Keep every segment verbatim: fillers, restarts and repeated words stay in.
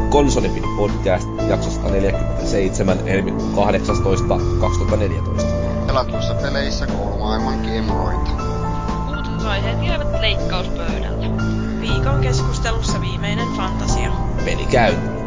Konsolifin podcast jaksosta neljäkymmentäseitsemän helmikuun kahdeksastoista kaksituhattaneljätoista. Pelatuissa peleissä koulumaailman kiemuroita. Uutisaiheet jäävät leikkauspöydällä. Viikon keskustelussa viimeinen fantasia. Peli käyntiin.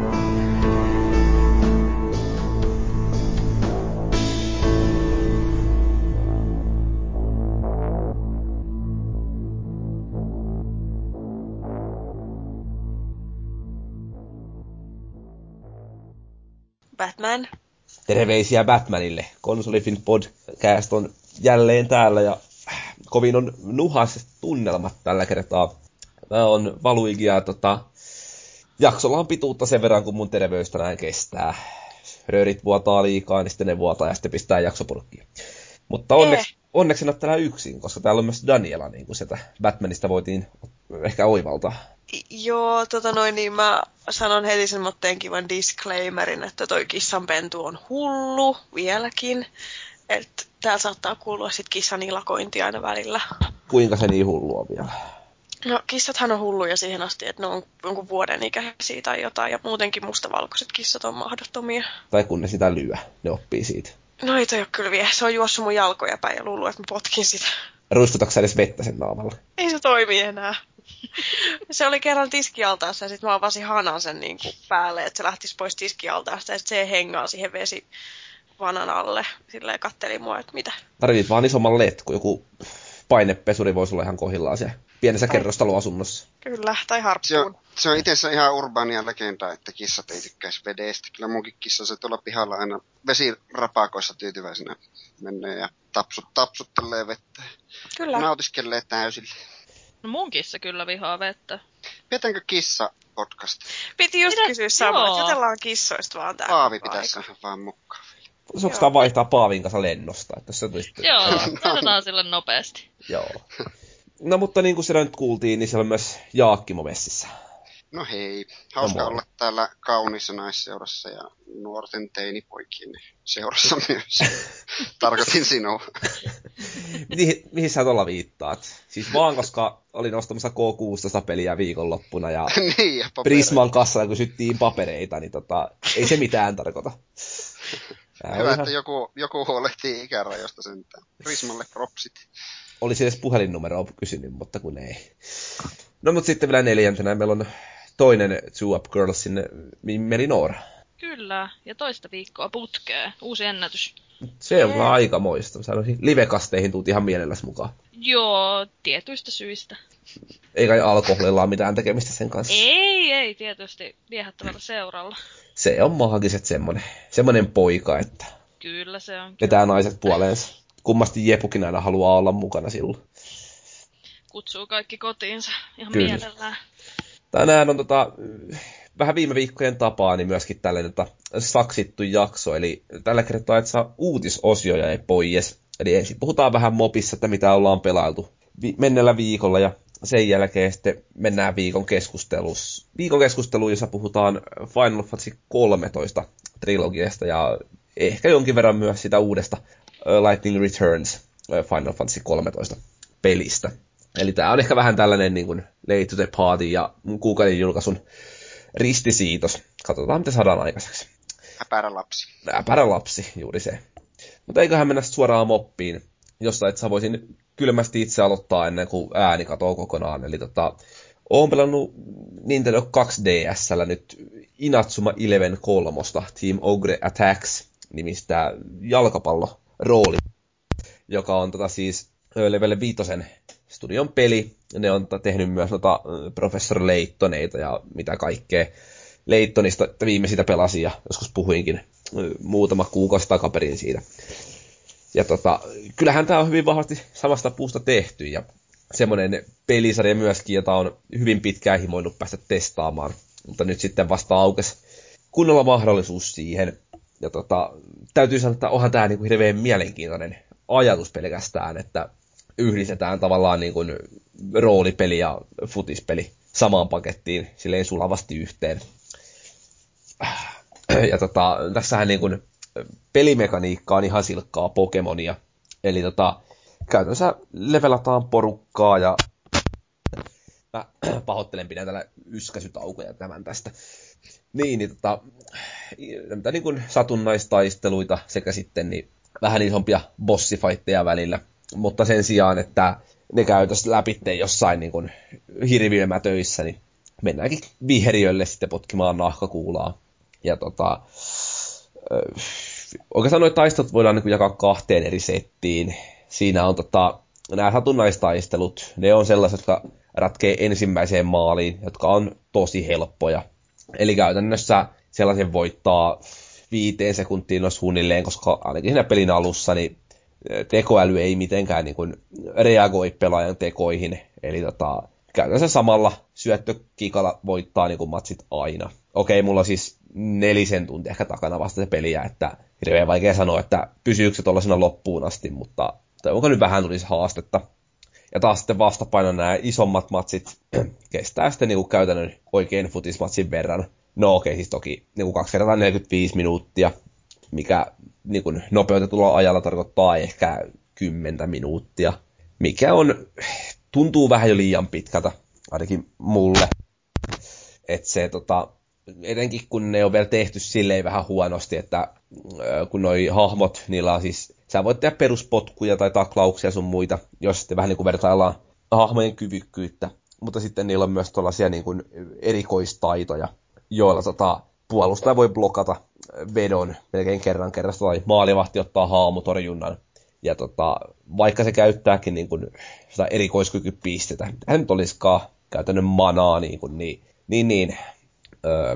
Batman. Terveisiä Batmanille. Konsolifin podcast on jälleen täällä ja kovin on nuhaiset tunnelmat tällä kertaa. Mä oon Valuigi ja tota, jaksolla on pituutta sen verran, kun mun terveys tänään kestää. Röörit vuotaa liikaa, niin sitten ne vuotaa ja sitten pistää jaksopurkkiin. Mutta onneksi, onneksi en ole täällä yksin, koska täällä on myös Daniela, niin kuin sieltä Batmanista voitiin ehkä oivaltaa. Joo, tota noin, niin mä sanon heti sen motteen kivan disclaimerin, että toi kissanpentu on hullu vieläkin. Että täällä saattaa kuulua sit kissan ilakointia aina välillä. Kuinka se niin hullu on vielä? No kissathan on hulluja siihen asti, että ne on jonkun vuoden ikäisiä tai jotain. Ja muutenkin mustavalkoiset kissat on mahdottomia. Tai kun ne sitä lyö, ne oppii siitä. No ei toi ole kyllä vielä. Se on juossut mun jalkoja päin ja luullut, että mä potkin sitä. Ruiskutatko sä edes vettä sen naamalla? Ei se toimi enää. Se oli kerran tiskialtaassa ja sit mä avasin hanan sen niin kuin päälle, että se lähtisi pois tiskialtaasta ja sit se hengaa siihen vesi vanan alle. Silleen katteli mua, että mitä. Tarvit vaan isomman letku, joku painepesuri voisi olla ihan kohillaan siellä pienessä tai kerrostaloasunnossa. Kyllä, tai harppuun. Se on, se on itse ihan urbaania legenda, että kissat ei tykkäisi vedestä. Kyllä munkin kissa se tuolla pihalla aina vesirapakoissa tyytyväisenä menee ja tapsut, tapsuttelee vettä. Kyllä. Nautiskelee täysille. No mun kissa kyllä vihaa vettä. Pidetäänkö kissa podcast? Piti just Mitä? kysyä samaa, Joo. että jutellaan kissoista vaan täällä. Paavi pitäisi vaan mukaan. Voisi vaihtaa Paavin kanssa lennosta, että se tulisi... Joo, otetaan sille nopeasti. Joo. No mutta niin kuin siellä nyt kuultiin, niin siellä on myös Jaakkimo messissä. No hei, hauska No, olla täällä kauniissa naisseurassa ja nuorten teinipoikien seurassa myös. Tarkoitin sinua. mihin, mihin sä tuolla viittaat? Siis vaan koska olin ostamassa K kuusitoista-peliä viikonloppuna ja niin, ja Prisman kassalla kysyttiin papereita, niin tota, ei se mitään tarkoita. Ää, Hyvä, ihan... että joku, joku huolehtii ikärajoista sentään. Prismalle propsit. Olisi edes puhelinnumeroa kysynyt, mutta kun ei. No mutta sitten vielä neljäntenä meillä on toinen Two Up Girlsin Mimmeli Noora. Kyllä, ja toista viikkoa putkeen. Uusi ennätys. Se on kyllä aikamoista. Sanoisin, live-kasteihin tuut ihan mielelläsi mukaan. Joo, tietyistä syistä. Ei kai alkoholilla ole mitään tekemistä sen kanssa. Ei, ei, tietysti viehättävällä seuralla. Se on maagiset semmonen, semmonen poika, että Kyllä se on. vetää naiset puoleensa. Kummasti Jepukin aina haluaa olla mukana silloin. Kutsuu kaikki kotiinsa ihan Kyllä. mielellään. Tänään on tota, vähän viime viikkojen tapaa niin myöskin tällainen tota, saksittu jakso. Eli tällä kertaa et saa uutisosio jäi pois. Eli ensin puhutaan vähän mopissa, että mitä ollaan pelailtu vi- mennellä viikolla. Ja sen jälkeen sitten mennään viikon keskustelussa. Viikon keskusteluun, jossa puhutaan Final Fantasy kolmetoista trilogiasta ja ehkä jonkin verran myös sitä uudesta Lightning Returns Final Fantasy kolmetoista pelistä. Eli tää on ehkä vähän tällainen niin kuin late to the party ja kuukauden julkaisun ristisiitos. Katsotaan, mitä saadaan aikaiseksi. Äpärä lapsi. Äpärä lapsi, juuri se. Mutta eiköhän mennä suoraan moppiin, jossa et sä voisin kylmästi itse aloittaa ennen kuin ääni katoo kokonaan. Eli tota, oon pelannut Nintendo kaksi D S:llä nyt Inatsuma Eleven kolme Team Ogre Attacks nimistä jalkapallorooli, joka on tota siis Level viitosen studion peli. Ne on tehnyt myös noita Professor Laytoneita ja mitä kaikkea. Laytonista viimeisintä pelasin ja joskus puhuinkin muutama kuukausi takaperin siitä. Ja tota, kyllähän tää on hyvin vahvasti samasta puusta tehty ja semmonen pelisarja myöskin, jota on hyvin pitkään himoinut päästä testaamaan. Mutta nyt sitten vasta aukesi kunnolla mahdollisuus siihen. Ja tota, täytyy sanoa, että onhan tää niinku hirveän mielenkiintoinen ajatus pelkästään, että yhdistetään tavallaan niin kuin roolipeli ja futispeli samaan pakettiin silleen sulavasti yhteen. Ja tota, tässähän niin kuin pelimekaniikka on ihan silkkaa Pokemonia. Eli tota, käytännössä levelataan porukkaa ja mä pahoittelen, pidän täällä yskäsytaukoja tämän tästä. Niin, niin tota, mitä niin kuin satunnaistaisteluita sekä sitten niin vähän isompia bossifightteja välillä. Mutta sen sijaan, että ne käytäisiin läpi jossain niin kuin hirviömätöissä, niin mennäänkin viheriölle sitten potkimaan nahkakuulaa. Ja tota, oikeastaan noita taistelut voidaan niin kuin jakaa kahteen eri settiin. Siinä on tota, nämä satunnaistaistelut, ne on sellaiset, jotka ratkee ensimmäiseen maaliin, jotka on tosi helppoja. Eli käytännössä sellaisen voittaa viiteen sekuntiin suunnilleen, koska ainakin siinä pelin alussa niin tekoäly ei mitenkään niin kuin reagoi pelaajan tekoihin. Eli tota, käytännössä samalla syöttökikalla voittaa niin kuin matsit aina. Okei, mulla on siis nelisen tuntia ehkä takana vasta se peliä, että hirveän vaikea sanoa, että pysyykö se tuollaisena loppuun asti, mutta toivonko nyt vähän tulisi haastetta. Ja taas sitten vastapaino nämä isommat matsit kestää sitten niin kuin käytännön oikein futismatsin verran. No okei, siis toki niin kuin kaksi kertaa neljäkymmentäviisi minuuttia, mikä niin kuin nopeutetulla ajalla tarkoittaa ehkä kymmentä minuuttia, mikä on, tuntuu vähän jo liian pitkältä, ainakin mulle. Että se tota, etenkin kun ne on vielä tehty silleen vähän huonosti, että kun noi hahmot, niillä on siis, sä voit tehdä peruspotkuja tai taklauksia sun muita, jos sitten vähän niin kuin vertaillaan hahmojen kyvykkyyttä, mutta sitten niillä on myös tuollaisia niin kuin erikoistaitoja, joilla tota, puolustaja voi blokata vedon melkein kerran kerrasta, tai maalivahti ottaa haamutorjunnan. Ja tota, vaikka se käyttääkin niin kuin sitä erikoiskykypistetä, mitä nyt olisikaan käytännön manaa, niin, kuin, niin, niin, niin öö,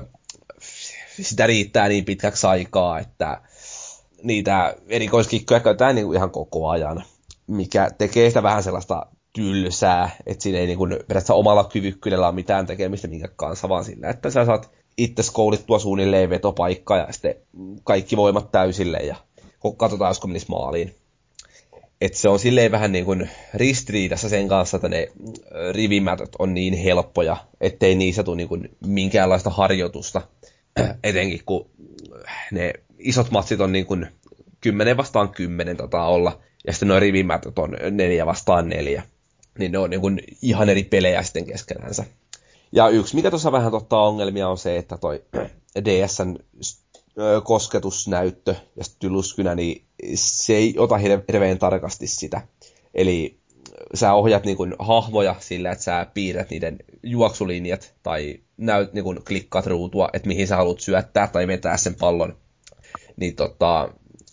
sitä riittää niin pitkäksi aikaa, että niitä erikoiskikkoja käytetään niin kuin ihan koko ajan, mikä tekee sitä vähän sellaista tylsää, että siinä ei niin kuin periaatteessa omalla kyvykkyydellä ole mitään tekemistä minkä kanssa, vaan sillä, että sä saat itse koulittua suunnilleen vetopaikkaa ja sitten kaikki voimat täysille ja katsotaan, josko menisi maaliin. Että se on silleen vähän niin kuin ristiriidassa sen kanssa, että ne rivimätöt on niin helppoja, ettei niissä tule niin kuin minkäänlaista harjoitusta. Etenkin kun ne isot matsit on niin kuin kymmenen vastaan kymmenen taitaa olla, ja sitten nuo rivimätöt on neljä vastaan neljä. Niin ne on niin kuin ihan eri pelejä sitten keskenänsä. Ja yksi, mikä tuossa vähän ottaa ongelmia, on se, että toi D S:n kosketusnäyttö ja tylyskynä, niin se ei ota hirveän tarkasti sitä. Eli sä ohjat niin kuin hahmoja sillä, että sä piirrät niiden juoksulinjat tai näyt, niin kuin klikkaat ruutua, että mihin sä haluat syöttää tai vetää sen pallon. Niin tota,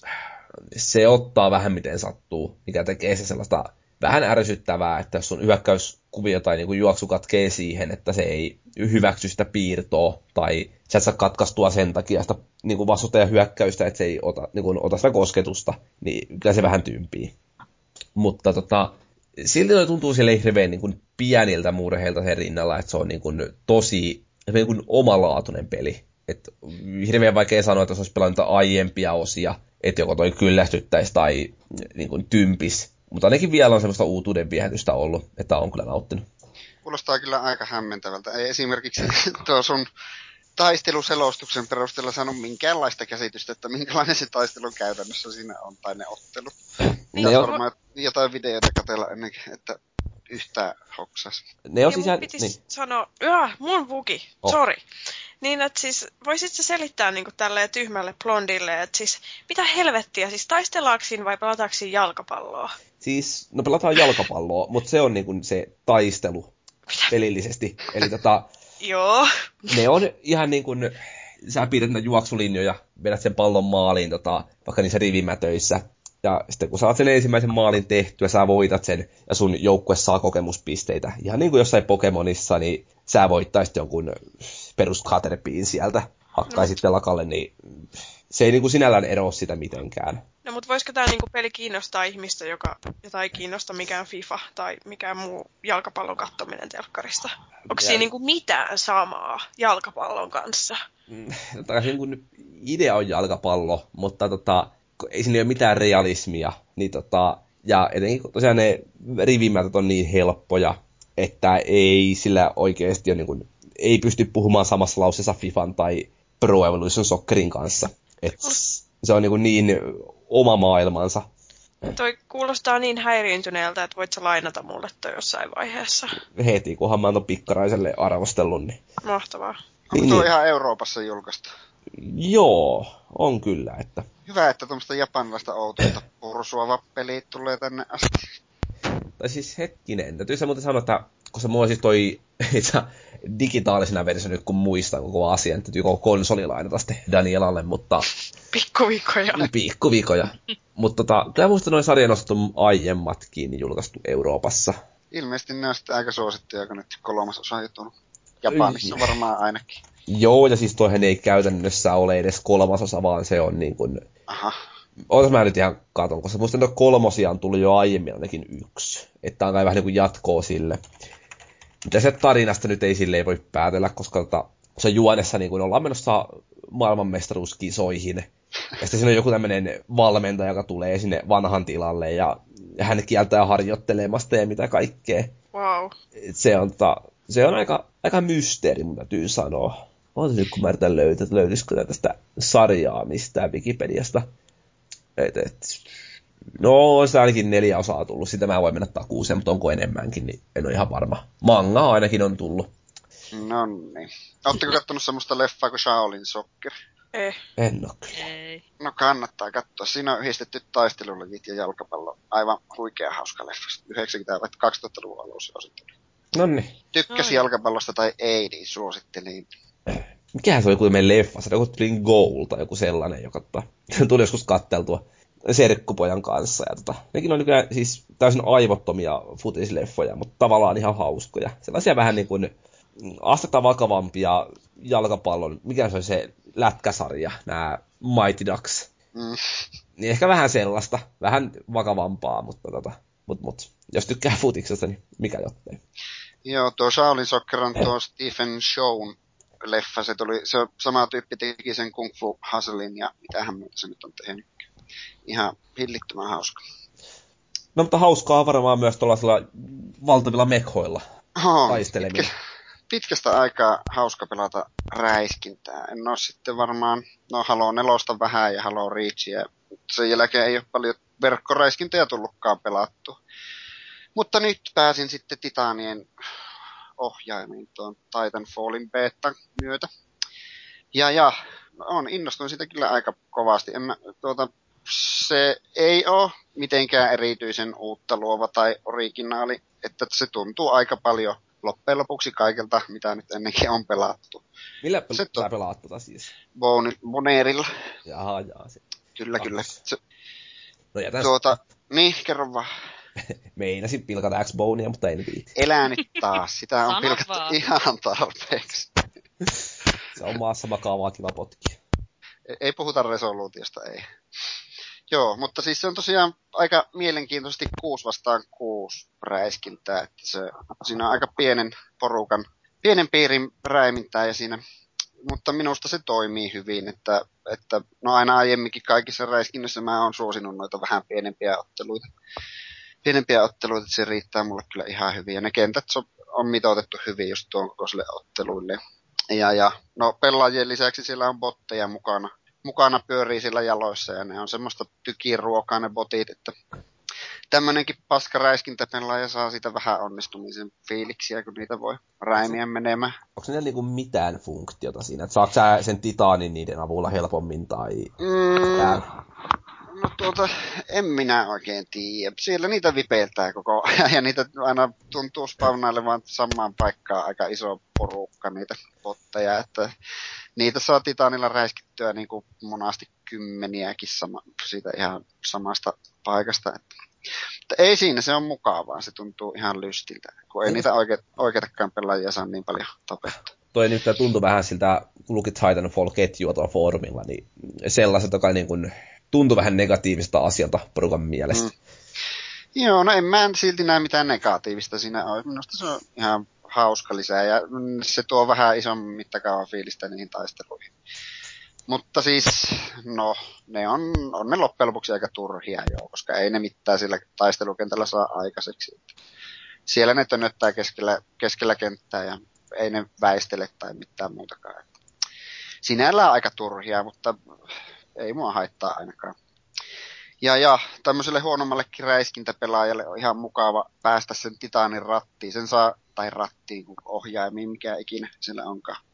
se ottaa vähän miten sattuu, mikä tekee se sellaista vähän ärsyttävää, että jos sun hyökkäyskuvio tai niin kuin juoksu katkee siihen, että se ei hyväksy sitä piirtoa, tai sä et saa katkaistua sen takia sitä niin kuin vastustajan hyökkäystä, että se ei ota, niin kuin, ota sitä kosketusta, niin kyllä se vähän tympii. Mutta tota, silti toi tuntuu sille hirveän niin kuin pieniltä murheilta sen rinnalla, että se on niin kuin tosi niin kuin omalaatuinen peli. Et hirveän vaikea sanoa, että se olisi pelannut aiempia osia, että joko toi kyllästyttäisi tai niin kuin tympis. Mutta ainakin vielä on semmoista uutuuden viehätystä ollut, että on kyllä nauttinut. Kuulostaa kyllä aika hämmentävältä. Ei esimerkiksi tuo sun taisteluselostuksen perusteella saanut minkäänlaista käsitystä, että minkälainen se taistelu käytännössä siinä on, tai ne ottelut. Pitäisi varmaan jotain videoita katsella ennen kuin, että yhtään hoksas. Ne on siis mun pitis niin. sanoa, yah, mun bugi, oh. Sorry. Niin, että siis voisit sä selittää niin kuin tälleen tyhmälle blondille, että siis mitä helvettiä, siis taistellaanko siinä vai pelataanko siinä jalkapalloa? Siis, no pelataan jalkapalloa, mutta se on niin kuin se taistelu pelillisesti. Eli tota, joo. Ne on ihan niin kuin, sä pidät näitä juoksulinjoja, vedät sen pallon maaliin tota, vaikka niissä rivimätöissä. Ja sitten kun saat sen ensimmäisen maalin tehtyä, sä voitat sen ja sun joukkue saa kokemuspisteitä. Ihan niin kuin jossain Pokemonissa, niin sä voittaisit jonkun perus Caterpiin sieltä, hakkaisit no. Telakalle, niin se ei niin kuin sinällään eroa sitä mitenkään. No mutta voisiko tämä niin kuin peli kiinnostaa ihmistä, joka, jota ei kiinnosta mikään FIFA tai mikään muu jalkapallon katsominen telkkarista? Onko ja... siinä niin kuin mitään samaa jalkapallon kanssa? Tai niin kuin idea on jalkapallo, mutta tota, ei siinä ole mitään realismia. Niin tota, ja etenkin kun tosiaan ne rivimätöt on niin helppoja, että ei sillä oikeasti ole, niin kuin, ei pysty puhumaan samassa lauseessa FIFAn tai Pro Evolution Soccerin kanssa. Et se on niin, niin oma maailmansa. Toi kuulostaa niin häiriintyneeltä, että voit sä lainata mulle toi jossain vaiheessa. Heti, kunhan mä oon pikkaraiselle arvostellut. Niin. Mahtavaa. Onko Niin, tuo niin. ihan Euroopassa julkaistu? Joo, on kyllä, että... Hyvä, että tuommoista japanilaista outoista pursuava peli tulee tänne asti. Tai siis hetkinen, täytyy se muuten sanoa, että kun se mulla on siis toi itse digitaalisena versiona nyt kun muistan koko asian, täytyy koko konsolilla lainata sitten Danielalle, mutta... Pikkuvikoja. Pikkuvikoja. Mutta tota, kyllä muista noin sarjan osat on aiemmatkin julkaistu Euroopassa. Ilmeisesti ne on sitten aika suosittuja, kun nyt kolmas osa on tullut. Japanissa varmaan ainakin. Joo, ja siis toihan ei käytännössä ole edes kolmasosa, vaan se on niin kuin... Aha. Ootas mä nyt ihan katon, koska musta noita kolmosia on tullut jo aiemmin ainakin yksi. Että on kai vähän niin kuin jatkoa sille. Mitä se tarinasta nyt ei silleen voi päätellä, koska tota, se juonessa niin kuin ollaan menossa maailmanmestaruuskisoihin. Ja sitten siinä on joku tämmöinen valmentaja, joka tulee sinne vanhan tilalle ja, ja hän kieltää harjoittelemasta ja mitä kaikkea. Wow. Se on, tota, se on aika, aika mysteeri, mun täytyy sanoa. Ootas nyt, kun mä yritän löytää, että löytyisikö tästä sarjaa mistään Wikipediasta. Et, et. No, on sitä ainakin neljä osaa tullut. Sitä mä voin mennä takuuseen, mutta onko enemmänkin, niin en ole ihan varma. Manga ainakin on tullut. No niin. Ootteko kattonut semmoista leffaa kuin Shaolin Soccer? Eh. En oo kyllä. Ei. No kannattaa katsoa. Siinä on yhdistetty taistelulajit ja jalkapallo. Aivan huikea hauska leffa. yhdeksänkymmentä- vai kaksituhattaluvun alussa on sitten. Noniin. Tykkäsi Ai. jalkapallosta tai ei, niin suosittelin. Mikähän se oli kuin meidän leffa? Se oli joku Goal tai joku sellainen, joka tota, tuli joskus katteltua serkkupojan kanssa. Ja tota, nekin on nykyään siis täysin aivottomia futisleffoja, mutta tavallaan ihan hauskoja. Sellaisia vähän niin kuin astetta vakavampia jalkapallon, mikä se oli se lätkäsarja, nämä Mighty Ducks. Mm. Niin ehkä vähän sellaista, vähän vakavampaa, mutta tota, mut, mut, jos tykkää futiksesta, niin mikä jottei. Joo, tuo Shaolin Soccer on tuo Stephen Chown leffa. Se, tuli, se sama tyyppi teki sen Kung Fu Hustlein ja mitähän muuta se nyt on tehnyt. Ihan hillittömän hauska. No mutta hauskaa varmaan myös tuollaisilla valtavilla mekhoilla Oh, taisteleminen. pitkä, pitkästä aikaa hauska pelata räiskintää. En ole sitten varmaan, no Halo nelosta vähän ja Halo Reachia. Sen jälkeen ei ole paljon verkkoräiskintöjä tullutkaan pelattu. Mutta nyt pääsin sitten Titanien ohjaimiin tuon Titanfallin betan myötä. Ja, ja on innostuin siitä kyllä aika kovasti. En mä, tuota, se ei ole mitenkään erityisen uutta luova tai originaali, että se tuntuu aika paljon loppujen lopuksi kaikelta, mitä nyt ennenkin on pelattu. Millä Se pel- to- sä pelaat tota siis? Bon- Boneerilla. Jaha, jaa. Se. Kyllä, Kakkos. kyllä. Se, No jätän tuota, niin, kerro vaan. Meinasin pilkata X-Bonea, mutta en viiti. Elää nyt taas. Sitä on Sano pilkattu vaan. ihan tarpeeksi. Se on maassa makaavaa kiva potkia. Ei, ei puhuta resoluutiosta, ei. Joo, mutta siis se on tosiaan aika mielenkiintoisesti kuusi vastaan kuusi räiskintää, että se, siinä on aika pienen porukan, pienen piirin räimintää ja siinä, mutta minusta se toimii hyvin, että, että no aina aiemminkin kaikissa räiskinnöissä mä oon suosinut noita vähän pienempiä otteluita. Pienempiä otteluita, että se riittää mulle kyllä ihan hyvin ja ne kentät on, on mitoitettu hyvin just tuon kokoisille otteluille. Ja, ja no pelaajien lisäksi siellä on botteja mukana. Mukana pyörii sillä jaloissa ja ne on semmoista tykiruokaa ne botit, että tämmönenkin paska räiskintäpelaaja saa siitä vähän onnistumisen fiiliksiä, kun niitä voi räimiä menemään. Onko niillä niinku mitään funktiota siinä? Että saako sä sen titaanin niiden avulla helpommin tai... Mm, no tuota, en minä oikein tiedä. Siellä niitä vipeiltää koko ajan ja niitä aina tuntuu spawnailemaan samaan paikkaan aika iso porukka niitä botteja, että niitä saa titaanilla räiskittyä niin kuin monasti kymmeniäkin sama, siitä ihan samasta paikasta. Että. Mutta ei siinä, se on mukavaa. Se tuntuu ihan lystiltä, kun ei niitä oike, oikeitakaan pelaajia saa niin paljon tapettua. Toi nyt tuntuu vähän siltä, kun luki Titanfall-ketjua tuolla foorumilla, niin sellaiset, joka niin kuin tuntui vähän negatiivista asialta porukan mielestä. Mm. Joo, no en mä silti näe mitään negatiivista siinä on. Minusta se on ihan hauska lisää ja se tuo vähän ison mittakaavan fiilistä niihin taisteluihin. Mutta siis, no, ne on, on ne loppujen lopuksi aika turhia jo, koska ei ne mitään sillä taistelukentällä saa aikaiseksi. Siellä ne tönöttää keskellä, keskellä kenttää ja ei ne väistele tai mitään muutakaan. Sinällään aika turhia, mutta ei mua haittaa ainakaan. Ja, ja tämmöiselle huonommallekin räiskintäpelaajalle on ihan mukava päästä sen titaanin rattiin. Sen saa, tai rattiin, ohjaimiin, mikä ikinä siellä onkaan.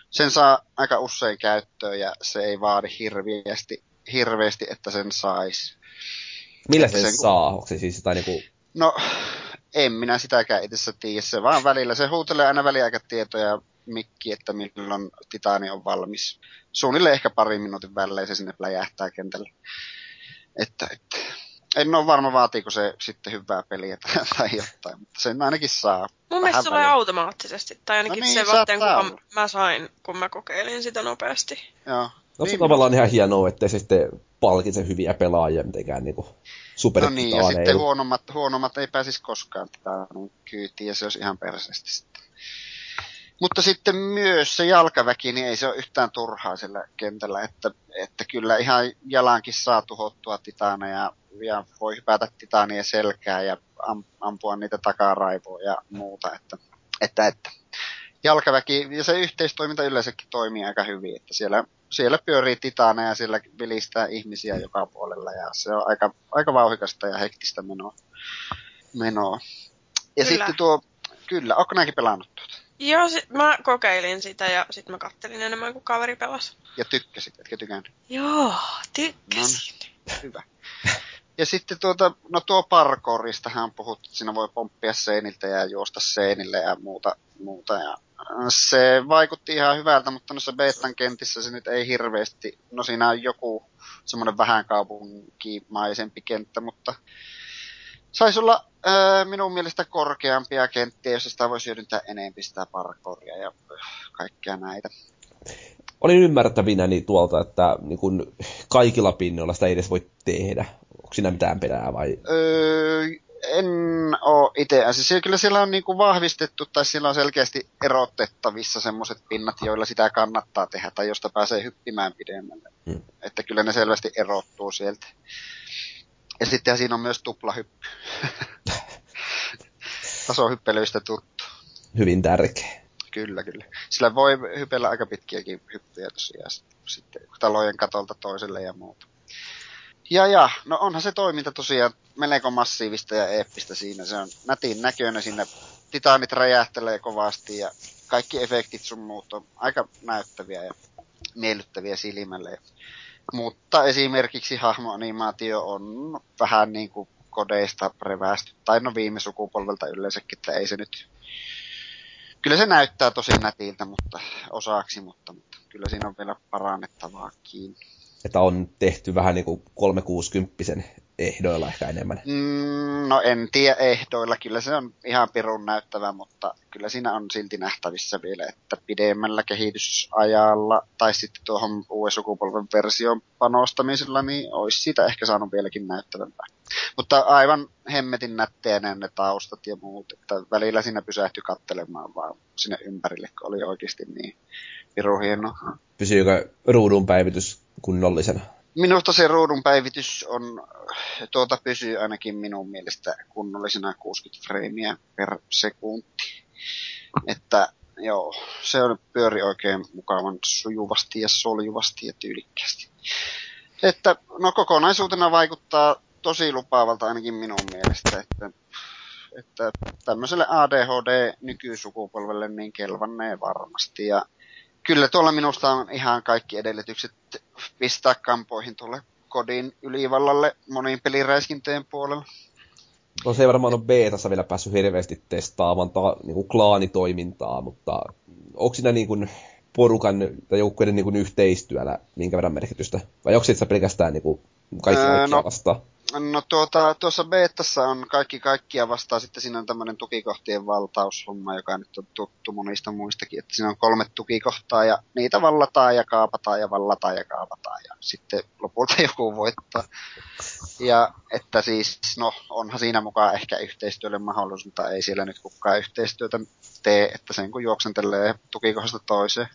sen saa aika usein käyttöön ja se ei vaadi hirveästi, hirveästi että sen saisi. Millä sen, sen saa? Onko se siis jotain niinku... No, en minä sitäkään itse tiedä. Se vaan välillä. Se huutelee aina väliaikatietoja mikki, että milloin titaani on valmis. Suunnilleen ehkä parin minuutin välein se sinne läjähtää kentälle. Että, että. En ole varma, vaatiiko se sitten hyvää peliä tai, tai jotain, mutta sen ainakin saa. Mun mielestä se tulee automaattisesti, tai ainakin no niin, se vaatteen, kuka mä sain, kun mä kokeilin sitä nopeasti. Joo. No niin, se tavallaan ihan hienoa, ettei se sitten palkitse hyviä pelaajia mitenkään niinku supertitaaneilla. No niin, ja sitten huonommat, huonommat ei pääsisi koskaan titaanin kyytiin, ja se olisi ihan perseesti sitten. Mutta sitten myös se jalkaväki, niin ei se ole yhtään turhaa sillä kentällä, että, että kyllä ihan jalankin saa tuhottua titaaneja ja voi hypätä titaanien selkää ja am, ampua niitä takaraivoa ja muuta, että, että, että jalkaväki ja se yhteistoiminta yleensäkin toimii aika hyvin, että siellä, siellä pyörii titaaneja ja siellä vilistää ihmisiä joka puolella ja se on aika, aika vauhikasta ja hektistä menoa. menoa. Ja kyllä. Sitten tuo, kyllä, ootko näkin pelannut tuota? Joo, sit mä kokeilin sitä ja sitten mä kattelin enemmän kuin kaveri pelasi. Ja tykkäsit, etkä tykännyt? Joo, tykkäsin. No, hyvä. Ja sitten tuota, no tuo parkouristahan on puhuttu, että siinä voi pomppia seiniltä ja juosta seinille ja muuta. muuta ja se vaikutti ihan hyvältä, mutta noissa betan kentissä se nyt ei hirveästi, no siinä on joku semmoinen vähän kaupunkimaisempi kenttä, mutta saisi olla ää, minun mielestä korkeampia kenttiä, jossa sitä voisi hyödyntää enemmän sitä parkouria ja kaikkea näitä. Olin ymmärtävinäni tuolta, että niin kun kaikilla pinnoilla sitä ei edes voi tehdä. Onko siinä mitään perää vai? Öö, en oo itse asiassa. Kyllä siellä on niinku vahvistettu tai siellä on selkeästi erotettavissa semmoiset pinnat, joilla sitä kannattaa tehdä tai josta pääsee hyppimään pidemmälle. Hmm. Että kyllä ne selvästi erottuu sieltä. Ja sitten siinä on myös tuplahyppy. Tasohyppelyistä tuttu. Hyvin tärkeä. Kyllä, kyllä. Sillä voi hypellä aika pitkiäkin hyppyjä tosiaan sitten talojen katolta toiselle ja muuta. Ja ja, no onhan se toiminta tosiaan melko massiivista ja eeppistä siinä. Se on nätin näköinen siinä. Titaanit räjähtelee kovasti ja kaikki efektit sun muut on aika näyttäviä ja miellyttäviä silmälle. Mutta esimerkiksi hahmoanimaatio on vähän niin kuin kodeista revästy. Tai no viime sukupolvelta yleensäkin, että ei se nyt... Kyllä se näyttää tosi nätiltä mutta osaksi, mutta, mutta kyllä siinä on vielä parannettavaakin. Että on tehty vähän niin kuin kolmesataakuusikymmentä ehdoilla ehkä enemmän. Mm, no en tiedä ehdoilla, kyllä se on ihan pirun näyttävä, mutta kyllä siinä on silti nähtävissä vielä, että pidemmällä kehitysajalla tai sitten tuohon uuden sukupolven version panostamisella, niin olisi siitä ehkä saanut vieläkin näyttävämpää. Mutta aivan hemmetin nättejä ne taustat ja muut, että välillä siinä pysähtyi katselemaan vaan sinne ympärille, kun oli oikeasti niin pirun hieno. Pysyykö ruudun päivitys kunnollisena? Minusta se ruudun päivitys on, tuota pysyy ainakin minun mielestä kunnollisena kuusikymmentä freimiä per sekunti. Että joo, se on pyöri oikein mukavan sujuvasti ja soljuvasti ja tyylikkäästi. Että no kokonaisuutena vaikuttaa tosi lupaavalta ainakin minun mielestä, että, että tämmöiselle A D H D-nykysukupolvelle niin kelvannee varmasti. Ja kyllä tuolla minusta on ihan kaikki edellytykset pistää kampoihin tuolle kodin ylivallalle moniin peliräiskintöjen puolella. No se ei varmaan ole beetassa vielä päässyt hirveästi testaamaan ta, niin kuin klaanitoimintaa, mutta onko siinä niin kuin porukan tai joukkueiden niin kuin yhteistyöllä minkä verran merkitystä? Vai onko se pelkästään niin kuin kaikki öö, kaikkia no, vastaan? No tuota, tuossa beetassa on kaikki kaikkia vastaan. Sitten siinä on tämmöinen tukikohtien valtaushomma, joka nyt on tuttu monista muistakin. Että siinä on kolme tukikohtaa ja niitä vallataan ja kaapataan ja vallataan ja kaapataan. Ja sitten lopulta joku voittaa. Ja että siis, no onhan siinä mukaan ehkä yhteistyölle mahdollisuus, mutta ei siellä nyt kukaan yhteistyötä tee, että sen kun juoksentelee tukikohdasta toiseen.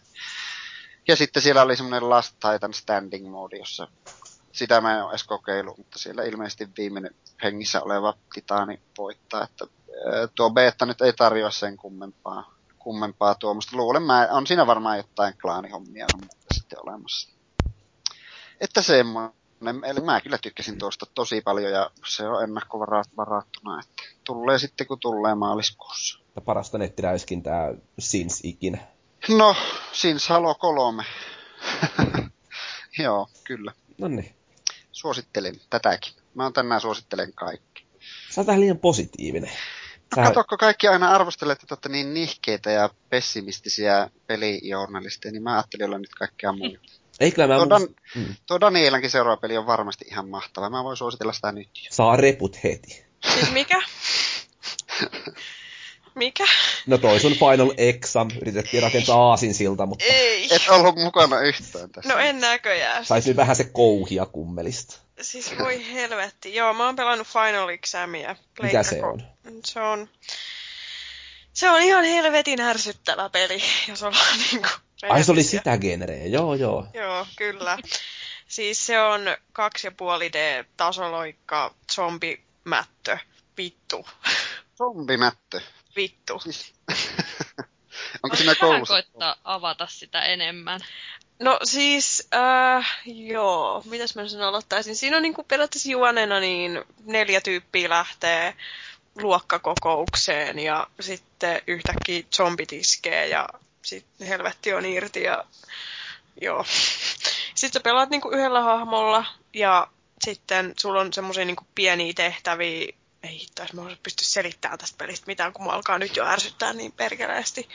Ja sitten siellä oli semmoinen Last Titan Standing Mode, jossa sitä mä en ole edes kokeillut, mutta siellä ilmeisesti viimeinen hengissä oleva titaani voittaa, että tuo beta nyt ei tarjoa sen kummempaa, kummempaa tuomusta. Luulen, mä, on siinä varmaan jotain klaanihommia on sitten olemassa. Että semmoinen, eli mä kyllä tykkäsin tuosta tosi paljon ja se on ennakkovarattuna, että tulee sitten kun tulee maaliskuussa. Parasta nettiräiskintää since ikinä. No, Sins Halo kolme. Joo, kyllä. Noniin. Suosittelen tätäkin. Mä oon tänään suosittelen kaikki. Sä oot vähän liian positiivinen. No Sä... katsokko kaikki aina arvostelee, että te olette niin nihkeitä ja pessimistisiä pelijournalisteja, niin mä ajattelin olla nyt kaikkea muuta. Ei kyllä mä... Tuo, Dan... mm. Tuo Danielankin seuraava peli on varmasti ihan mahtava. Mä voin suositella sitä nyt jo. Saa reput heti. Siis mikä? Mikä? No toi sun Final Exam. Yritettiin rakentaa aasinsilta, mutta... Ei. Et ollut mukana yhtään tässä. No en näköjään. Sais nyt vähän se kouhia kummelista. Siis voi helvetti. Joo, mä oon pelannut Final Examia. Mikä se on? Se on... Se on ihan helvetin ärsyttävä peli, jos ollaan niinku... Ai se oli sitä genreä, joo joo. Joo, kyllä. Siis se on kaksi ja puoli D-tasoloikka, zombimättö, vittu. Zombimättö. Vittu. Siis... Onko siinä vähän koulussa? koittaa avata sitä enemmän. No siis, äh, joo, mitäs mä sen aloittaisin? Siinä on niinku periaatteessa juonena niin neljä tyyppiä lähtee luokkakokoukseen ja sitten yhtäkkiä zombit iskee ja sitten helvetti on irti ja joo. Sitten sä pelaat niinku yhdellä hahmolla ja sitten sulla on semmosia niinku pieniä tehtäviä. Ei hitto, jos mä pysty selittämään tästä pelistä mitään, kun mua alkaa nyt jo ärsyttää niin perkeleesti.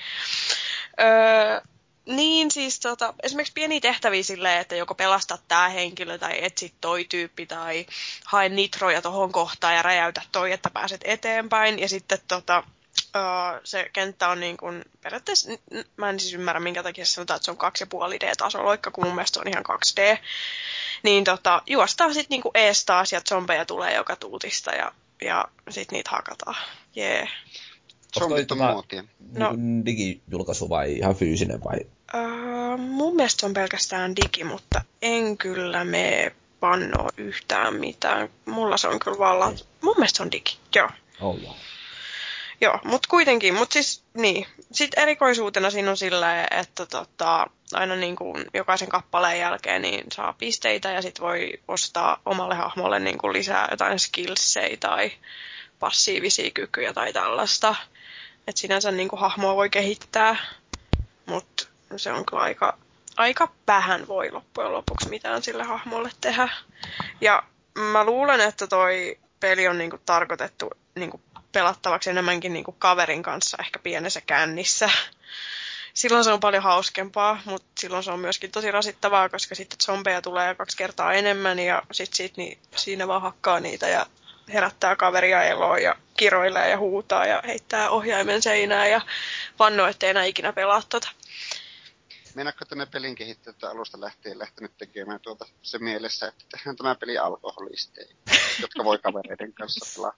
Öö, niin siis tota, esimerkiksi pieniä tehtäviä silleen, että joko pelastat tää henkilö tai etsit toi tyyppi tai hae nitroja tohon kohtaan ja räjäytä toi, että pääset eteenpäin. Ja sitten tota, öö, se kenttä on niin kuin, periaatteessa, mä en siis ymmärrä minkä takia sanotaan, että se on kaksi pilkku viisi D-tasoloikka, kun mun mielestä se on ihan kaksi D. Niin tota, juostaan sitten niinku ees taas ja zombeja tulee joka tuutista ja Ja sit niitä hakataan. Jee. Yeah. Zombit on muotia. No. Digijulkaisu vai ihan fyysinen vai? Öö, mun mielestä se on pelkästään digi, mutta en kyllä mene pannoa yhtään mitään. Mulla se on kyllä vaan lat... Mun mielestä se on digi, joo. Oh, joo. Joo, mut kuitenkin, mut siis niin. Sitten erikoisuutena siinä on silleen, että tota, aina niin kuin jokaisen kappaleen jälkeen niin saa pisteitä ja sit voi ostaa omalle hahmolle niin kuin lisää jotain skillsejä tai passiivisia kykyjä tai tällaista. Että sinänsä niin kuin hahmoa voi kehittää, mutta se on kyllä aika, aika vähän voi loppujen lopuksi mitään sille hahmolle tehdä. Ja mä luulen, että toi peli on niin kuin tarkoitettu niin kuin pelattavaksi enemmänkin niin kuin kaverin kanssa ehkä pienessä kännissä. Silloin se on paljon hauskempaa, mutta silloin se on myöskin tosi rasittavaa, koska sitten zombeja tulee kaksi kertaa enemmän ja sitten sit, niin, siinä vaan hakkaa niitä ja herättää kaveria eloon ja kiroilee ja huutaa ja heittää ohjaimen seinään ja vannoo, ettei enää ikinä pelaa tota. Meinaatko, että ne pelin kehittäjät alusta lähtien lähtenyt tekemään tuota se mielessä, että tehdään tämä peli alkoholisteja, jotka voi kavereiden kanssa pelaa?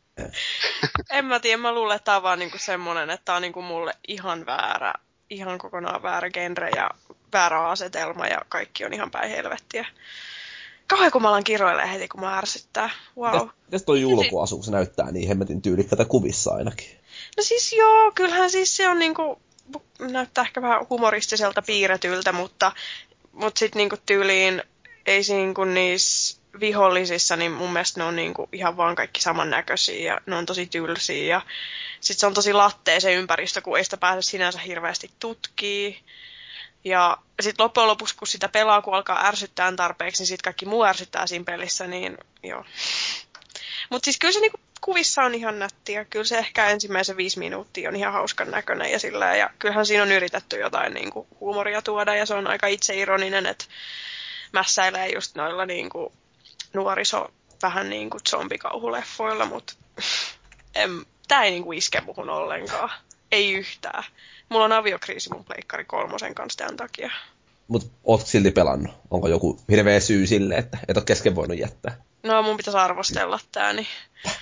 En mä tiedä, mä luulen, että tää on vaan niinku semmonen, että tää on niinku mulle ihan väärä, ihan kokonaan väärä genre ja väärä asetelma ja kaikki on ihan päin helvettiä. Kauhean kun mä alan kiroilee heti, kun mä ärsyttää. Wow. Mitäs toi julkuasu, kun se näyttää niin hemmetin tyylikkäitä kuvissa ainakin? No siis joo, kyllähän siis se on niinku, näyttää ehkä vähän humoristiselta piirretyltä, mutta, mutta sit niinku tyyliin ei niinku niissä vihollisissa, niin mun mielestä ne on niinku ihan vaan kaikki samannäköisiä ja ne on tosi tylsiä ja sit se on tosi lattea se ympäristö, kun ei sitä pääse sinänsä hirveästi tutkii. Ja sit loppujen lopuksi, kun sitä pelaa, kun alkaa ärsyttää tarpeeksi, niin sit kaikki muu ärsyttää siinä pelissä, niin joo. Mut siis kyllä se niinku kuvissa on ihan nättiä. Kyllä se ehkä ensimmäisen viisi minuuttia on ihan hauskan näköinen ja sillä ja kyllähän siinä on yritetty jotain niinku huumoria tuoda ja se on aika itseironinen, että mässäilee just noilla niinku nuoriso vähän niinku zombikauhuleffoilla, mut en, tää ei niinku iske muhun ollenkaan. Ei yhtään. Mulla on aviokriisi mun pleikkari kolmosen kanssa tämän takia. Mut oot silti pelannut? Onko joku hirveä syy sille, että et oo kesken voinut jättää? No mun pitäisi arvostella tää, niin...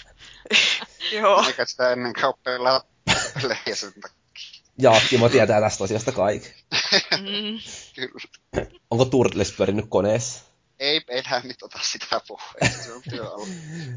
Joo. Eikä sitä ennen kauppaa pelejä sen takia. Jaa, Kimo tietää tästä asiasta kaiken. Mm. Kyllä. Onko Turtles pyörinyt koneessa? Ei enää nyt ota sitä puhua. Se on työ alla.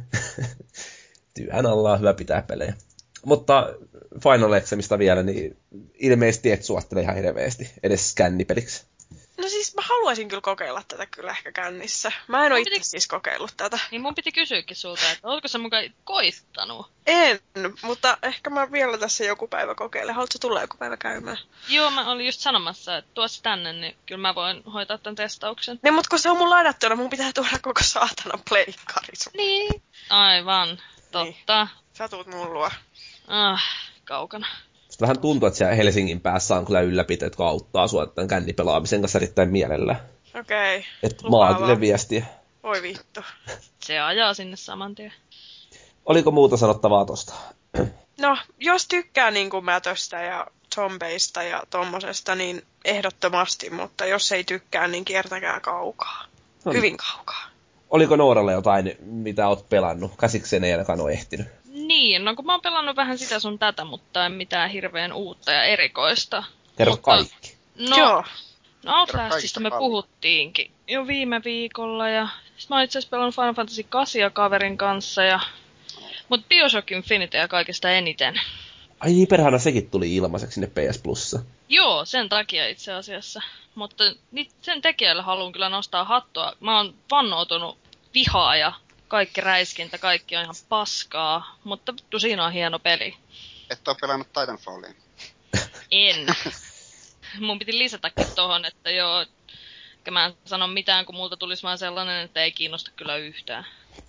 Työn alla on hyvä pitää pelejä. Mutta Final Examista vielä, niin ilmeisesti et suosittele ihan hirveästi, edes skännipeliksi. No siis mä haluaisin kyllä kokeilla tätä kyllä ehkä kännissä. Mä en oo Mun itse piti- siis kokeillut tätä. Niin mun piti kysyäkin sulta, että ootko sä mukaan koittanut? En, mutta ehkä mä vielä tässä joku päivä kokeilen. Haluatko tulla joku päivä käymään? Joo, mä olin just sanomassa, että tuossa tänne, niin kyllä mä voin hoitaa tämän testauksen. Niin, mutta kun se on mun ladattuna, mun pitää tuoda koko saatana pleikkari sun. Niin. Aivan, totta. Sä tuut mun luo. Ah, kaukana. Sitten vähän tuntuu, että siellä Helsingin päässä on kyllä ylläpiteet, jotka auttaa sua tämän kännipelaamisen kanssa erittäin mielellään. Okei. Okay. Että maantille viestiä. Voi vittu. Se ajaa sinne saman tien. Oliko muuta sanottavaa tosta? No, jos tykkää niin kuin mätöstä ja zombeista ja tommosesta, niin ehdottomasti, mutta jos ei tykkää, niin kiertäkää kaukaa. No. Hyvin kaukaa. Oliko Nooralle jotain, mitä oot pelannut? Käsikseen ei ainakaan ole ehtinyt. Niin, no kun mä oon pelannut vähän sitä sun tätä, mutta en mitään hirveän uutta ja erikoista. Kerro mutta, kaikki. No, Joo. no Outlastista me paljon. puhuttiinkin jo viime viikolla ja sit mä oon itse asiassa pelannut Final Fantasy kahdeksan kaverin kanssa ja mut Bioshock Infinityä kaikista eniten. Ai niin, perhana sekin tuli ilmaiseksi sinne P S Plussa. Joo, sen takia itse asiassa. Mutta ni- sen tekijälle haluan kyllä nostaa hattua. Mä oon vannoutunut vihaa ja kaikki räiskintä, kaikki on ihan paskaa. Mutta vittu, siinä on hieno peli. Et oo pelannut Titanfallia. En. Mun piti lisätäkin tohon, että joo, eikä mä en sano mitään, kun multa tulisi vaan sellainen, että ei kiinnosta kyllä yhtään.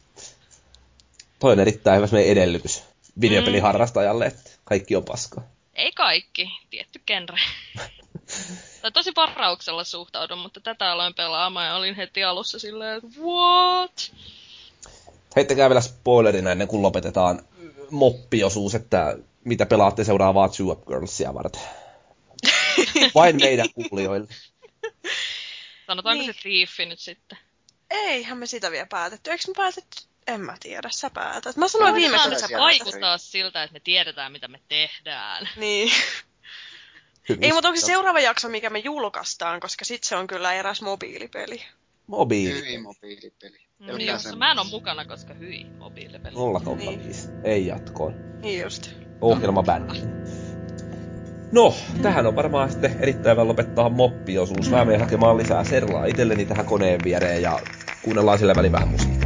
Toi on erittäin hyvä meidän edellytys videopeliharrastajalle, että kaikki on paskaa. Ei kaikki, tietty genre. Tai tosi varauksella suhtaudun, mutta tätä aloin pelaamaan ja olin heti alussa silleen, että what? Heittäkää vielä spoilerina ennen kuin lopetetaan moppiosuus, että mitä pelaatte seuraavaa Two Up Girlsia varten. Vain meidän kuulijoille. Sanotaanko Niin. se Thiefi nyt sitten? Eihän me sitä vielä päätetty. Eikö me päätetty? En mä tiedä, sä päätät. Mä sanoin viime Voidaan kerralla, sä siellä päätät. vaikuttaa siltä, että me tiedetään, mitä me tehdään. Niin. Hyvin. Ei, mutta onko se seuraava jakso, mikä me julkaistaan, koska sit se on kyllä eräs mobiilipeli. Mobiili. Hyvin mobiilipeli. Niin, Pelkää jossa sen. mä en oo mukana, koska hyi, mobiilipeli. nolla kautta Niin. viisi. Ei jatkoon. Niin just. Ohjelma bändi. No, tähän on varmaan sitten erittäin hyvä lopettaa moppiosuus. Mä menen hakemaan lisää serlaa itselleni tähän koneen viereen ja kuunnellaan sillä väliin vähän musiikkia.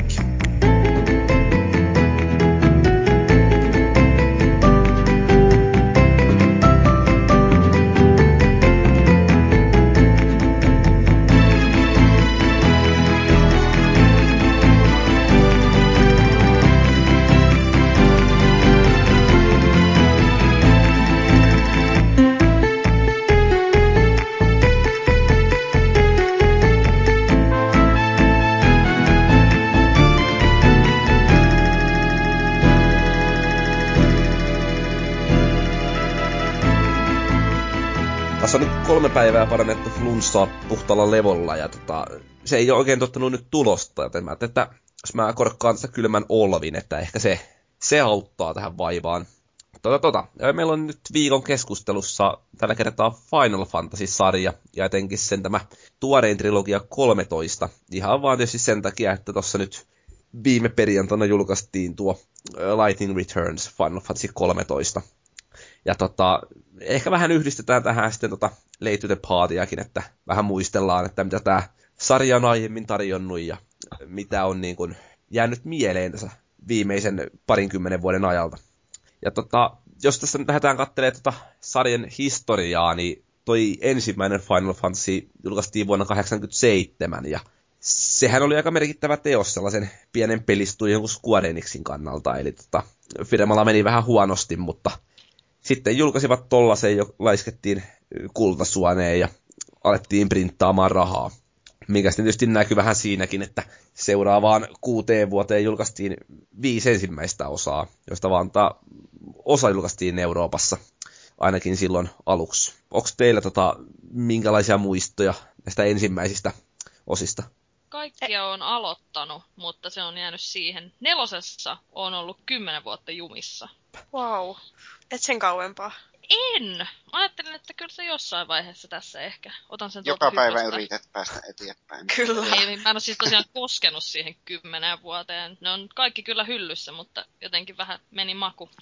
Tässä on nyt kolme päivää parannettu flunssaa puhtaalla levolla ja tota, se ei ole oikein tottanut nyt tulosta, joten mä ajattelin, että jos mä korkkaan tästä kylmän olvin, että ehkä se, se auttaa tähän vaivaan. Tota, tota. Meillä on nyt viikon keskustelussa tällä kertaa Final Fantasy-sarja ja etenkin sen tämä tuorein trilogia kolmetoista. Ihan vaan tietysti sen takia, että tuossa nyt viime perjantaina julkaistiin tuo Lightning Returns Final Fantasy kolmetoista. Ja tota, ehkä vähän yhdistetään tähän sitten tota Late to the Partyakin, että vähän muistellaan, että mitä tämä sarja on aiemmin tarjonnut ja mitä on niin kuin jäänyt mieleen tässä viimeisen parinkymmenen vuoden ajalta. Ja tota, jos tässä nyt lähdetään katselemaan tota sarjan historiaa, niin toi ensimmäinen Final Fantasy julkaistiin vuonna kahdeksankymmentäseitsemän ja sehän oli aika merkittävä teos sellaisen pienen pelistudion kuin Square Enixin kannalta, eli tota, firmalla meni vähän huonosti, mutta sitten julkaisivat tollasen, jo laiskettiin kultasuoneen ja alettiin printtaamaan rahaa. Mikä sitten tietysti näkyy vähän siinäkin, että seuraavaan kuuteen vuoteen julkaistiin viisi ensimmäistä osaa, joista vaan ta- osa julkaistiin Euroopassa, ainakin silloin aluksi. Onko teillä tota, minkälaisia muistoja näistä ensimmäisistä osista? Kaikkia on aloittanut, mutta se on jäänyt siihen. Nelosessa on ollut kymmenen vuotta jumissa. Wow. Et sen kauempaa. En! Ajattelin, että kyllä se jossain vaiheessa tässä ehkä. Otan sen Joka tuolta päivä hypystä. yrität päästä eteenpäin. Kyllä. Ei, mä en ole siis tosiaan koskenut siihen kymmeneen vuoteen. Ne on kaikki kyllä hyllyssä, mutta jotenkin vähän meni maku.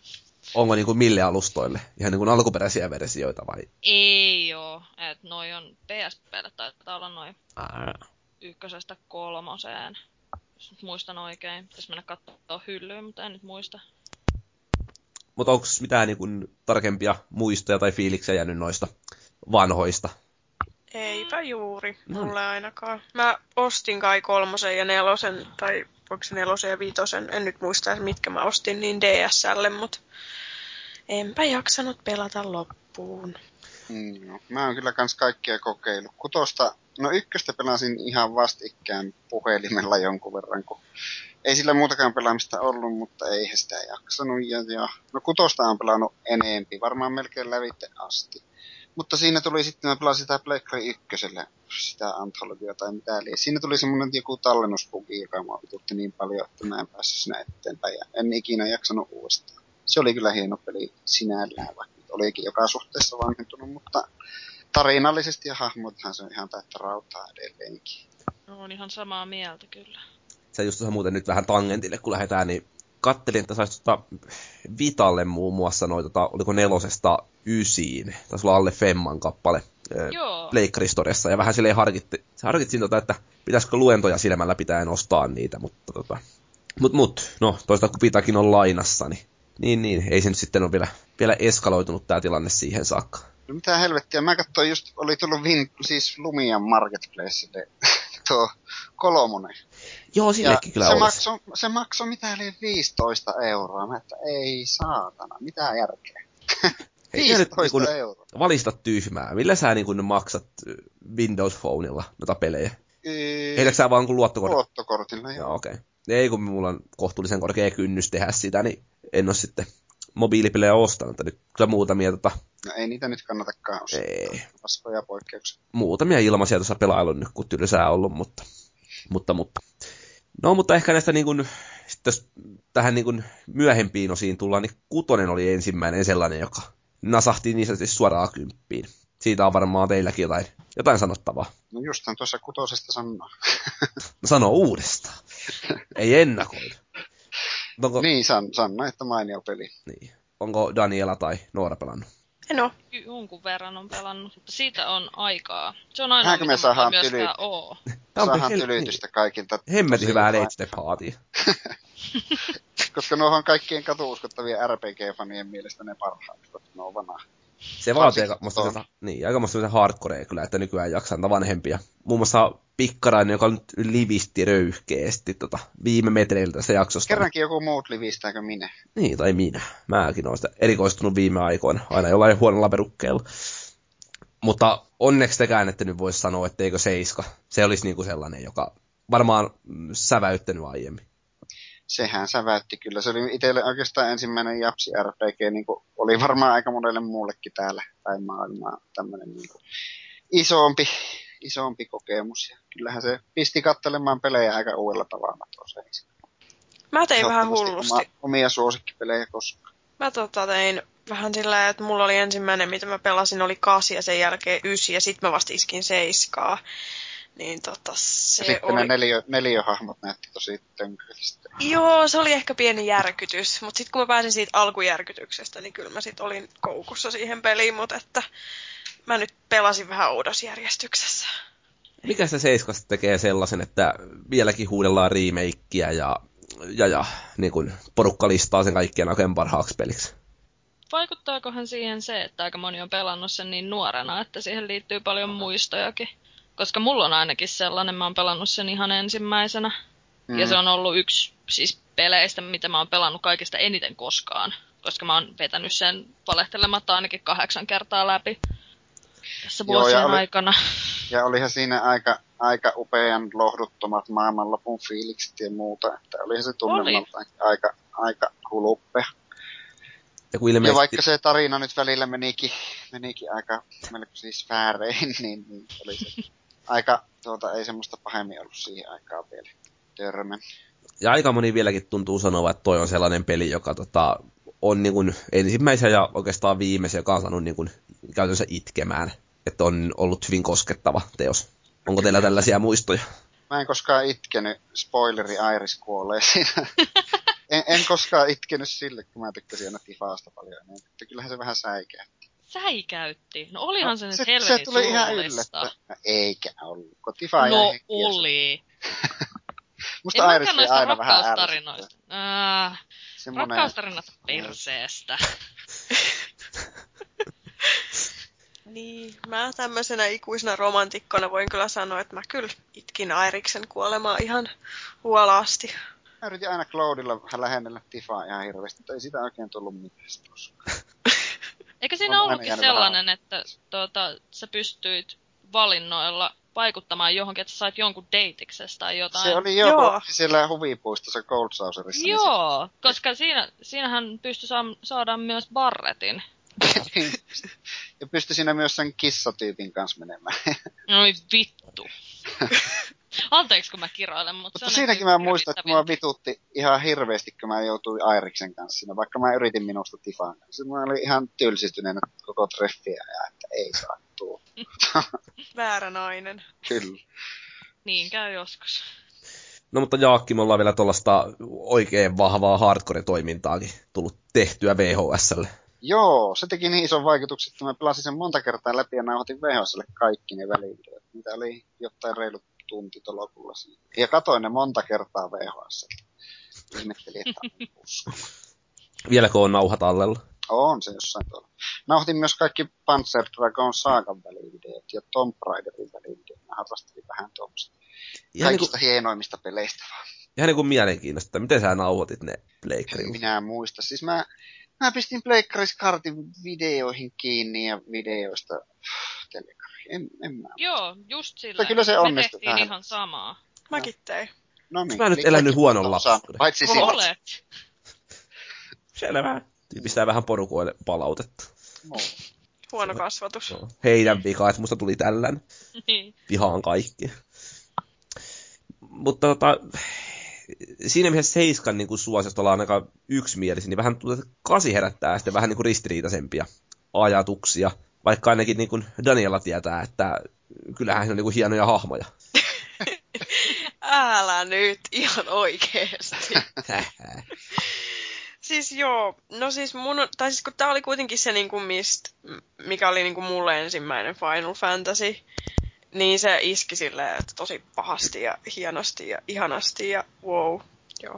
Onko niinku mille alustoille? Ihan niinku alkuperäisiä versioita vai? Ei oo. Et noi on P S P:lle taitaa olla noin Ää. ykkösestä kolmoseen. Jos nyt muistan oikein. Pitäis mennä kattoo hyllyyn, mutta en nyt muista. Mutta onko mitään niinku tarkempia muistoja tai fiiliksiä jäänyt noista vanhoista? Eipä juuri, No. mulle ainakaan. Mä ostin kai kolmosen ja nelosen, tai onko se nelosen ja viitosen, en nyt muista mitkä mä ostin, niin D S L:lle, mutta enpä jaksanut pelata loppuun. Mm, no. Mä oon kyllä kans kaikkia kokeillut. Kutosta, no ykköstä pelasin ihan vastikään puhelimella jonkun verran, kun ei sillä muutakaan pelaamista ollut, mutta eihän sitä jaksanut. Ja, ja, no kutosta on pelannut enempi, varmaan melkein lävitte asti. Mutta siinä tuli sitten, mä pelasin sitä Pleikkari ykkösellä, sitä Anthologia tai mitä, eli siinä tuli semmoinen joku tallennusbugi, joka mua vitutti niin paljon, että mä en päässyt sinä eteenpäin, ja en ikinä jaksanut uudestaan. Se oli kyllä hieno peli sinällään, vaikka nyt olikin joka suhteessa vanhentunut, mutta tarinallisesti ja hahmothan se on ihan täyttä rautaa edelleenkin. On ihan samaa mieltä kyllä. Se just tuossa muuten nyt vähän tangentille, kun lähdetään, niin kattelin, että saisi tota Vitalle muun muassa noita, tota, oliko nelosesta ysiin, taisi olla alle Femman kappale Joo. Pleikkaristoriassa, ja vähän silleen harkitti, harkitsin tota, että pitäisikö luentoja silmällä pitäen ostaa niitä, mutta tota, mut mut, no toista kun Vitakin on lainassa, niin, niin, niin ei se nyt sitten ole vielä, vielä eskaloitunut tää tilanne siihen saakka. No mitä helvettiä, mä katsoin just, oli tullut Vin, siis Lumian Marketplacelle tuo kolmonen. Joo, sillekin kyllä se olisi. maksoi, se maksoi mitä eli viisitoista euroa. Mä että ei saatana, mitä järkeä. Hei, nyt viisitoista niin euroa. valista tyhmää. Millä sä niin kun maksat Windows Phoneilla noita pelejä? Ee, Heitäkö sä vaan kun luottokortti? luottokortilla, joo. Joo, okei. Okay. Ei kun mulla on kohtuullisen korkea kynnys tehdä sitä, niin en oo sitten mobiilipelejä ostanut. Nyt kyllä muutamia, tota, No ei niitä nyt kannatakaan ostaa. ei, Paskoja poikkeuksia. muutamia ilmaisia tuossa pelailun nyt, kun tylsää ollut, mutta, mutta, mutta. No, mutta ehkä näistä niin kun, sitten jos tähän niin kun myöhempiin osiin tullaan, niin kutonen oli ensimmäinen sellainen, joka nasahti niin sanotusti suoraan kymppiin. Siitä on varmaan teilläkin jotain, jotain sanottavaa. No justhan tuossa kutosesta sanoo. No sano uudestaan. Ei ennakoida. Onko, Niin, san, sanna, että mainio peli. niin. Onko Daniela tai Noora pelannut? En oo. Jonkun verran on pelannut, mutta siitä on aikaa. Se on ainoa, Vähänkö me mitä mulla saadaan myöskään tyly- oo. Tää on Saadaan hel- tylytystä kaikilta. Hemmetin tosi hyvää hyvää. Let's the Party. Koska nuo on kaikkien katuuskottavien R P G-fanien mielestä ne parhaat, koska ne on vanha. Se vaatii Varsinkin aika tuon. musta niin, aika musta hardcorea kyllä, että nykyään jaksaa niitä vanhempia. Muun muassa Pikkarainen, joka nyt livisti röyhkeesti tota, viime metreiltä tässä jaksosta. Kerrankin joku muut livistääkö minä? Niin, tai minä. Mäkin olen sitä erikoistunut viime aikoina, aina jollain huonolla perukkeella. Mutta onneksi tekään, että nyt voisi sanoa, etteikö seiska. Se olisi niinku sellainen, joka varmaan säväyttänyt aiemmin. Sehän säväytti kyllä. Se oli itselle oikeastaan ensimmäinen Japsi R P G, niin kuin oli varmaan aika monelle muullekin täällä päin maailmaa tämmöinen niin kuin isompi, isompi kokemus. Ja kyllähän se pisti katselemaan pelejä aika uudella tavalla tuossa. Mä tein vähän Ehdottomasti hullusti. Oma, omia suosikkipelejä koskaan. Mä tota tein vähän sillä lailla, että mulla oli ensimmäinen, mitä mä pelasin, oli kasi ja sen jälkeen ysi ja sit mä vasta iskin seiskaa. Niin tota se Ja sitten oli... ne neljö, neljöhahmot näytti tosi tönköistä. Joo, se oli ehkä pieni järkytys, mutta sitten kun mä pääsin siitä alkujärkytyksestä, niin kyllä mä sit olin koukussa siihen peliin, mutta että mä nyt pelasin vähän oudossa järjestyksessä. Mikä se seiskasta tekee sellaisen, että vieläkin huudellaan remakeä ja, ja, ja niin kuin porukka listaa sen kaikkien oikein parhaaksi peliksi? Vaikuttaakohan siihen se, että aika moni on pelannut sen niin nuorena, että siihen liittyy paljon muistojakin? Koska mulla on ainakin sellainen, mä oon pelannut sen ihan ensimmäisenä. Mm. Ja se on ollut yksi siis peleistä, mitä mä oon pelannut kaikista eniten koskaan. Koska mä oon vetänyt sen valehtelematta ainakin kahdeksan kertaa läpi tässä Joo, vuosien ja oli, aikana. Ja olihan siinä aika, aika upean lohduttomat maailmanlopun fiilikset ja muuta. Että olihan se tunnelmaltaan aika, aika huluppea. Ja, ilmeisesti... ja vaikka se tarina nyt välillä menikin, menikin aika melko siis väärein, niin, niin oli se aika, tuota, ei semmoista pahemmin ollut siihen aikaan vielä törmän. Ja aika moni vieläkin tuntuu sanoa, että toi on sellainen peli, joka tota, on niin kuin ensimmäisen ja oikeastaan viimeisen, joka on saanut niin kuin käytännössä itkemään. Että on ollut hyvin koskettava teos. Onko teillä tällaisia muistoja? Mä en koskaan itkenyt. Spoileri, Iris kuolee siinä en, en koskaan itkenyt sille, kun mä tykkäsin aina Tifaasta paljon enemmän. Että kyllähän se vähän säikää. Säikäytti. No olihan no, se nyt se, helvetin se tuli ihan surullista. yllättä. No, eikä ollut. Kun Tifa No jäi oli. Musta Iris En oli aina vähän rakkaustarinoista. Äh, Semmonen... Rakkaustarinat perseestä. Niin, mä tämmöisenä ikuisena romantikkona voin kyllä sanoa, että mä kyllä itkin Airiksen kuolemaa ihan huolaasti. Mä yritin aina Cloudilla vähän lähennellä Tifaa ihan hirveästi, mutta ei sitä oikein tullut mitään koskaan. Eikö siinä ollutkin sellainen, että tuota, sä pystyit valinnoilla vaikuttamaan johonkin, että sä sait jonkun deitiksestä tai jotain? Se oli joku Joo. siellä huvipuistossa Cold Saucerissa. Joo, niin se... koska siinä, siinähän pystyi saa, saadaan myös Barretin. Ja pystyi siinä myös sen kissatyypin kanssa menemään. Oi vittu. Anteeksi, kun mä kiroilen, mutta, mutta siinäkin mä muistan, että mua vitutti ihan hirveästi, kun mä joutuin Airiksen kanssa siinä, vaikka mä yritin minusta Tifan kanssa. Mä olin ihan tylsistyneenä koko treffiä ja että ei saa tuu. Väärä nainen. Kyllä. Niin käy joskus. No mutta Jaakki, me ollaan vielä tuollaista oikein vahvaa hardcore-toimintaakin tullut tehtyä V H S:lle. Joo, se teki niin ison vaikutuksen, että mä pelasin sen monta kertaa läpi ja nauhoitin V H S:lle kaikki ne välivideot. Niitä oli jotain reilut tunti tolokulla siinä. Ja katoin ne monta kertaa V H S:lle. Ihmettelin, että on usko. Vieläkö on nauha tallella? On se jossain tuolla. Nauhoitin myös kaikki Panzer Dragon Saagan välivideot ja Tomb Raiderin välivideot. Mä harrastelin vähän tuommoista. Kaikista niin kuin... hienoimmista peleistä vaan. Ihan niin kuin mielenkiintoista. Miten sä nauhoitit ne pleikkarilla? Minä muista. Siis mä... Mä pistin pleikkariskartin videoihin kiinni ja videoista telekariin. En, en mä. Joo, just sillä. Kyllä se me tehtiin vähän. Ihan samaa. Mäkin tein. No niin. Mä nyt elänyt huonon lapsuuden. Paitsi sinut. Olet. Selvä. Pistää vähän porukoille palautetta. No. Huono kasvatus. No, heidän vika, että musta tuli tällän. Niin. Vihaan kaikki. Mutta tota... Siinä mielessä Seiskan niin suosiosta ollaan aika yksimielisiä, niin vähän kasi herättää sitten vähän niin kuin ristiriitaisempia ajatuksia. Vaikka ainakin niin kuin Daniela tietää, että kyllähän se on niin kuin hienoja hahmoja. Älä nyt ihan oikeesti. Siis joo, no siis mun, tai siis kun tää oli kuitenkin se niinku mist, mikä oli niinku mulle ensimmäinen Final Fantasy, niin se iski silleen, että tosi pahasti ja hienosti ja ihanasti ja wow, joo.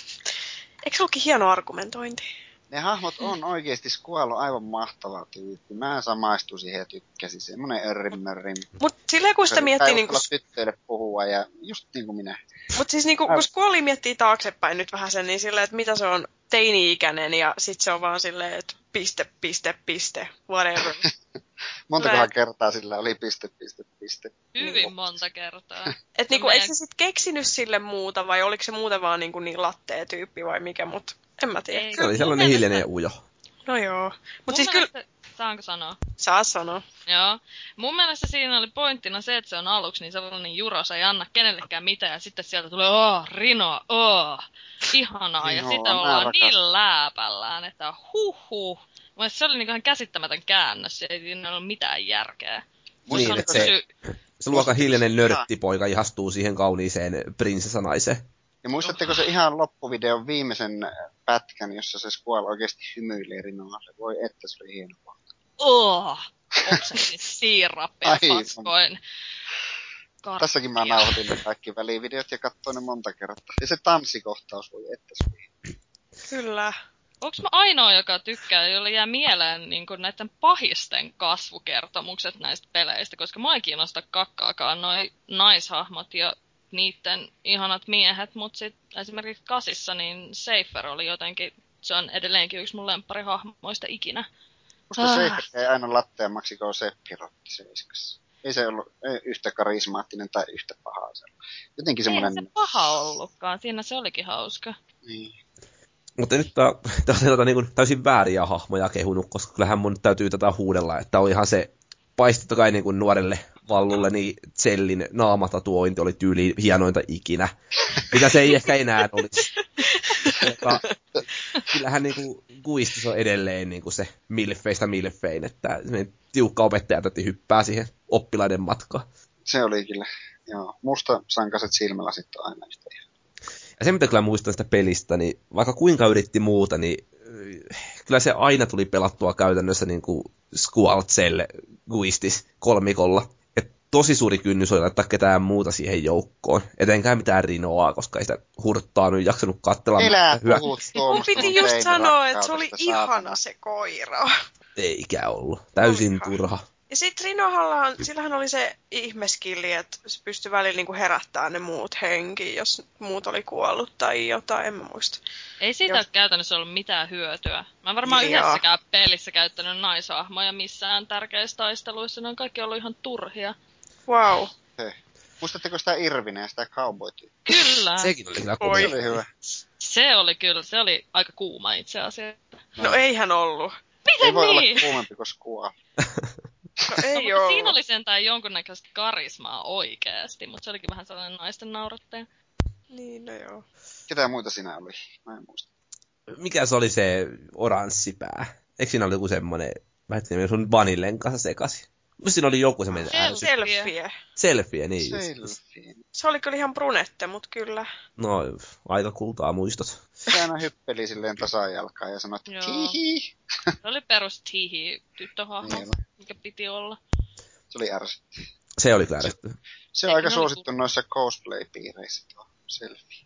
Eikö se ollutkin hieno argumentointi? Ne hahmot on oikeesti Squall on aivan mahtava tyyppi. Mä samaistuin siihen ja tykkäsin. Semmonen örrimörrim. Mut silleen kun sitä miettii niinku... tyttöille puhua ja just niinku minä. Mut siis niinku, kun Squallia miettii taaksepäin nyt vähän sen, niin silleen, että mitä se on teini-ikäinen ja sit se on vaan silleen, että piste, piste, piste, whatever. Montako kertaa sillä oli piste, piste, piste. Hyvin monta kertaa. Et niinku, meidän... eikö se sit keksinyt sille muuta vai oliko se muuten vaan niinku niin lattea-tyyppi vai mikä, mut en mä tiedä. Se oli sellainen hiljainen ja ujo. No joo. Mut siis mielestä... kyllä... Saanko sanoa? Saa sanoa. Joo. Mun mielestä siinä oli pointtina se, että se on aluksi niin sellainen jurosa, ei anna kenellekään mitään, ja sitten sieltä tulee, ooo, Rinoa, ooo, ihanaa, ja Joo, sitten ollaan rakas. niin lääpällään, että huh huh. Mun se oli niin ihan käsittämätön käännös, ei siinä ole mitään järkeä. Niin, että se, sy- se luokan hiljainen nörttipoika ihastuu siihen kauniiseen prinsessanaiseen. Ja muistatteko se ihan loppuvideon viimeisen pätkän, jossa se Squall oikeesti hymyilee Rinoalle? Voi että se oli hieno kohta. Oh, oksensin siirappia paskoin. Karpia. Tässäkin mä nauhoitin ne kaikki välivideot ja katsoin ne monta kertaa. Ja se tanssikohtaus voi että se oli. Kyllä. Onks mä ainoa, joka tykkää, jolle jää mieleen niin näiden pahisten kasvukertomukset näistä peleistä, koska mä ei kiinnosta kakkaakaan noi naishahmot ja niitten ihanat miehet, mutta sitten esimerkiksi kasissa niin Seifer oli jotenkin, se on edelleenkin yksi mun lempparihahmoista ikinä. Musta ah. Seifer ei aina latteammaksi kuin Sephirotti Seiskassa. Ei se ollut ei yhtä karismaattinen tai yhtä pahaa. Jotenkin semmoinen... Ei se paha ollutkaan, siinä se olikin hauska. Niin. Mutta nyt tää on niin täysin vääriä hahmoja kehunut, koska kyllähän mun täytyy tätä huudella, että on ihan se paistettu kai niin kuin nuorelle Vallulle, niin Zellin naamatatuointi oli tyyliin hienointa ikinä. Mitä se ei ehkä enää olisi. Mutta kyllähän niin kuin Guistus on edelleen niin kuin se milfeistä milfein, että tiukka opettaja täti hyppää siihen oppilaiden matkaan. Se oli kyllä, joo. Musta sankaset silmälasit on aina yhtä ihan. Ja se, mitä kyllä muistan sitä pelistä, niin vaikka kuinka yritti muuta, niin kyllä se aina tuli pelattua käytännössä niin kuin Squall Cell Guistis kolmikolla. Et tosi suuri kynnys oli laittaa ketään muuta siihen joukkoon. Etenkään mitään Rinoa, koska ei sitä hurttaa nyt jaksanut katsella. Elää puhut tuommoista. Mun piti just sanoa, että se oli ihana se koira. Eikä ollut. Täysin Olihan. turha. Ja sit Rinohallahan, sillähän oli se ihmeskilli, että se pystyi välillä niinku herättämään ne muut henkiin, jos muut oli kuollut tai jotain, en mä muista. Ei siitä jos... ole käytännössä ollut mitään hyötyä. Mä en varmaan Joo. yhdessäkään pelissä käyttänyt naisahmoja missään tärkeissä taisteluissa, ne on kaikki ollut ihan turhia. Wow. Hei. Muistatteko sitä Irvineä, sitä cowboy-tyyppiä? Kyllä. Sekin oli kyllä Oi. Se oli hyvä. Se oli kyllä, se oli aika kuuma itse asiassa. No, no eihän ollut. Miten ei voi niin? olla kuumempi kuin Squall. No ei no, ollut. Siinä oli sentään jonkunnäköistä karismaa oikeasti, mutta se olikin vähän sellainen naisten nauratteja. Niin, no joo. Ketä muita siinä oli? Mä en muista. Mikä se oli se oranssipää? Eikö siinä oli joku semmonen, mä hetkinen, sun Vanillen kanssa sekaisin? Musta siinä oli joku semmoinen äänsi. Selfie. Selfie, niin Selfie. just. Se oli kyllä ihan brunette, mut kyllä. No, aika kultaa muistot. Se aina hyppeli silleen tasajalkaan ja sanoi, että tihi. Se oli perus tihi tyttöhahmo, niin mikä piti olla. Se oli ärsytty. Se oli kyllä ärsytty. Se, se on aika suosittu oli... noissa cosplay-piireissä tuo selfie.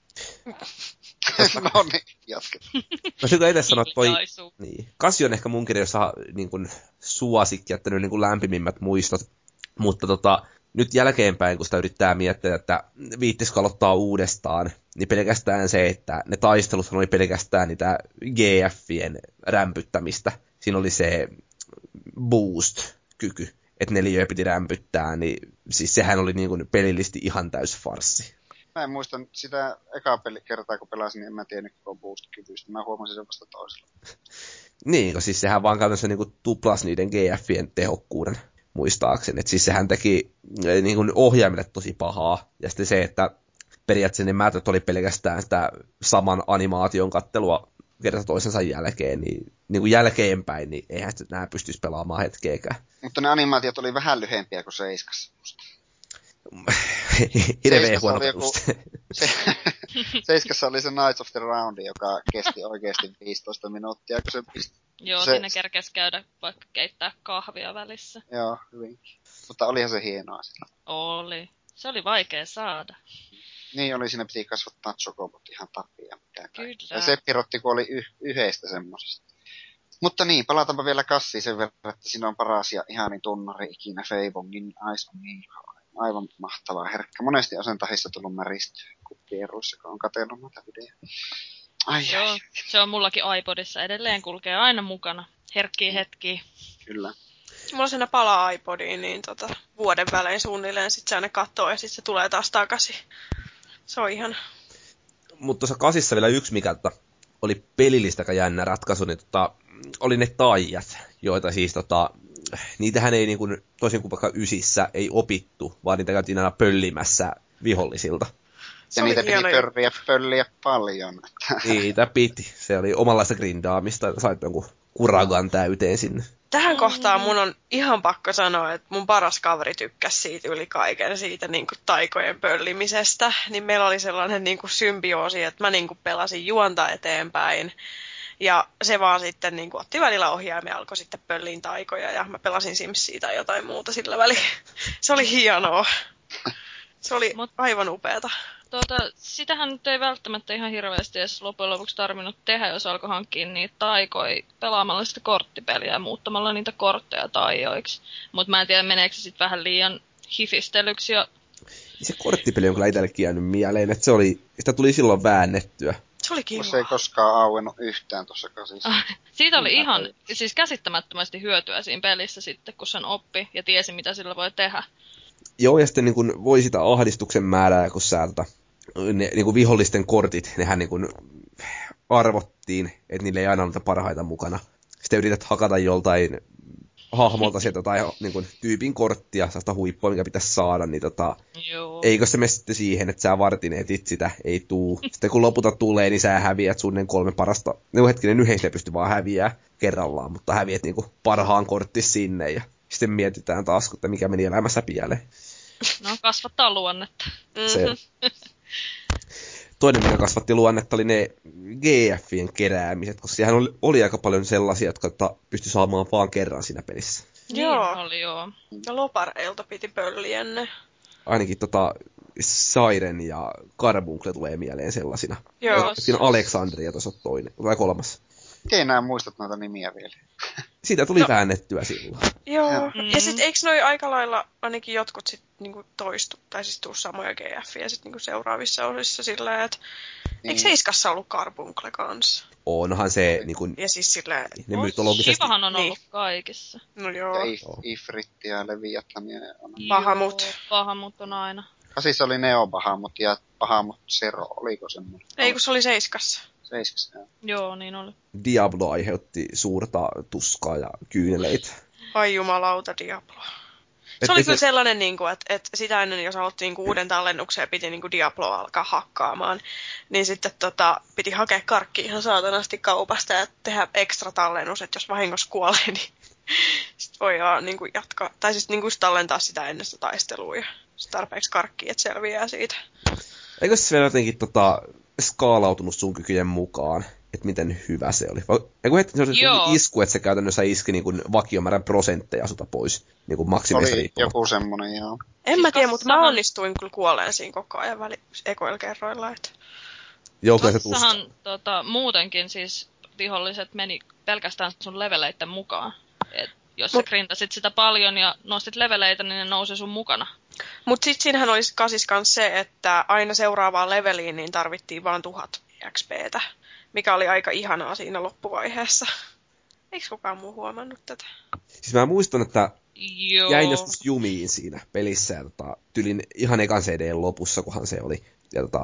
No niin, jatketaan. Mä syykö itse sanoa, että toi... Niin. Kasi on ehkä mun kirjassa niin kuin suosikki, jättänyt niin kuin lämpimimmät muistot. Mutta tota, nyt jälkeenpäin, kun sitä yrittää miettiä, että viittisikö aloittaa uudestaan, niin pelkästään se, että ne taistelut oli pelkästään niitä G F:ien rämpyttämistä. Siinä oli se boost-kyky, että neliöä piti rämpyttää, niin siis sehän oli niin kuin pelillisesti ihan täys farssi. Mä en muista sitä ekaa pelikertaa, kun pelasin, niin en mä tiennyt koko boost-kyvystä. Mä huomasin sen vasta toisella. Niin, kun siis sehän vaan käytännössä niin kuin tuplasi niiden G F:ien tehokkuuden, muistaakseni. Että siis sehän teki niin kuin ohjaimille tosi pahaa. Ja sitten se, että periaatteessa ne määrät oli pelkästään sitä saman animaation kattelua kerta toisensa jälkeen, niin, niin kuin jälkeenpäin, niin eihän sitä nämä pystyisi pelaamaan hetkeäkään. Mutta ne animaatiot oli vähän lyhempiä kuin Seiskassa. Hirveä huono joku... se... Seiskassa oli se Knights of the Round, joka kesti oikeasti viisitoista minuuttia, kun se pisti. Joo, se... siinä kerkesi käydä vaikka keittää kahvia välissä. Joo, hyvinkin. Mutta olihan se hienoa sillä. Oli. Se oli vaikea saada. Niin oli, siinä piti kasvattaa chocobot ihan tapia. Kyllä. Ja Sephirotti, kun oli y- yhdeistä semmosista. Mutta niin, palataanpa vielä Kassiin sen verran, että siinä on paras ja ihanin tunnari ikinä Feibongin Ice on niin aivan mahtavaa herkkä. Monesti on sen tahissa tullut märistyä, kun pieruissa, kun on katsellut näitä videoja. Ai, Joo, ai. se on mullakin iPodissa edelleen, kulkee aina mukana. Herkkiä hetkiä. Kyllä. Mulla on siinä palaa iPodiin, niin tota, vuoden välein suunnilleen sit se aina katsoo ja sit se tulee taas takaisin. Se on ihan... Mutta tuossa kasissa vielä yksi, mikä oli pelillistäkään jännä ratkaisu, niin tota, oli ne taijat, joita siis tota, niitähän ei niin kuin, toisin kuin vaikka ysissä ei opittu, vaan niitä käytiin aina pöllimässä vihollisilta. Ja niitä piti pörriä pölliä paljon. Niitä piti. Se oli omanlaista grindaamista, että sait jonkun kuragan täyteen sinne. Tähän kohtaan mun on ihan pakko sanoa, että mun paras kaveri tykkäsi siitä yli kaiken, siitä niin kuin taikojen pöllimisestä. Niin meillä oli sellainen niin kuin symbioosi, että mä niin kuin pelasin juonta eteenpäin. Ja se vaan sitten niin kuin otti välillä ohjaimen ja alkoi sitten pölliin taikoja ja mä pelasin Simsia tai jotain muuta sillä väliin. Se oli hienoa. Se oli Mut, aivan upeata. Tuota, sitähän nyt ei välttämättä ihan hirveästi edes loppujen lopuksi tarvinnut tehdä, jos alkoi hankkia niitä taikoja pelaamalla sitä korttipeliä ja muuttamalla niitä kortteja taijoiksi. Mutta mä en tiedä, meneekö se sitten vähän liian hifistelyksi. Ja... Se korttipeli on kyllä itsellekin jäänyt mieleen, että se oli, sitä tuli silloin väännettyä. Se oli kiva. Se ei koskaan auennut yhtään tuossa kasissa. Siitä oli ihan siis käsittämättömästi hyötyä siinä pelissä sitten, kun sen oppi ja tiesi, mitä sillä voi tehdä. Joo, ja sitten niin kun voi sitä ahdistuksen määrää, kun sä tota, ne niin kun vihollisten kortit, nehän niin kun arvottiin, että niillä ei aina ole parhaita mukana. Sitten yrität hakata joltain hahmolta sieltä tai niin kun, tyypin korttia, sellaista huippua, mikä pitäisi saada, niin tota, eikö se mene sitten siihen, että sä vartin etit sitä, ei tuu. Sitten kun lopulta tulee, niin sä häviät sun kolme parasta, niin hetkinen yhdessä ei pysty vaan häviää kerrallaan, mutta häviät niin kun, parhaan kortti sinne ja sitten mietitään taas, että mikä meni elämässä pieleen. No, kasvattaa luonnetta. Se. toinen, mikä kasvatti luonnetta, oli ne G F:ien keräämiset, koska siellä oli, oli aika paljon sellaisia, jotka ta, pystyi saamaan vaan kerran siinä pelissä. Niin Joo. oli, joo. Ja lopareilta piti pölliä ne. Ainakin tota Siren ja Carbuncle tulee mieleen sellaisina. Joo. Siinä Alexandria tuossa toinen, tai kolmas. Miten enää muistat noita nimiä vielä? Siitä tuli No. väännettyä silloin. Joo. Mm. Ja sit eikö noi aika lailla ainakin jotkut sit niinku toistu, tai siis tuu samoja G F:iä sit niinku seuraavissa osissa sillä, että Niin. eikö Seiskassa ollut Carbuncle kanssa? Onhan se niin kuin, Ja siis sillä, ne mytologisesti... Shivahan on Niin. ollut kaikissa. no Ja joo, If, Ifrit ja Leviathania. On. Bahamut. Joo, Bahamut on aina. Kasissa oli Neo Bahamut ja Bahamut Zero, oliko semmoinen? ei kun se oli Seiskassa. Seiskas, joo. Joo, niin oli. Diablo aiheutti suurta tuskaa ja kyyneleitä. Ai jumalauta Diablo. Et Se oli ei kyllä sellainen, niin että, että sitä ennen, jos aloitti niin kuin uuden tallennuksen ja piti niin kuin Diabloa alkaa hakkaamaan, niin sitten tota, piti hakea karkki ihan saatanasti kaupasta ja tehdä ekstra tallennus, että jos vahingossa kuolee, niin sitten voidaan niin kuin jatkaa. Tai siis niin kuin tallentaa sitä ennen sitä taistelua ja tarpeeksi karkkia, että selviää siitä. Eikö se vielä jotenkin tota, skaalautunut sun kykyjen mukaan, että miten hyvä se oli? Vai, eikö heti se oli Joo. isku, että se käytännössä iski niin kuin vakiomäärän prosentteja sulta pois niin kuin maksimeista Oli riippumatta? joku semmonen, joo. En Siis mä tiedä, mutta mä tossahan- onnistuin kyllä kuoleen siinä koko ajan väli ekoilla kerroilla. Että... Joo, kyllä se tuska. Tossahan tota, muutenkin siis viholliset meni pelkästään sun leveleiden mukaan. Et jos Mut- sä grindasit sitä paljon ja nostit leveleitä, niin ne nousi sun mukana. Mutta sitten siinähän olisi kasis kans se, että aina seuraavaan leveliin niin tarvittiin vain tuhat X P:tä, mikä oli aika ihanaa siinä loppuvaiheessa. Eikö kukaan muu huomannut tätä? Siis mä muistan, että Joo. jäin joskus jumiin siinä pelissä ja tota, tylin ihan ekan C D:n lopussa, kunhan se oli. Ja tota,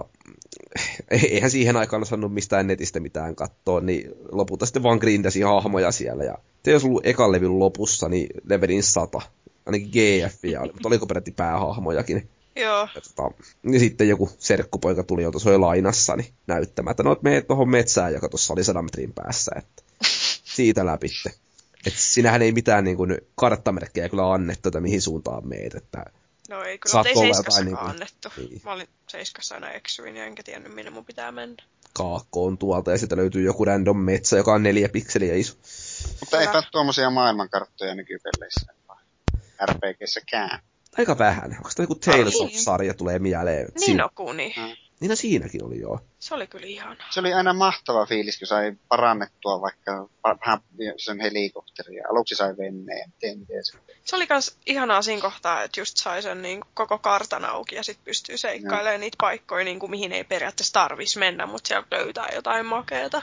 eihän siihen aikaan osannut mistään netistä mitään katsoa, niin lopulta sitten vaan grindasi hahmoja siellä. Ja te jos ollut ekan levyn lopussa, niin levelin sata. Ainakin G F ja mutta oliko peräti päähahmojakin. Joo. Ja, tota, ja sitten joku serkkupoika tuli, jolta se oli lainassa, niin näyttämään, että no, et mene tuohon metsään, joka tuossa oli sadan metrin päässä. Että siitä läpitte. Että sinähän ei mitään niin kuin, karttamerkkejä kyllä annettu, että mihin suuntaan meet. Että No ei kyllä, Saat mutta ei olla Seiskassakaan jotain annettu. niin. Mä olin Seiskassa aina eksyin ja enkä tiennyt minne mun pitää mennä. kaakkoon tuolta ja sitten löytyy joku random metsä, joka on neljä pikseliä iso. Mutta eipä tuommoisia maailmankarttoja nykypeleissä. R P G:ssäkään. Aika vähän. Onko tämä joku Tales Niin. of-sarja tulee mieleen? Niin Siinä- no kuni. Niin no siinäkin oli joo. Se oli kyllä ihanaa. Se oli aina mahtava fiilis, kun sai parannettua vaikka pa- vähän sen helikopteria. Aluksi sai veneen ja miten, miten se. Se oli kans ihanaa siinä kohtaa, että just sai sen niin koko kartan auki ja sit pystyy seikkailemaan niitä paikkoja, niin kuin mihin ei periaatteessa tarvis mennä, mutta sieltä löytää jotain makeeta.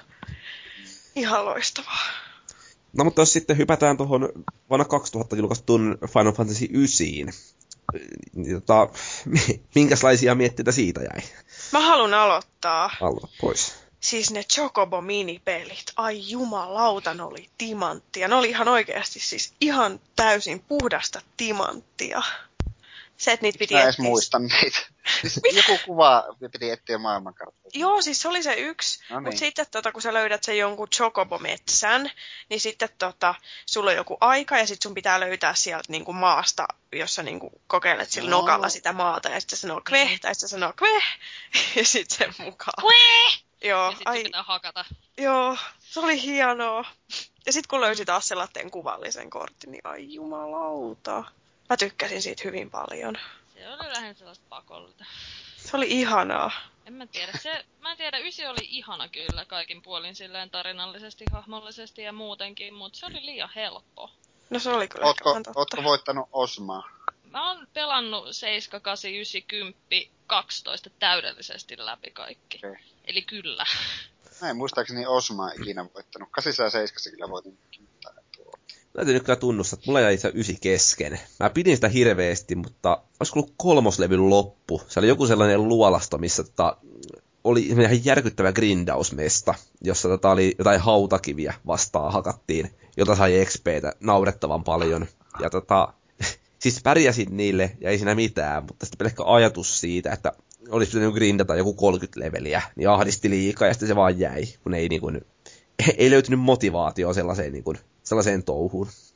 Ihan loistavaa. No mutta jos sitten hypätään tuohon vuonna kaksituhatta julkaistun Final Fantasy yhdeksän, niin tota, minkälaisia mietteitä siitä jäi? Mä haluan aloittaa. Aloita pois. Siis ne Chocobo-minipelit, ai jumalauta, ne oli timanttia. Ne oli ihan oikeasti siis ihan täysin puhdasta timanttia. Se, että niitä piti Mä edes etsiä- muistan niitä. Siis joku kuva piti etsiä maailmankarttaa. Joo, siis se oli se yksi, No niin. mutta sitten tota, kun sä löydät sen jonkun Chocobo-metsän, niin sitten tota, sulla on joku aika ja sitten sun pitää löytää sieltä niinku maasta, jossa niinku kokeilet sillä Joo. nokalla sitä maata ja sitten se sanoo kveh, tai sitten se sanoo kveh, ja sitten sen mukaan. Kwee! Joo, Ja sit ai, sun pitää hakata. joo, se oli hienoa. Ja sitten kun löysi taas sellaisen kuvallisen kortin, niin ai jumalauta. Mä tykkäsin siitä hyvin paljon. Se oli lähinnä sellaista pakollista. Se oli ihanaa. En mä tiedä. Se, mä en tiedä, ysi oli ihana kyllä kaikin puolin silleen tarinallisesti, hahmollisesti ja muutenkin, mutta se oli liian helppo. No se oli kyllä Ootko, ehkä vähän totta. ootko voittanut Osmaa? Mä oon pelannut seitsemän, kahdeksan, yhdeksän, kymmenen, kaksitoista täydellisesti läpi kaikki. Okei. Eli kyllä. Mä en muistaakseni Osmaa ikinä voittanut. Kasissa ja seiskassa kyllä voitin. Mutta tuo- Täytyy nyt kyllä tunnustaa, että mulla jäi itse ysi kesken. Mä pidin sitä hirveästi, mutta olisiko ollut kolmoslevyn loppu? Se oli joku sellainen luolasto, missä tota, oli ihan järkyttävä grindausmesta, jossa tota, oli jotain hautakiviä vastaan hakattiin, jota sai X P:tä naurettavan paljon. Ja tota, siis pärjäsin niille ja ei siinä mitään, mutta sitten pelkkä ajatus siitä, että olisi pitänyt grindata joku kolmekymmentä leveliä, niin ahdisti liikaa ja sitten se vaan jäi, kun ei, niin kuin, ei löytynyt motivaatioa sellaiseen, niin kuin, sellaiseen touhuun.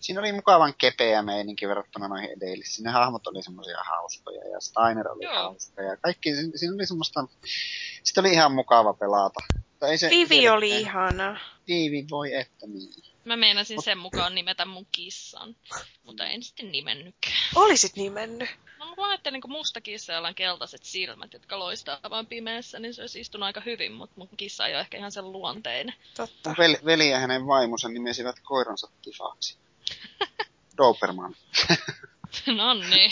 siinä oli mukavan kepeä meininki verrattuna noihin edellisiin. Ne hahmot oli semmosia hauskoja ja Steiner oli Joo. hauska ja kaikki, siinä oli semmoista, sitä oli ihan mukava pelata. Mutta ei se Vivi oli ihana. Viivi voi että niin. Mä meinasin sen mukaan nimetä mun kissan, mutta en sitten nimennytkään. Olisit nimennyt. No mä ajattelin, kun musta kissa, jolla on keltaiset silmät, jotka loistaa vaan pimeässä, niin se olisi istunut aika hyvin, mutta mun kissa ei ole ehkä ihan sen luonteinen. Totta. Mun veli, veli ja hänen vaimonsa nimesivät koiransa Tifaksi. Doberman. No niin.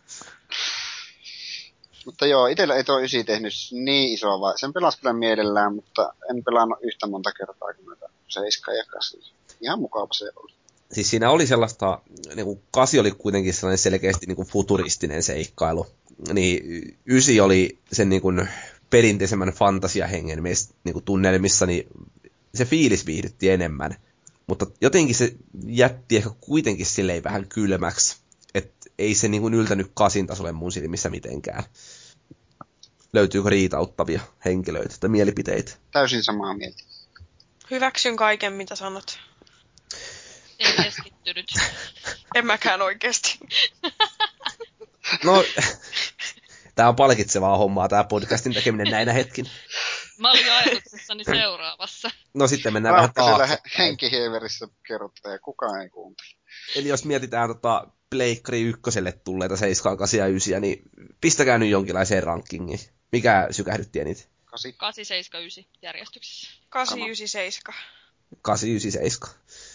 Mutta joo, itellä ei tuo ysi tehnyt niin isoa vai. Sen pelas kyllä mielellään, mutta en pelannut yhtä monta kertaa kuin noita seiskaa ja kasi. Ihan mukava se oli. Siis siinä oli sellaista, niin kuin kasi oli kuitenkin sellainen selkeästi niin kuin futuristinen seikkailu. Niin ysi oli sen niin kuin perinteisemmän fantasiahengen meistä niin kuin tunnelmissa, niin se fiilis viihdytti enemmän. Mutta jotenkin se jätti ehkä kuitenkin silleen vähän kylmäksi, että ei se niin kuin yltänyt kasin tasolle mun silmissä mitenkään. Löytyykö riitauttavia henkilöitä tai mielipiteitä? Täysin samaa mieltä. Hyväksyn kaiken, mitä sanot. En keskittynyt. En mäkään oikeesti. No, tää on palkitsevaa hommaa, tää podcastin tekeminen näinä hetkin. Mä olin ajatuksessani seuraavassa. No sitten mennään vähän Vaikka siellä taakse. henkihieverissä kerrotaan ja kukaan ei kuuntele. Eli jos mietitään tota Pleikkari ykköselle tulleita seitsemän, kahdeksan ja yhdeksän, niin pistäkää nyt jonkinlaiseen rankingiin. Mikä sykähdytti eniten? Kasi. kahdeksan, seitsemän, yhdeksän järjestyksessä. kahdeksan yhdeksän seitsemän. kahdeksan, yhdeksän, seitsemän.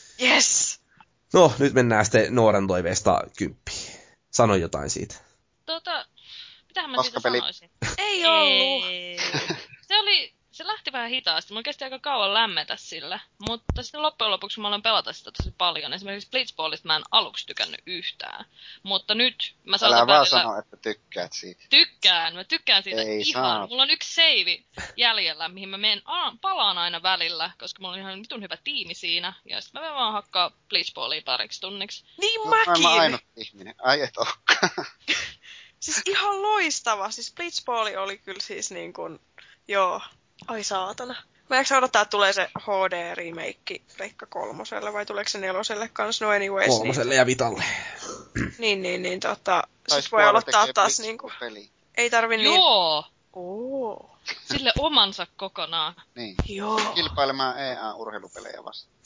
Yes! No, nyt mennään sitten Nooran toiveesta kymppiin. Sano jotain siitä. Tota, mitähän mä Paskapeli. siitä sanoisin? Ei ollut. Ei. Se oli, se lähti vähän hitaasti. Mulla kesti aika kauan lämmetä sillä. Mutta sitten loppujen lopuksi mä olen pelata sitä tosi paljon. Esimerkiksi Blitzballista mä en aluksi tykännyt yhtään. Mutta nyt mä saatan Älä vaan välillä... sano, että tykkäät siitä. Tykkään, mä tykkään siitä Ei ihan. saa. Mulla on yksi save jäljellä, mihin mä menen, a, palaan aina välillä, koska mulla on ihan vitun hyvä tiimi siinä. Ja sit mä menen vaan hakkaa Blitzballia pariksi tunniksi. Niin No, mä mäkin! ainut ihminen. Ai et olekaan. Siis ihan loistava. Siis Blitzball oli kyllä siis niin kuin... Joo. Ai saatana. Mä eikö odottaa, että tulee se H D-remake Pleikka kolmoselle, vai tuleeko se neloselle kans? No anyways. Kolmoselle Niin, ja Vitalle. niin, niin, niin tota... Tai Sit voi Square aloittaa tekee taas Blitz niinku... peli. Ei tarvi niin... Joo! Oo. Sille omansa kokonaan. Niin. Joo. Kilpailemaan E A-urheilupelejä vastaan.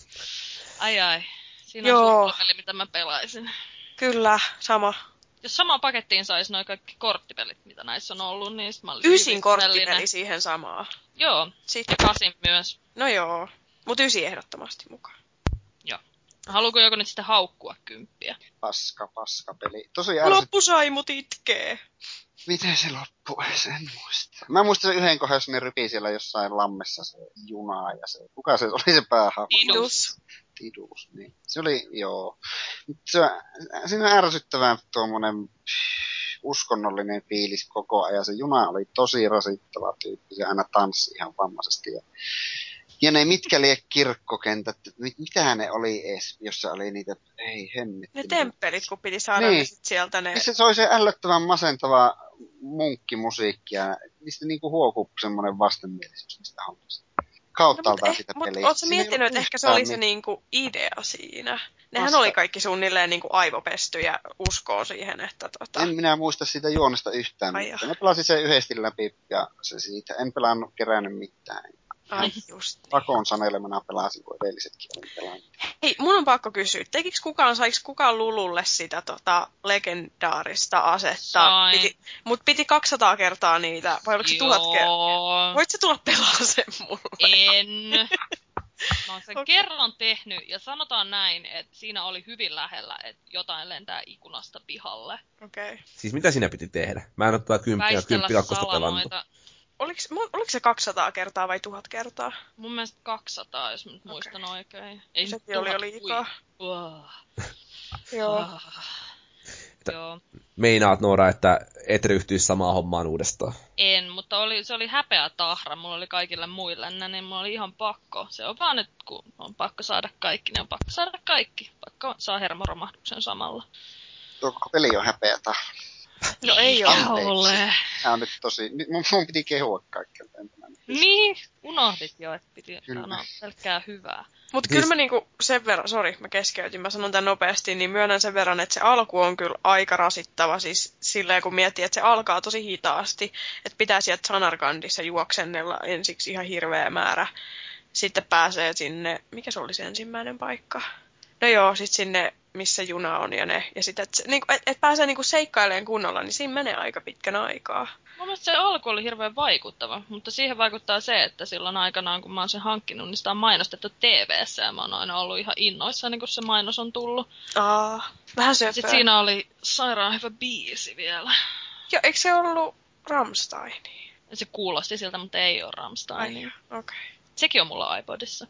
Ai ai. Siinä Joo. on peli, mitä mä pelaisin. Kyllä, sama. Jos samaan pakettiin sais noin kaikki korttipelit, mitä näissä on ollut, niin sit mä olisin Ysin hyvin korttipeli onnellinen. siihen samaan. Joo, Sitten, ja kasin myös. no joo. Mut ysi ehdottomasti mukaan. Joo. Haluuko joku nyt sitten haukkua kymppiä? Paska, paska peli. Tosi ärsyt... Loppu sai mut itkee. Miten se loppui? Sen muista. Mä muistan sen yhden kohdan, jos ne rypii siellä jossain lammessa se juna ja se... Kuka se oli se päähahmo? Tidus. Tidus, niin. Se oli, joo. Se, siinä on ärsyttävän tuommoinen uskonnollinen fiilis koko ajan. Se juna oli tosi rasittava tyyppi. Se aina tanssi ihan vammaisesti. Ja, ja ne mitkä lie kirkkokentät, mit, mitähän ne oli edes, jossa oli niitä, ei hemmetti. Ne temppelit, kun piti saada Niin. ne sit sieltä ne... Se soi se ällöttävän masentava munkkimusiikki ja niistä niinku huokuu semmoinen vastenmielisyys niistä hommista. Kauttaaltaan No, sitä mut peliä. ootko sä Siinä ei miettinyt, ollut että ehkä se yhtään oli se mitään. niinku idea siinä? Nehän Vasta- oli kaikki suunnilleen niinku aivopesty ja uskoo siihen, että tota... En minä muista siitä juonesta yhtään Ai mitään. joo. Mä pelasin sen yhdesti läpi ja se siitä. En pelannut, kerännyt mitään. Ai just niin. Pakon sanelemana pelasin, kun edellisetkin olin pelannut. Hei, mun on pakko kysyä, tekiks kukaan, saiks kukaan Lululle sitä tota, legendaarista asetta? Sain. Piti, mut piti kaksisataa kertaa niitä, vai oliko se tuhat kertaa? Joo. Voit sä tulla pelaa sen mulle? En. Mä oon sen Okei. okay. kerran tehnyt, ja sanotaan näin, että siinä oli hyvin lähellä, että jotain lentää ikkunasta pihalle. Okei. Okay. Siis mitä siinä piti tehdä? Mä en ole tuota kymppiä, Väistellä kymppi kakkosta pelannut. salanoita. Oliko, mu- oliko se kaksisataa kertaa vai tuhat kertaa? Mun mielestä kaksisataa, jos mä nyt muistan Okei. oikein. Ei se Sekin oli jo liikaa. Wow. Joo. Että- Joo. Meinaat, Noora, että et ryhtyisi samaan hommaan uudestaan. En, mutta oli, se oli häpeä tahra. Mulla oli kaikille muille, niin mulla oli ihan pakko. Se on vaan nyt, kun on pakko saada kaikki, niin on pakko saada kaikki. Pakko saa hermoromahduksen samalla. Tuo koko peli on häpeätä. No ei oo. Eikä ole. Tää on nyt tosi... Nyt mun, mun piti kehua kaikkea. Niin, unohdit jo, että piti Kyllä. sanoa pelkkää hyvää. Mutta Siis- kyllä mä niinku sen verran, sori mä keskeytin, mä sanon tän nopeasti, niin myönnän sen verran, että se alku on kyllä aika rasittava. Siis silleen kun miettii, että se alkaa tosi hitaasti, että pitää sieltä Sanarkandissa juoksennella ensiksi ihan hirveä määrä. Sitten pääsee sinne, mikä se oli se ensimmäinen paikka? No joo, sit sinne, missä juna on ja ne. Ja sitten, että niinku, et, et pääsee niinku seikkailemaan kunnolla, niin siinä menee aika pitkän aikaa. Mun mielestä se alku oli hirveän vaikuttava, mutta siihen vaikuttaa se, että silloin aikanaan, kun mä oon sen hankkinut, niin sitä on mainostettu T V:ssä ja mä oon aina ollut ihan innoissani, kun se mainos on tullut. Aa, vähän söpöä. Sitten siinä oli sairaan hyvä biisi vielä. Joo, eikö se ollut Rammstein? Se kuulosti siltä, mutta ei ole Rammstein. Okei. Okay. Sekin on mulla iPodissa.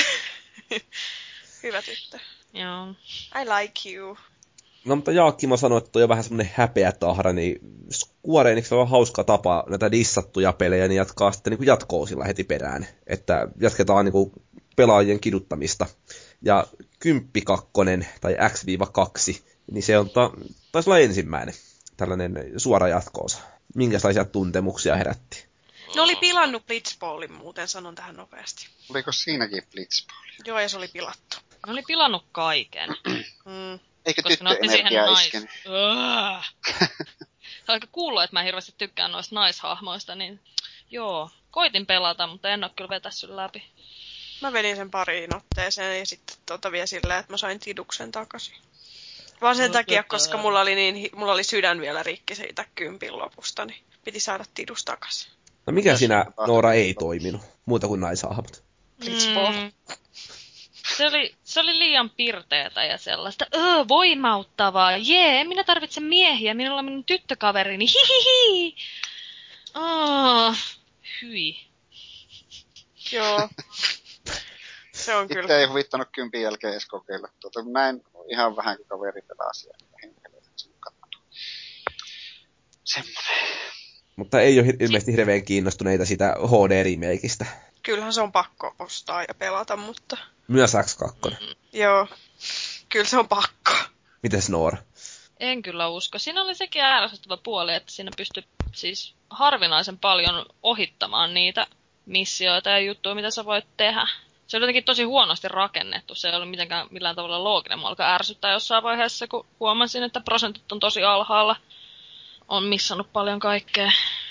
Hyvä tyttö. Joo. I like you. No mutta Jaakkimo sanoi, että toi on vähän semmonen häpeä tahra, niin Square Enixillä on hauska tapa näitä dissattuja pelejä, niin jatkaa sitten niin kuin jatko-osilla heti perään. Että jatketaan niin kuin pelaajien kiduttamista. Ja kymppi kakkonen tai X kaksi, niin se on ta- taisi olla ensimmäinen tällainen suora jatko-osa. Minkälaisia tuntemuksia herätti? Ne oli pilannut Blitzballin muuten, sanon tähän nopeasti. Oliko siinäkin Blitzball? Joo, ja se oli pilattu. Ne oli pilannut kaiken. Mm. Eikö Koska ne otti siihen tyttöenergiaa nais... iskenyt? Öö. Se on aika kuullut, että mä hirveästi tykkään noista naishahmoista, niin joo. Koitin pelata, mutta en oo kyllä vetässyt läpi. Mä vedin sen pariin otteeseen ja sitten tota vielä silleen, että mä sain tiduksen takaisin. Vaan sen No, takia, jotain. koska mulla oli, niin, mulla oli sydän vielä rikki siitä kympin lopusta, niin piti saada tidus takaisin. No mikä Mitäs siinä tapahtui? Noora ei toiminut, muuta kuin naishahmot? Blitzball. Mm. Se oli, se oli liian pirteetä ja sellaista, öö, voimauttavaa, jee, en minä tarvitse miehiä, minulla on minun tyttökaverini, hihihi. Oh, hyi. Joo. Se on Sitten kyllä. ei huvittanut kympin jälkeen edes kokeilla. Tuota, näin ihan vähän, kun kaveri pelaa siellä. Semmoinen. Mutta ei ole ilmeisesti hirveän kiinnostuneita sitä H D-remakeistä. Kyllähän se on pakko ostaa ja pelata, mutta Myös X kaksi. joo. Kyllä se on pakko. Mites Noora? En kyllä usko. Siinä oli sekin ärsyttävä puoli, että siinä pystyi siis harvinaisen paljon ohittamaan niitä missioita ja juttuja, mitä sä voit tehdä. Se oli jotenkin tosi huonosti rakennettu. Se ei ollut mitenkään millään tavalla looginen. Mua alkaa ärsyttää jossain vaiheessa, kun huomasin, että prosentit on tosi alhaalla. On missannut paljon kaikkea.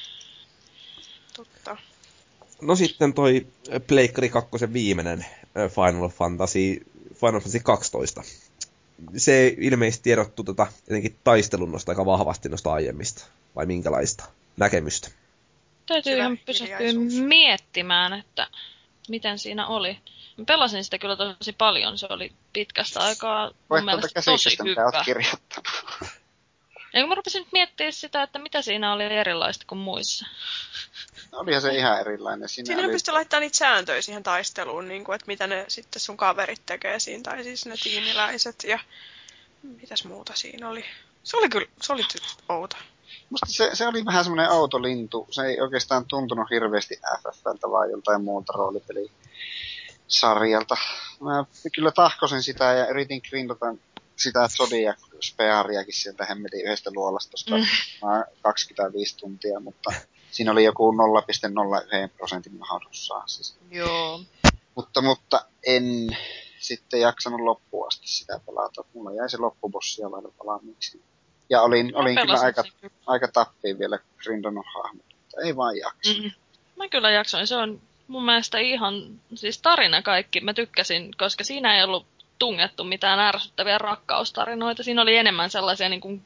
Totta. No sitten toi Pleikkari kakkosen viimeinen Final Fantasy, Final Fantasy kaksitoista. Se ilmeisesti tiedottu tota, jotenkin taistelun nosta aika vahvasti noista aiemmista. Vai minkälaista näkemystä? Täytyy Syvä ihan pysähtyä hiljaisuus. miettimään, että miten siinä oli. Mä pelasin sitä kyllä tosi paljon. Se oli pitkästä aikaa mun Voit tuolta mielestä tosi käsittestä, mitä oot hyvä. kirjoittanut. Ja kun mä rupesin nyt miettimään sitä, että mitä siinä oli erilaista kuin muissa. Olihan se ihan erilainen. Siinä, Siinä oli... pystyy laittamaan niitä sääntöjä siihen taisteluun, niin kuin, että mitä ne sitten sun kaverit tekee siinä, tai siis ne tiimiläiset, ja mitäs muuta siinä oli. Se oli kyllä, se oli ty- outo. Musta se, se oli vähän semmoinen outo lintu. Se ei oikeastaan tuntunut hirveästi F F L:tä vai joltain muulta roolipelisarjalta. Mä kyllä tahkosin sitä ja yritin grindata sitä Zodiac Speariakin sieltä hemmetin yhdestä luolastosta mm. kaksikymmentäviisi tuntia, mutta siinä oli joku nolla pilkku nolla yksi prosentin mahdollisuus saa siis. Joo. Mutta, mutta en sitten jaksanut loppuun asti sitä pelata. Mulla jäi se loppubossia vailla valmiiksi. Ja olin, olin kyllä aika, aika tappiin vielä grindannut hahmot, mutta ei vaan jaksa. Mm. Mä kyllä jaksoin. Se on mun mielestä ihan siis tarina kaikki. Mä tykkäsin, koska siinä ei ollut tungettu mitään ärsyttäviä rakkaustarinoita. Siinä oli enemmän sellaisia niin kuin...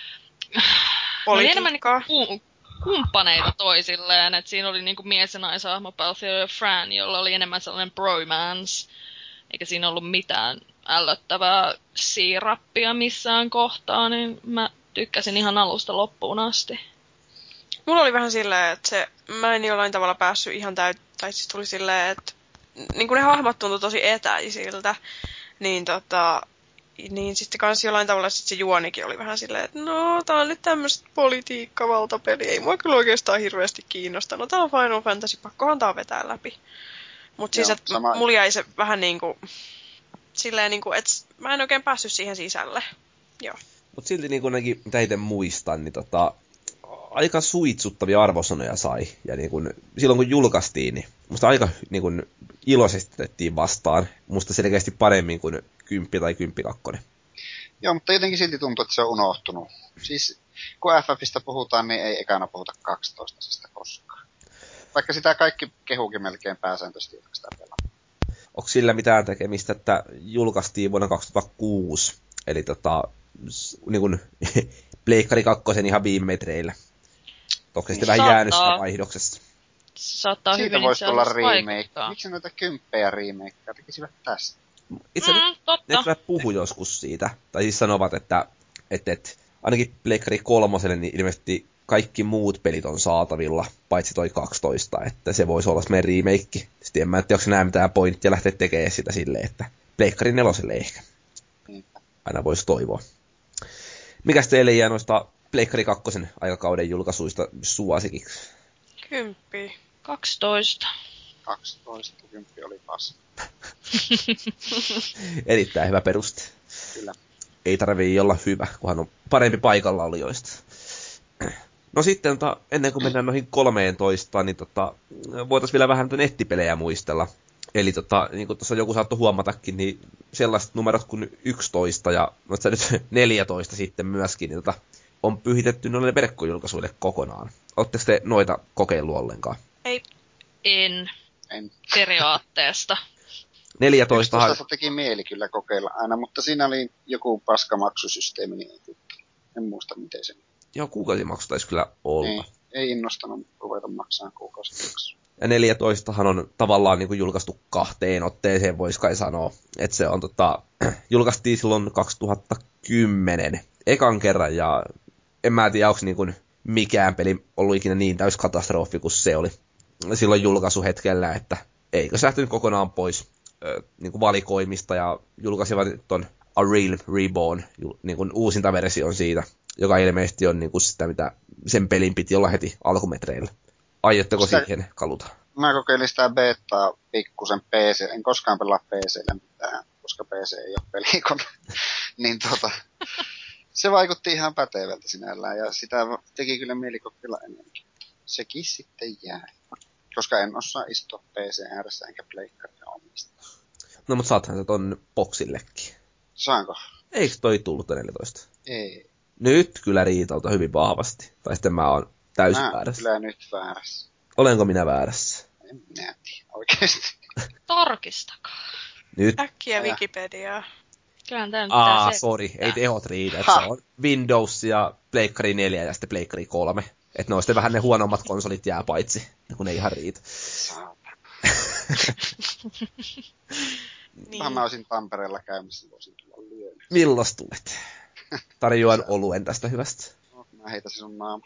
oli enemmän niin kuin kumppaneita toisilleen. Et siinä oli niin kuin mies- ja naisahmo Balthier ja Fran, jolla oli enemmän sellainen bromance. Eikä siinä ollut mitään ällöttävää siirappia missään kohtaa, niin mä tykkäsin ihan alusta loppuun asti. Mulla oli vähän silleen, että se, mä en jollain tavalla päässyt ihan täyt... Tai siis tuli silleen, että niin kuin ne hahmot tuntui tosi etäisiltä, niin tota... Niin sitten kans jollain tavalla sit se juonikin oli vähän silleen, että no, tää on nyt tämmöstä politiikkavaltapeli. Ei mua kyllä oikeastaan hirveästi kiinnosta. No tää on Final Fantasy, pakkohan tää vetää läpi. Mut siis, että mulla jäi se vähän niinku... Silleen niinku, että mä en oikein päässyt siihen sisälle. Joo. Mut silti niin kuin mitä itse muistan, niin tota... aika suitsuttavia arvosanoja sai. Ja niin kun, silloin kun julkaistiin, niin musta aika niin kun, iloisesti otettiin vastaan. Musta selkeästi paremmin kuin kymppi tai kymppi kakkonen. Joo, mutta jotenkin silti tuntuu, että se on unohtunut. Siis kun F F:istä puhutaan, niin ei ekana puhuta kaksitoista koskaan. Vaikka sitä kaikki kehukin melkein pääsääntöisesti, jotka sitä pelaa. Onko sillä mitään tekemistä, että julkaistiin vuonna kaksituhattakuusi, eli tota, niin kuin Pleikkari kakkosen ihan viime metreillä. Onko sitten vähän jäänyt sitä vaihdoksessa? Saattaa siitä hyvin voisi tulla remake. vaikuttaa. Miksi noita kymppejä remakeja tekisivät tästä? Itse mm, totta. ne puhu joskus siitä, tai siis sanovat, että, että, että ainakin Pleikkari kolmoselle niin ilmeisesti kaikki muut pelit on saatavilla, paitsi toi kaksitoista, että se voisi olla meidän remake. Sitten en mä tiedä, onko se näe mitään pointtia lähteä tekemään sitä silleen, että Pleikkari neloselle ehkä. Aina voisi toivoa. Mikäs teille jää noista Pleikkari kakkosen aikakauden julkaisuista suosikiksi? Kymppi. kaksitoista. kaksitoista, kymppi oli paska. Erittäin hyvä peruste. Kyllä. Ei tarvii olla hyvä, kunhan on parempi paikalla olijoista. No sitten tota, ennen kuin mennään noihin kolmeentoista, niin tota, voitaisiin vielä vähän nettipelejä muistella. Eli tota, niin kuin tuossa joku saattoi huomatakin, niin sellaiset numerot kuin yksitoista ja no, nyt neljätoista sitten myöskin, niin tota, on pyhitetty noille verkkojulkaisuille kokonaan. Oletteko te noita kokeillut ollenkaan? Ei. En. En. Periaatteesta. neljätoista yksitoista teki mieli kyllä kokeilla aina, mutta siinä oli joku paska maksusysteemi, niin en muista miten se. Joo, kuukausimaksu taisi kyllä olla. Ei, ei innostanut ruveta maksamaan kuukausimaksu. Ja neljätoistahan on tavallaan niin kuin julkaistu kahteen otteeseen, voisi kai sanoa. Että se on tota, julkaistiin silloin kaksituhattakymmenen ekan kerran, ja en mä tiedä, onko niin kuin mikään peli ollut ikinä niin täys katastrofi kuin se oli silloin julkaisuhetkellä, että eikö se lähtenyt kokonaan pois ö, niin kuin valikoimista, ja julkaisivat ton A Realm Reborn, niin kuin uusinta version siitä, joka ilmeisesti on niin kuin sitä, mitä sen pelin piti olla heti alkumetreillä. Aiotteko sitä siihen kaluta? Mä kokeilin sitä betaa pikkusen P C. En koskaan pelaa P C:llä mitään, koska P C ei ole pelikone. niin tota, se vaikutti ihan pätevältä sinällään, ja sitä teki kyllä mieli kokeilla ennenkin. Sekin sitten jäi. Koska en osaa istua P C ääressä enkä pleikkaria omistaa. No mut saathan se ton boksillekin. Saanko? Eikö toi tullut neljätoista? Ei. Nyt kyllä Riitalta hyvin vahvasti. Tai sitten mä oon täysin mä väärässä. Kyllä nyt väärässä. Olenko minä väärässä? En minä tiedä, oikeesti. Tarkistakaa. Nyt. Äkkiä Wikipediaa. Kyllähän tää nyt Aa, pitää sori, ei tehot riitä. Et Ha. se on Windows ja Pleikkari neljä ja sitten Pleikkari kolme. Että ne on sitten vähän ne huonommat konsolit jää paitsi, kun ei ihan riitä. Niin. Mä olisin Tampereella käymässä, voisin tulla lyön. Milloin tulet? Tarjoan oluen tästä hyvästä. No, mä heitäsin sun naama.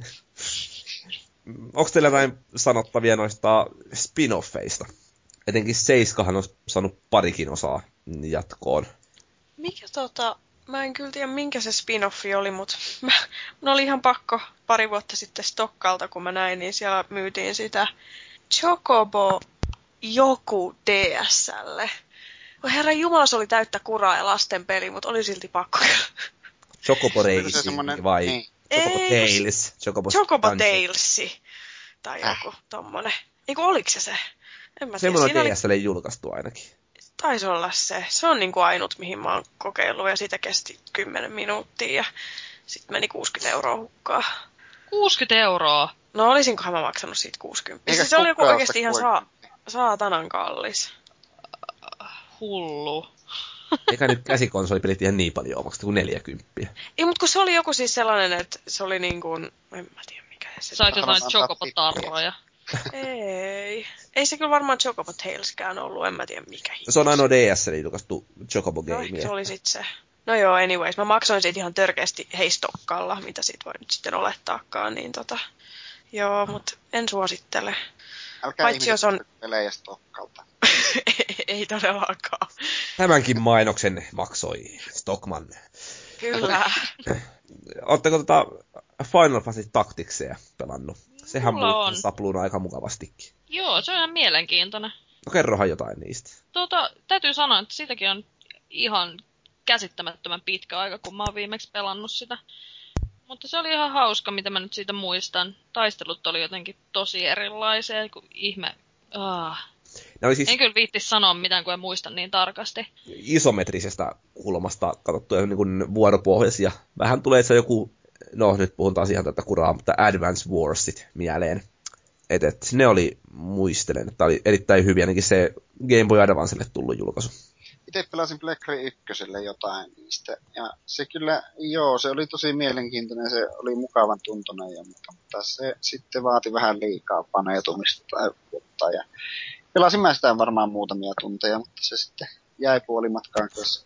Onko teillä näin sanottavia noista spin-offeista? Etenkin Seiskahan on saanut parikin osaa jatkoon. Mikä tota, mä en kyllä tiedä minkä se spin-offi oli, mutta mä, mun oli ihan pakko pari vuotta sitten Stokkalta, kun mä näin, niin siellä myytiin sitä Chocobo joku D S L:lle. Herran jumala, se oli täyttä kuraa ja lasten peli, mutta oli silti pakko. Chocobo Se Racing semmonen- vai niin. Chocobo Ei, Tales? Chocobo, Chocobo Dungeon. Talesi. Tai joku tommonen. Eiku oliko se se? En mä tiedä. Semmoinen Siinä on oli, D S L julkaistu ainakin. taisi olla se. Se on niinku ainut, mihin mä oon kokeillut, ja siitä kesti kymmenen minuuttia, ja sitten meni kuusikymmentä euroa hukkaa. kuusikymmentä euroa. No olisinkohan mä maksanut siitä kuusikymmentä. Eikä Siis se oli joku kukaan oikeesti osta ihan kuin- saa, saatanan kallis. Hullu. Eikä nyt käsikonsolipelit ihan niin paljon omaksta kuin neljäkymppiä. Ei, mutta kun se oli joku siis sellainen, että se oli niin kuin, en mä tiedä mikä se Sait jotain Haluan chocobo-tarroja. Ei. Ei se kyllä varmaan Chocobo Taleskään ollut, en mä tiedä mikä hinta. Se on ainoa D S L julkaistu Chocobo No ehkä Game. se oli sit se. No joo, anyways. Mä maksoin siitä ihan törkeästi heistokkalla, mitä siitä voi nyt sitten olettaakaan, niin tota... Joo, mut en suosittele. Älkää Paitsi jos on- ihmiset pelejä Stokkalta. Ei todellakaan. Tämänkin mainoksen maksoi Stockman. Kyllä. Oletteko tota Final Fantasy Tacticsia pelannut? Sehän Mulla muuttuu on. sapluuna aika mukavastikin. Joo, se on ihan mielenkiintoinen. No kerrohan jotain niistä. Tuota, täytyy sanoa, että siitäkin on ihan käsittämättömän pitkä aika, kun mä oon viimeksi pelannut sitä. Mutta se oli ihan hauska, mitä mä nyt siitä muistan. Taistelut oli jotenkin tosi erilaisia, kun ihme... Ah. Siis en kyllä viitti sanoa mitään, kun en muista niin tarkasti. Isometrisestä kulmasta katsottuja niin kuin vuoropohjaisia. Vähän tulee se joku, no nyt puhun taas ihan tätä kuraa, mutta Advance Warsit mieleen. Et, et, ne oli, muistelen, että oli erittäin hyviä, ainakin se Game Boy Advancelle tullut julkaisu. Itse pelasin Blackberry ykköselle jotain niistä, ja se kyllä, joo, se oli tosi mielenkiintoinen, se oli mukavan tuntunen ja muuta, mutta se sitten vaati vähän liikaa paneutumista tai jotain, ja pelasin mä sitä varmaan muutamia tunteja, mutta se sitten jäi puolimatkaan kesken.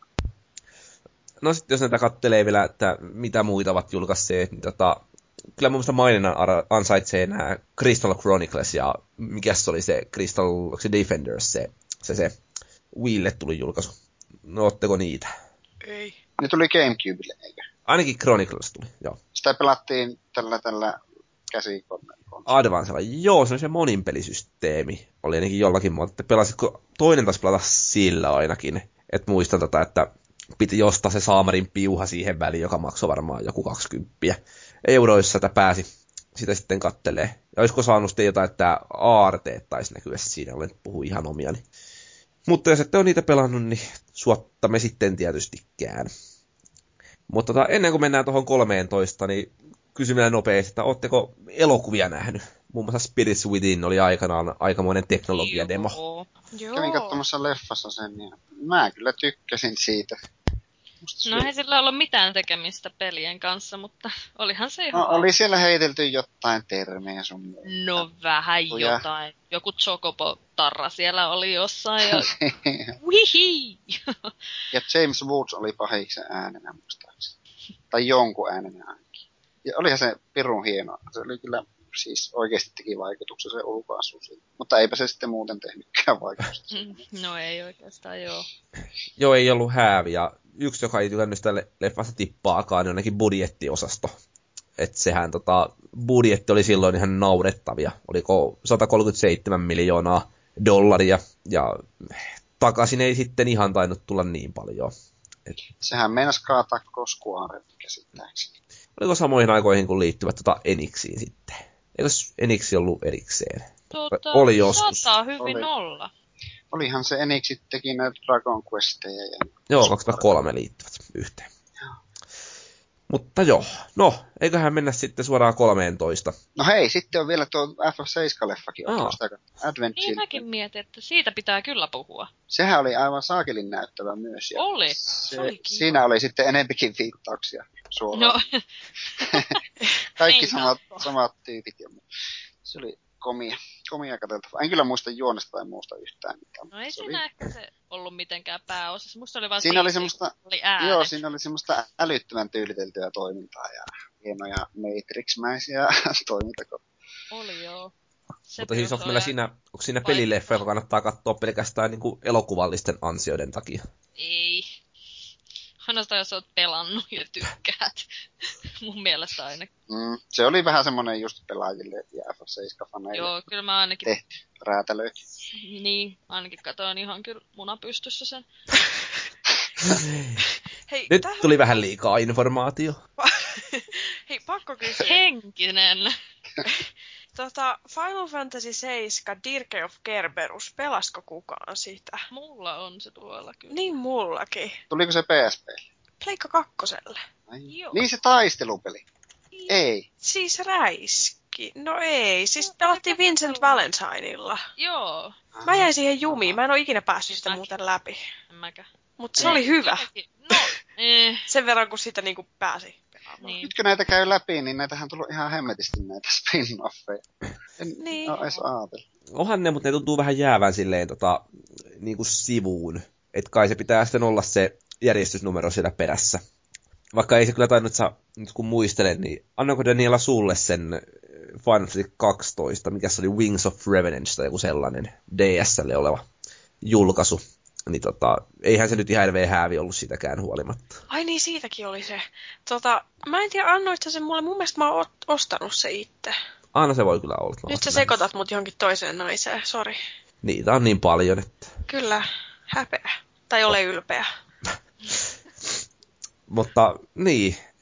No sitten jos näitä kattelee vielä, että mitä muita ovat julkaisseet, niin tota, kyllä mun mielestä maininnan ansaitsee nämä Crystal Chronicles ja mikä se oli se Crystal se Defenders, se, se, se Wiille tuli julkaisu. No ootteko niitä? Ei. Ne tuli Gamecubelle, eikö? Ainakin Chronicles tuli, joo. Sitä pelattiin tällä tällä käsikoneen. Advancella, joo, se on se moninpelisysteemi. Oli ainakin jollakin muuta, että pelasitko toinen taas pelata sillä ainakin. Et muistan tota, että piti jostaa se saamarin piuha siihen väliin, joka maksoi varmaan joku kaksikymmentä euroissa, että pääsi sitä sitten kattelee. Ja olisiko saanut sitten jotain, että aarteet taisi näkyä siinä, olen puhu ihan omiani. Mutta jos ette ole niitä pelannut, niin suottamme sitten tietystikään. Mutta tota, ennen kuin mennään tuohon kolmeentoista, niin kysymään nopeasti, että ootteko elokuvia nähnyt? Muun muassa Spirits Within oli aikanaan aikamoinen teknologiademo. Joo. Kävin katsomassa leffassa sen, ja mä kyllä tykkäsin siitä. No ei sillä ollut mitään tekemistä pelien kanssa, mutta olihan se ihan... No, oli siellä heitelty jotain termejä sun muuta. No vähän jotain. Joku Chocobo-tarra siellä oli jossain ja... Wihi! Ja James Woods oli pahiksen äänenä muistaakseni. Tai jonkun äänenä ainakin. Ja olihan se pirun hieno. Se oli kyllä siis oikeasti teki vaikutuksen se ulkoasu siitä. Mutta eipä se sitten muuten tehnytkään vaikutusta. No ei oikeastaan, joo. Joo, ei ollut häävi. Ja yksi, joka ei tykännyt sitä leffasta tippaakaan, niin ainakin budjettiosasto. Että sehän tota, budjetti oli silloin ihan naurettavia. Oliko sata kolmekymmentäseitsemän miljoonaa dollaria. Ja takaisin ei sitten ihan tainnut tulla niin paljon. Et... Sehän meinasi kaataa Koskuaaren käsittääkseni. Oliko samoihin aikoihin, kun liittyvät tota Enixiin sitten? Eikös Enixi ollut erikseen? Tuota, oli joskus. Saattaa hyvin oli. olla. Olihan se Enixit teki näitä Dragon Questeja. Ja... Joo, kaksikymmentäkolme liittyvät yhteen. Joo. Mutta joo, no, eiköhän mennä sitten suoraan kolmeentoista. No hei, sitten on vielä tuo F seitsemän-leffakin. Aa. Advent Niin mäkin mietin, että siitä pitää kyllä puhua. Sehän oli aivan saakelin näyttävä myös. Ja oli. se, Se oli siinä oli sitten enempikin viittauksia suoraan. No. Kaikki Niin samat, katso. samat tyypit. Ja se oli komia, komia katseltava. En kyllä muista juonesta tai muusta yhtään mitään. No ei se siinä oli... ehkä se ollut mitenkään pääosassa. Musta oli vaan Siinä oli siistiä, semmoista, kun oli äänet. joo, siinä oli semmoista älyttömän tyyliteltyä toimintaa ja hienoja Matrix-mäisiä toimintakohtia. Oli joo. Se Mutta siis onko meillä perusoi- siinä, onko siinä pelileffa, joka kannattaa katsoa pelkästään niin kuin elokuvallisten ansioiden takia? Ei. Ainoastaan jos oot pelannut ja tykkäät. Mun mielestä ainakin. Mm, se oli vähän semmoinen just pelaajille ja F seitsemän-faneille Joo, kyllä mä ainakin... tehty räätälöity. Niin, ainakin katoin ihan kyllä muna pystyssä sen. Hei, Nyt tähän... tuli vähän liikaa informaatio. Hei, pakko kysyä. Henkinen. Tota, Final Fantasy seitsemän Dirge of Kerberus, pelasko kukaan sitä? Mulla on se tuolla kyllä. Niin mullakin. Tuliko se P S P? Pleikka kakkoselle. Ai. Joo. Niin se taistelupeli. Ei. Siis räiski. No ei, siis pelattiin Vincent Valentinella. Joo. Mä jäin siihen jumiin, mä en oo ikinä päässyt sitä Mäkin. muuten läpi. En mäkään. Mutta se oli hyvä. Jotenkin- No, eh. Sen verran, kun sitä niinku pääsi pelaamaan. Niin. Nyt kun näitä käy läpi, niin näitähän on tullut ihan hemmetisti näitä spin-offeja. En Niin. ole edes ajatellut. Onhan ne, mutta ne tuntuu vähän jäävän silleen tota, niin kuin sivuun. Että kai se pitää sitten olla se järjestysnumero siellä perässä. Vaikka ei se kyllä tainnut saa, nyt kun muistelen, niin annako Daniela sulle sen Final Fantasy kaksitoista, mikä se oli Wings of Revenance tai joku sellainen D S:lle oleva julkaisu. Niin tota, eihän se nyt ihan hirveä häävi ollut sitäkään huolimatta. Ai niin, siitäkin oli se. Tota, mä en tiedä, annoit sä sen mulle. Mun mielestä mä oon ot- ostanut se itse. Aina se voi kyllä olla. Nyt sä sekoitat mut johonkin toiseen naiseen, sori. Niitä on niin paljon, että... Kyllä, häpeä. Tai ole ylpeä. Mutta niin,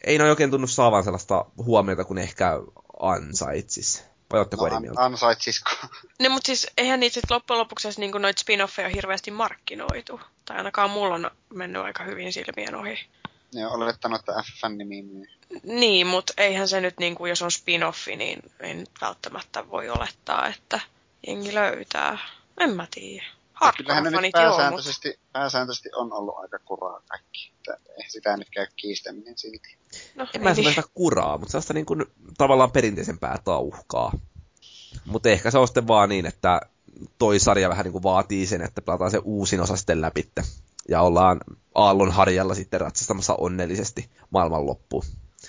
ei ne oikein tunnu saavan sellaista huomiota, kun ehkä ansaitsis. Vai ootteko No, eri an- mieltä? ansaitsisko? No mutta siis eihän niitä sit loppujen lopuksi edes niinku noita spin-offeja hirveästi markkinoitu. Tai ainakaan mulla on mennyt aika hyvin silmien ohi. Joo, olettanut, että F F N-nimi myy. Niin, mutta eihän se nyt, niinku, jos on spin-offi, niin ei nyt välttämättä voi olettaa, että jengi löytää. En mä tiedä. Kyllähän ne nyt Hardcore-fanit joo, mutta pääsääntöisesti, pääsääntöisesti on ollut aika kuraa kaikki. Että eihän sitä nyt käy kiistäminen silti. no, En mä ei sano niin. sitä kuraa, mutta sellaista niin kuin, tavallaan perinteisempää tauhkaa. Mutta ehkä se on sitten vaan niin, että toi sarja vähän niin kuin vaatii sen, että pelataan se uusin osa sitten läpitte. Ja ollaan aallon harjalla sitten ratsastamassa onnellisesti maailman loppuun.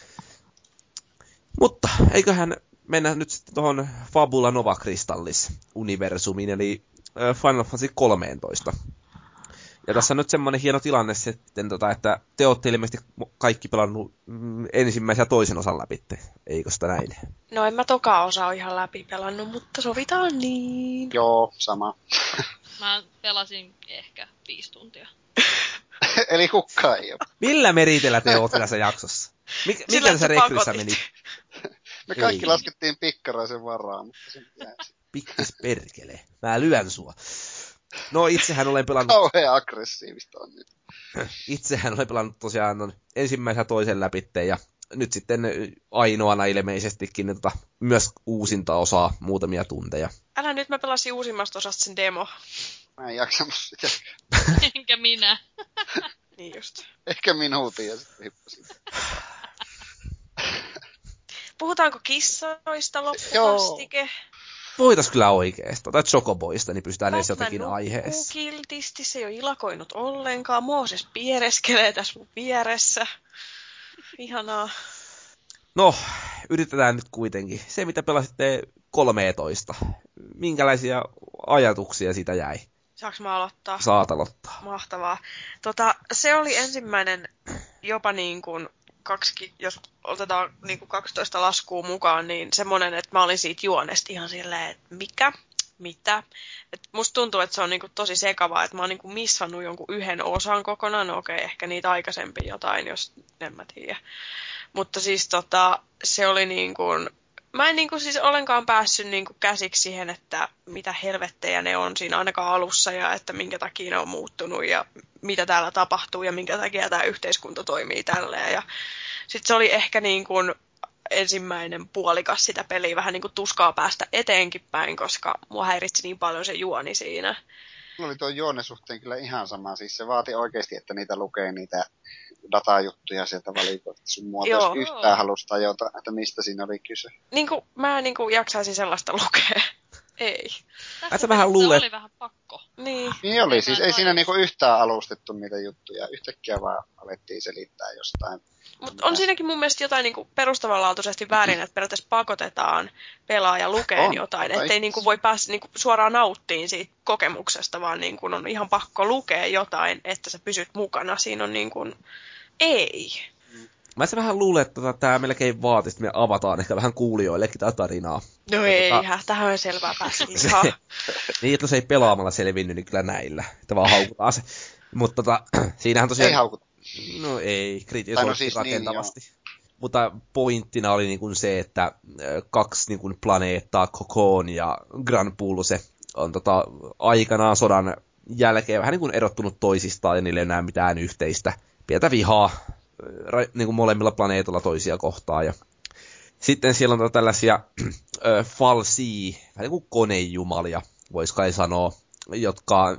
Mutta eiköhän mennä nyt sitten tuohon Fabula Nova Crystallis-universumiin, eli Final Fantasy kolmetoista. Ja tässä on nyt semmoinen hieno tilanne sitten, tota, että te ootte ilmeisesti kaikki pelannut mm, ensimmäisen ja toisen osan läpi, eikö sitä näin? No en mä toka osa ole ihan läpi pelannut, mutta sovitaan niin. Joo, sama. Mä pelasin ehkä viisi tuntia. Eli kukaan ei ole. Millä meritellä te ootte tässä jaksossa? Mik, Sillä, mikä että se sä rekryssä pakotit. meni? Me kaikki Ei. laskettiin pikkaraisen varaan, mutta se jää Pikkis perkele. Mä lyön sua. No itsehän olen pelannut, kauhean aggressiivista on nyt. itsehän olen pelannut tosiaan non ensimmäisen ja toisen läpitteen ja nyt sitten ainoana ilmeisestikin tota, myös uusinta osaa muutamia tunteja. Älä nyt, mä pelasin uusimmasta osasta sen demo. Mä en jaksanut sitä. Enkä minä. Niin just. Ehkä minuutin ja sitten hyppäsin. Puhutaanko kissoista Joo. loppukastike? Voitais kyllä oikeesti, tai Chocoboista, niin pystytään edes jotenkin Batman nukkuu aiheessa. kiltisti, se ei ole ilakoinut ollenkaan. Mooses piereskelee tässä mun vieressä. Ihanaa. No, yritetään nyt kuitenkin. Se, mitä pelasitte kolmetoista. Minkälaisia ajatuksia siitä jäi? Saanko mä aloittaa? Saat aloittaa. Mahtavaa. Tota, se oli ensimmäinen jopa niin kuin kaksi, jos otetaan niin kuin kaksitoista laskua mukaan, niin semmoinen, että mä olin siitä juonesta ihan silleen, että mikä, mitä. Et musta tuntuu, että se on niin kuin tosi sekavaa, että mä oon niin kuin missannut jonkun yhden osan kokonaan. No okei, ehkä niitä aikaisempi jotain, jos en mä tiedä. Mutta siis tota, se oli niin kuin, mä en niin kuin siis ollenkaan päässyt niin kuin käsiksi siihen, että mitä helvettejä ne on siinä ainakaan alussa ja että minkä takia ne on muuttunut ja mitä täällä tapahtuu ja minkä takia tämä yhteiskunta toimii tälleen. Ja sitten se oli ehkä niin kuin ensimmäinen puolikas sitä peliä vähän niin kuin tuskaa päästä eteenkin päin, koska mua häiritsi niin paljon se juoni siinä. Mulla oli tuo juonen suhteen kyllä ihan sama. Siis se vaati oikeasti, että niitä lukee niitä datajuttuja sieltä valikoista. Sun muuta Joo. jos yhtään halusi tajota, että mistä siinä oli kyse. Niin kuin, mä niin kuin jaksaisin sellaista lukea. Ei. Tässä sä vähän pelissä luulet- oli vähän pakko. Niin. Niin oli, siis ei Jotain siinä tajus. niinku yhtään alustettu niitä juttuja. Yhtäkkiä vaan alettiin selittää jostain. Mutta on siinäkin mun mielestä jotain niinku perustavanlaatuisesti väärin, että periaatteessa pakotetaan pelaaja lukeen On. jotain. Tai- Ettei niinku voi päästä niinku suoraan nauttiin siitä kokemuksesta, vaan niinku on ihan pakko lukea jotain, että sä pysyt mukana. Siinä on niinku, ei. Mä se vähän luulen, että tota, tää melkein vaatisi, että me avataan ehkä vähän kuulijoillekin tätä tarinaa. No Ja ei, tota- tota... tähän on selvää päästä lihaa. Niin, että se ei pelaamalla selvinnyt, niin kyllä näillä. Että vaan haukutaan se. Mutta tota, siinähän tosiaan... Ei haukuta. No ei, Tai kritisoitiin no siis niin, rakentavasti. Mutta pointtina oli niin kuin se, että ö, kaksi niin kuin planeettaa, Kokon ja Gran Pulse, on tota, aikanaan sodan jälkeen vähän niin kuin erottunut toisistaan ja niillä ei enää mitään yhteistä. Pientä vihaa ö, ra- niin kuin molemmilla planeetoilla toisia kohtaan. Ja sitten siellä on tota tällaisia ö, falsia, vähän niin kuin konejumalia, vois kai sanoa, jotka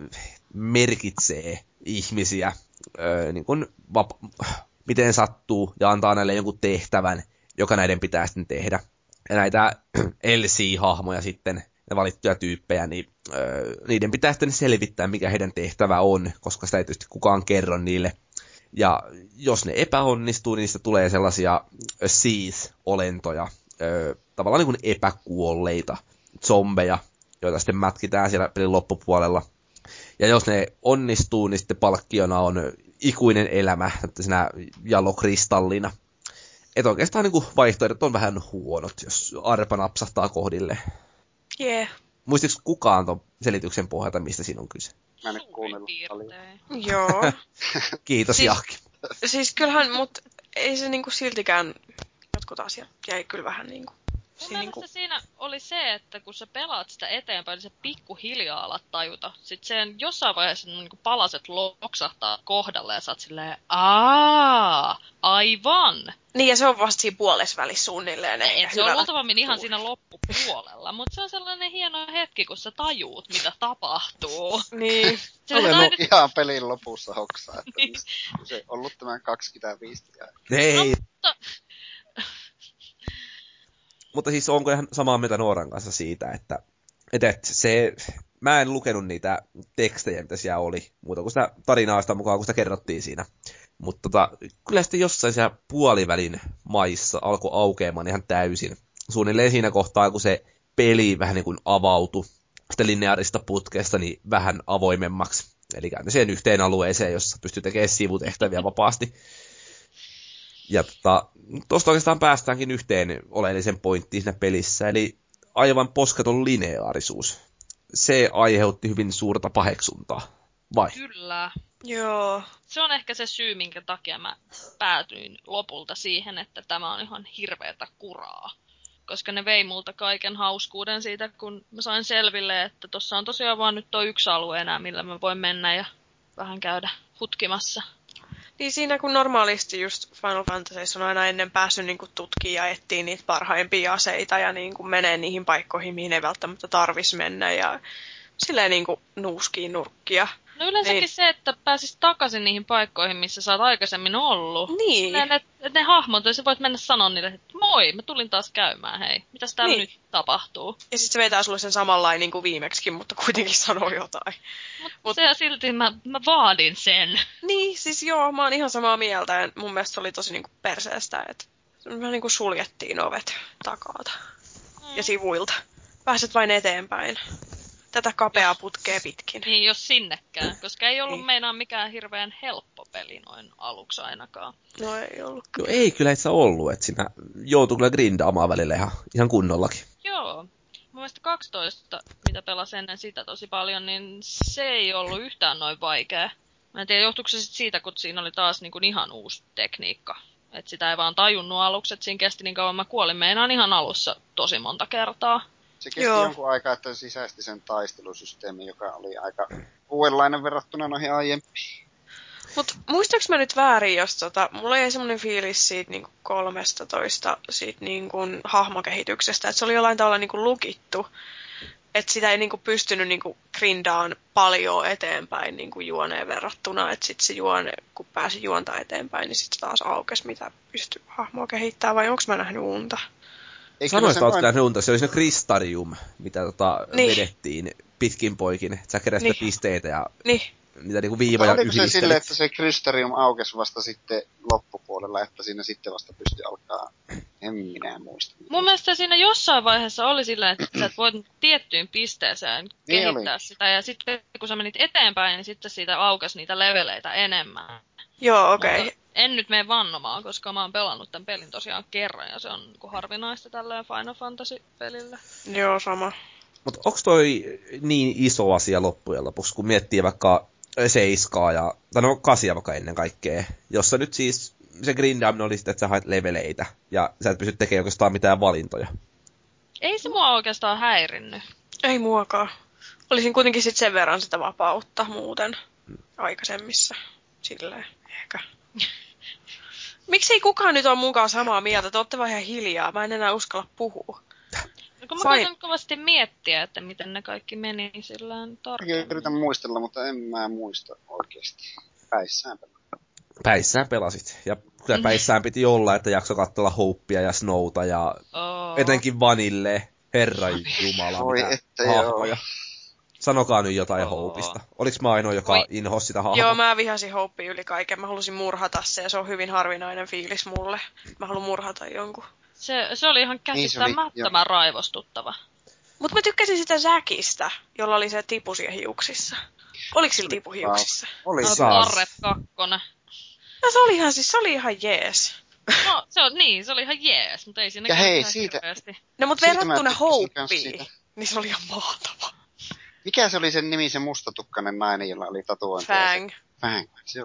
merkitsee ihmisiä ö, niin kuin vap- miten sattuu ja antaa näille jonkun tehtävän, joka näiden pitää sitten tehdä. Ja näitä L C-hahmoja sitten, ne valittuja tyyppejä, niin ö, niiden pitää sitten selvittää, mikä heidän tehtävä on, koska sitä ei tietysti kukaan kerro niille. Ja jos ne epäonnistuu, niin niistä tulee sellaisia Seath-olentoja, ö, tavallaan niin kuin epäkuolleita zombeja, joita sitten mätkitään siellä pelin loppupuolella. Ja jos ne onnistuu, niin sitten palkkiona on ikuinen elämä, sinä jalokristallina. Että oikeastaan niin kuin vaihtoehdot on vähän huonot, jos arpa napsahtaa kohdille. Jee. Yeah. Muistiko kukaan ton selityksen pohjalta, mistä siinä on kyse? Mä en nyt Suurin kuunnellut paljon. piirtein. Joo. Kiitos, Siis- Jaakki. Siis kyllähän, mut ei se niinku siltikään, jotkut asiat jäi kyllä vähän niinku... Mun mielestä niinku... siinä oli se, että kun sä pelaat sitä eteenpäin, niin sä pikkuhiljaa alat tajuta. Sitten sen jossain vaiheessa niinku palaset loksahtaa kohdalle ja sä oot silleen, aaa, aivan. Niin, ja se on vasta siinä puolesvälissä suunnilleen. Ei, se on luultavammin ihan siinä loppupuolella, mutta se on sellainen hieno hetki, kun sä tajuut, mitä tapahtuu. Niin. Se on aina... ihan pelin lopussa hoksaa, että niin. Se on ollut tämän kaksikymmentäviisi. Ei. No, mutta... mutta siis onko ihan samaa mieltä Nooran kanssa siitä, että, että se... Mä en lukenut niitä tekstejä, mitä siellä oli, muuta kuin sitä tarinaa sitä mukaan, kun sitä kerrottiin siinä. Mutta tota, kyllä sitten jossain siellä puolivälin maissa alkoi aukeamaan ihan täysin. Suunnilleen siinä kohtaa, kun se peli vähän niin kuin avautui sitä lineaarista putkesta niin vähän avoimemmaksi. Eli sen yhteen alueeseen, jossa pystyy tekemään sivutehtäviä vapaasti. Ja tota, tuosta oikeastaan päästäänkin yhteen oleellisen pointtiin siinä pelissä, eli aivan posketon lineaarisuus. Se aiheutti hyvin suurta paheksuntaa, vai? Kyllä. Joo. Se on ehkä se syy, minkä takia mä päätyin lopulta siihen, että tämä on ihan hirveätä kuraa. Koska ne vei multa kaiken hauskuuden siitä, kun mä sain selville, että tossa on tosiaan vaan nyt tuo yksi alue enää, millä mä voin mennä ja vähän käydä hutkimassa. Niin siinä kun normaalisti just Final Fantasyissa on aina ennen päässyt niin tutkimaan ja etsiä niitä parhaimpia aseita ja niin menee niihin paikkoihin, mihin ei välttämättä tarvitsisi mennä ja silleen niin nuuskii nurkkia. No yleensäkin niin. Se, että pääsis takaisin niihin paikkoihin, missä sä oot aikaisemmin ollut. Niin. Silleen, että et ne hahmot, ja sä voit mennä sanoa niille, että moi, mä tulin taas käymään, hei. Mitäs täällä niin. Nyt tapahtuu? Ja sit se vetää sulle sen samanlainen niin kuin viimeksikin, mutta kuitenkin sanoo jotain. Mutta Mut... se silti mä, mä vaadin sen. Niin, siis joo, mä oon ihan samaa mieltä. Ja mun mielestä se oli tosi niin kuin perseestä, että me niin kuin suljettiin ovet takalta mm. ja sivuilta. Pääset vain eteenpäin. Tätä kapeaa putkea pitkin. Niin, jos sinnekään, koska ei ollut niin. Meinaan mikään hirveän helppo peli noin aluksi ainakaan. No ei ollut. No ei kyllä itse ollut, että siinä joutui kyllä grindaamaan välillä ihan, ihan kunnollakin. Joo. Mun mielestä kaksitoista, mitä pelasin ennen sitä tosi paljon, niin se ei ollut yhtään noin vaikea. Mä en tiedä, johtuuko se sit siitä, kun siinä oli taas niin kuin ihan uusi tekniikka. Että sitä ei vaan tajunnut aluksi, että siinä kesti niin kauan. Mä kuolin meinaan ihan alussa tosi monta kertaa. Se kesti Joo. jonkun aikaa, että sisäisti sen taistelusysteemi, joka oli aika uudenlainen verrattuna noihin aiempiin. Mut muistaaks mä nyt väärin, jos tota, mulla ei semmonen fiilis siitä niinku kolmestatoista siitä niinku hahmokehityksestä, että se oli jollain tavalla niinku lukittu. Että sitä ei niinku pystynyt niinku grindaan paljon eteenpäin niinku juoneen verrattuna, että sit se juone, kun pääsi juontaa eteenpäin, niin sit taas aukesi, mitä pystyi hahmoa kehittämään, vai onko mä nähnyt unta? Sanoit, että olet nähnyt unta. Se oli se kristarium, mitä tota niin. vedettiin pitkin poikin. Että sä keräsit niin. pisteitä ja niin. niitä niinku viivoja yhdistelit. Oliko se silleen, että se kristarium aukesi vasta sitten loppupuolella, että siinä sitten vasta pystyi alkaa? En minä muista. Mun mielestä siinä jossain vaiheessa oli sillä, että sä et voit tiettyyn pisteeseen niin kehittää oli. Sitä. Ja sitten kun sä menit eteenpäin, niin sitten siitä aukesi niitä leveleitä enemmän. Joo, okei. Okay. En nyt mene vannomaan, koska mä oon pelannut tämän pelin tosiaan kerran, ja se on harvinaista tälleen Final Fantasy-pelillä. Joo, sama. Mutta onko toi niin iso asia loppujen lopuksi, kun miettii vaikka seiskaa ja, tai no kasia vaikka ennen kaikkea, jossa nyt siis se grindaaminen oli sitten, että sä haet leveleitä, ja sä et pysty tekemään oikeastaan mitään valintoja. Ei se mua oikeastaan häirinnyt. Ei muakaan. Olisin kuitenkin sitten sen verran sitä vapautta muuten hmm. aikaisemmissa. Silleen, ehkä. Miksi ei kukaan nyt ole mukaan samaa mieltä? Te ootte vaan ihan hiljaa. Mä en enää uskalla puhua. No, kun mä Fine. koitan kovasti miettiä, että miten ne kaikki meni sillään tarkemmin. Yritän muistella, mutta en mä muista oikeesti. Päissään pelasit. Päissään pelasit. Ja kyllä päissään piti olla, että jakso katsella Hopea ja Snowta ja oh. etenkin Vanille. Herra jumala, Voi mitä että hahmoja. Joo. Sanokaa nyt jotain oh. Hopeista. Oliks mä ainoa, joka Oi. inhosi sitä hahmoa? Joo, mä vihasin Hopea yli kaiken. Mä halusin murhata se ja se on hyvin harvinainen fiilis mulle. Mä haluan murhata jonkun. Se, se oli ihan käsittämättömän niin raivostuttava. Mut mä tykkäsin sitä Zackista, jolla oli se tipu siellä hiuksissa. Oliko sillä tipu hiuksissa? Oli no, Barret kakkonen. No se oli ihan, siis se oli ihan jees. No se on, niin, se oli ihan jees, mutta ei siinä ja hei, siitä, no mut verrattuna Hopeen, niin se oli ihan mahtava. Mikä se oli sen nimi, se mustatukkainen nainen, jolla oli tatuointi? Fang. Fang, se oli ihan.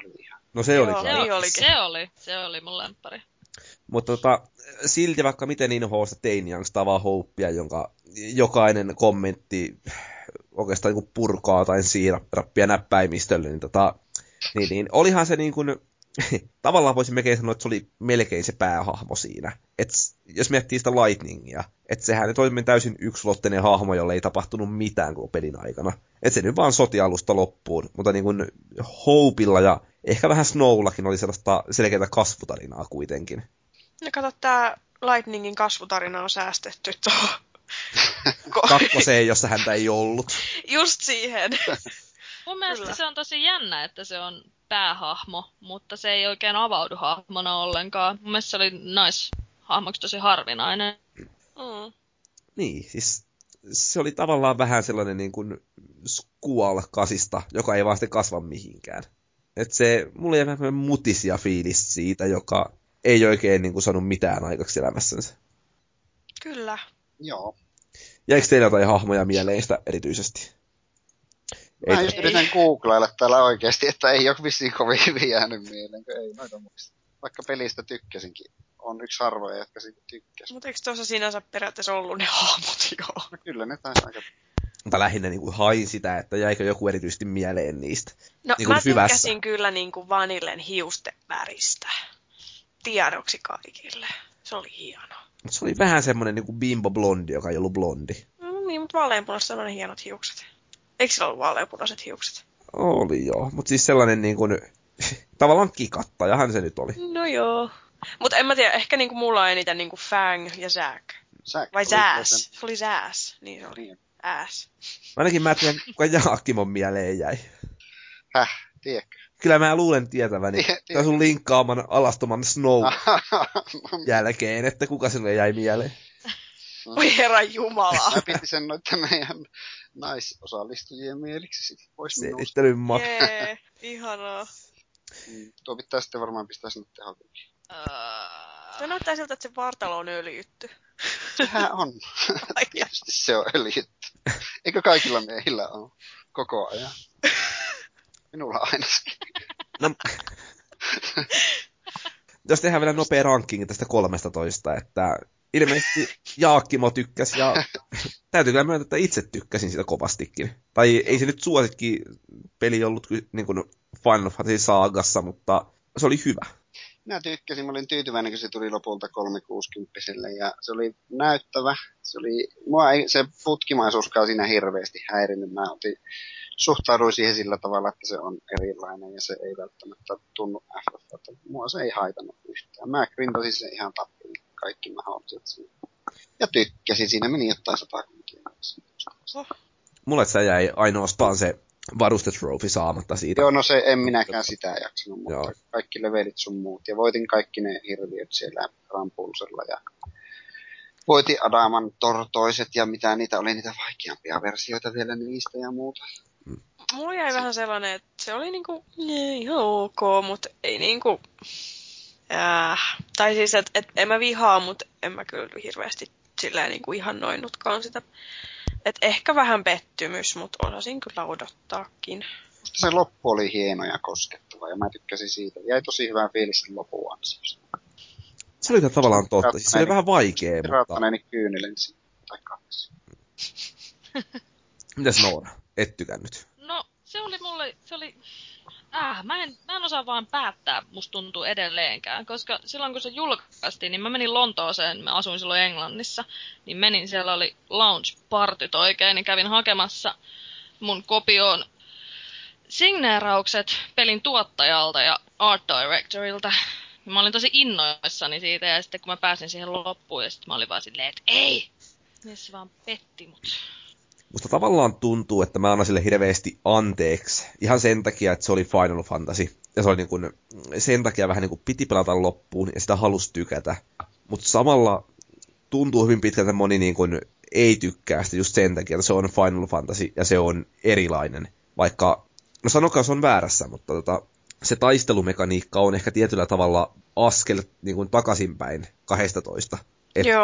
No se Joo. oli Se, kyllä. Niin oli, olikin. se oli, se oli mun lemppari. Mutta tota, silti vaikka miten inhoa sitä teiniangstavaa houppia, jonka jokainen kommentti oikeastaan niin purkaa tai siirappia näppäimistölle, niin, tota, niin, niin olihan se niin kuin, tavallaan voisin melkein sanoa, että se oli melkein se päähahmo siinä. Et jos miettii sitä Lightningia, että sehän nyt oli täysin yksulotteinen hahmo, jolle ei tapahtunut mitään koko pelin aikana. Että se nyt vaan soti alusta loppuun, mutta niin kuin Hopeilla ja ehkä vähän Snowllakin oli sellaista selkeää kasvutarinaa kuitenkin. No kato, tää Lightningin kasvutarina on säästetty tuohon. Kakkoseen, jossa häntä ei ollut. Just siihen. Mun mielestä Kyllä. se on tosi jännä, että se on päähahmo, mutta se ei oikein avaudu hahmona ollenkaan. Mun mielestä se oli naishahmoksi tosi harvinainen. Mm. Niin, siis se oli tavallaan vähän sellainen niin kuin Squall-kasista, joka ei vaan sitten kasva mihinkään. Että se, mulla jäi vähän mutisia fiilis siitä, joka ei oikein niin kuin saanut mitään aikaksi elämässänsä. Kyllä. Joo. Jäikö teillä jotain hahmoja mieleen sitä erityisesti? Mä Ei, just yritän googlailla täällä oikeasti, että ei ole vissiin kovin hyvin jäänyt mieleen, kun ei noita muista. Vaikka pelistä tykkäsinkin. On yksi harvoja, jotka siitä tykkäsi. Mutta eikö tuossa sinänsä periaatteessa ollut ne hahmot joo? No kyllä ne taisi aika... mutta lähinnä niin kuin hain sitä, että jäikö joku erityisesti mieleen niistä. No Niin kuin mä hyvässä. tykkäsin kyllä niinku Vanillen hiusten väristä. Tiedoksi kaikille. Se oli hieno. Mutta se oli vähän semmoinen niin kuin bimbo blondi, joka ei ollut blondi. No niin, mutta vaaleanpunaiset on ne hienot hiukset. Eikö sillä ollut vaaleanpunaiset hiukset? Oli joo, mutta siis sellainen niin kuin, tavallaan kikattajahan se nyt oli. No joo. Mutta en mä tiedä, ehkä niinku mulla on eniten niinku Fang ja Zack. Zack Vai oli Zääs. sen- Se oli Zääs. Niin se oli. Niin. Ääs. Ainakin mä tiedän, kuka Jaakimon mieleen jäi. Häh, tiedätkö? Kyllä mä luulen tietäväni. Tie- tie- Tämä sun linkkaaman alastoman Snow No, jälkeen, että kuka sille jäi mieleen. Voi herran jumala. mä piti sen noitten meidän naisosallistujien mieliksi sit pois minusta. Selittelyn mat. Jee, ihanaa. Mm, Tuo pitää sitten varmaan pistää sinne tehokenkin. Se näyttää siltä, että se vartalo on öljytty. Sehän on. Ai Tietysti se on öljytty. Eikö kaikilla miehillä ole koko ajan? Minulla ainakin. No, jos tehdään vielä nopea ranking tästä kolmesta toista, että ilmeisesti Jaakkimo tykkäsi ja täytyy kyllä myöntää, että itse tykkäsin sitä kovastikin. Tai ei se nyt suosikki peli ollut niin kuin Final Fantasy Saagassa, mutta se oli hyvä. Minä tykkäsin, mä olin tyytyväinen, kun se tuli lopulta kolmesataakuusikymmentä ja se oli näyttävä. Se oli, mua ei se putkimaisuuskaan siinä hirveästi häirinnyt. Mä otin, suhtauduin siihen sillä tavalla, että se on erilainen ja se ei välttämättä tunnu F F. Että mua se ei haitannut yhtään. Mä grintasin sen ihan tappiin kaikki mahdolliset siinä. Ja tykkäsin, siinä meni jotain satakuntia. Mulle se jäi ainoastaan se varuste trophy saamatta siitä. Joo, no se en minäkään sitä jaksanut, mutta Joo. kaikki levelit sun muut. Ja voitin kaikki ne hirviöt siellä Rampulsella ja voitin Adaman tortoiset ja mitä niitä oli, niitä vaikeampia versioita vielä niistä ja muuta. Mulla jäi vähän sellainen, että se oli niinku nee, ihan ok, mutta ei niinku... Äh, tai siis, että et, en mä vihaa, mutta en mä kyllä hirveästi silleen niinku ihannoinutkaan sitä. Et ehkä vähän pettymys, mutta osasin kyllä odottaakin. Musta se loppu oli hieno ja koskettava ja mä tykkäsin siitä. Jäi tosi hyvää fiilis sen lopun ansiosta. Se oli tavallaan totta. Siis se oli vähän vaikea, mutta... Rattaneeni kyynelen siinä tai kaksi. Mitäs Noora? Et tykännyt. No, se oli mulle, se oli... Äh, mä en, mä en osaa vaan päättää, musta tuntuu edelleenkään, koska silloin kun se julkaistiin, niin mä menin Lontooseen, mä asuin silloin Englannissa, niin menin, siellä oli lounge-partyt oikein, niin kävin hakemassa mun kopioon signeeraukset pelin tuottajalta ja art directorilta. Mä olin tosi innoissani siitä, ja sitten kun mä pääsin siihen loppuun, ja sitten mä olin vaan silleen, että ei! Niin se vaan petti mut. Musta tavallaan tuntuu, että mä annan sille hirveästi anteeksi. Ihan sen takia, että se oli Final Fantasy. Ja se oli niin kuin, sen takia vähän niin kuin piti pelata loppuun ja sitä halusi tykätä. Mutta samalla tuntuu hyvin pitkältä moni niin kuin ei tykkää sitä just sen takia, että se on Final Fantasy ja se on erilainen. Vaikka, no sanokaa se on väärässä, mutta tota, se taistelumekaniikka on ehkä tietyllä tavalla askel niin kuin takaisinpäin kahdestatoista. Et Joo.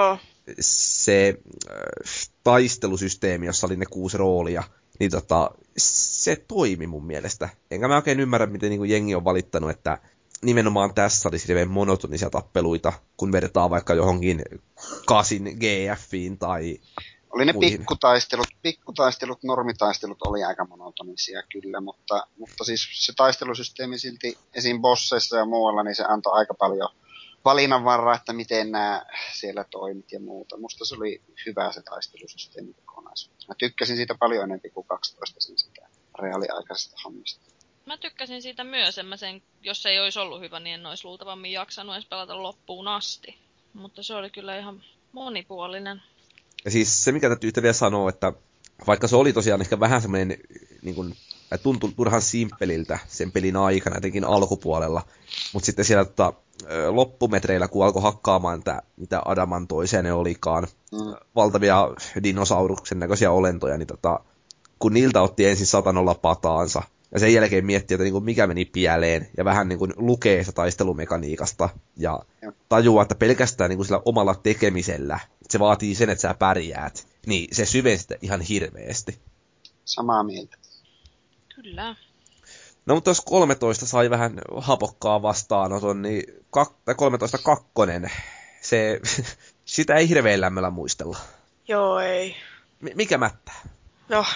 se äh, taistelusysteemi, jossa oli ne kuusi roolia, niin tota, se toimi mun mielestä. Enkä mä oikein ymmärrä, miten niin kuin jengi on valittanut, että nimenomaan tässä olisi hirveän monotonisia tappeluita, kun vertaa vaikka johonkin kasin G Fiin tai oli ne muihin. pikkutaistelut, pikkutaistelut, normitaistelut oli aika monotonisia kyllä, mutta, mutta siis se taistelusysteemi silti esim. Bosseissa ja muualla, niin se antoi aika paljon valinnanvaraa, että miten nämä siellä toimit ja muuta. Musta se oli hyvä se taistelusysteemi kokonaisuus. Mä tykkäsin siitä paljon enemmän kuin kaksitoista sen sitä reaaliaikaisesta hommista. Mä tykkäsin siitä myös, en mä sen, jos se ei olisi ollut hyvä, niin en olisi luultavammin jaksanut edes pelata loppuun asti. Mutta se oli kyllä ihan monipuolinen. Ja siis se, mikä täytyy vielä sanoa, että vaikka se oli tosiaan ehkä vähän semmoinen, niin kuin, tuntui turhan simppeliltä sen pelin aikana, etenkin alkupuolella, mutta sitten siellä tota, loppumetreillä, kun alkoi hakkaamaan niitä, mitä adamantoisia ne olikaan, mm. valtavia dinosauruksen näköisiä olentoja, niin tota, kun niiltä otti ensin satanolla pataansa, ja sen jälkeen miettii, että niin kuin mikä meni pieleen, ja vähän niin kuin lukee sitä taistelumekaniikasta, ja tajuaa, että pelkästään niin kuin sillä omalla tekemisellä, se vaatii sen, että sä pärjäät, niin se syvensi sitä ihan hirveästi. Samaa mieltä. Kyllä. No mutta jos kolmetoista sai vähän hapokkaa vastaanoton, niin kak- tai kolmetoista kakkonen, se, sitä ei hirveän lämmöllä muistella. Joo, ei. M- mikä mättää? No,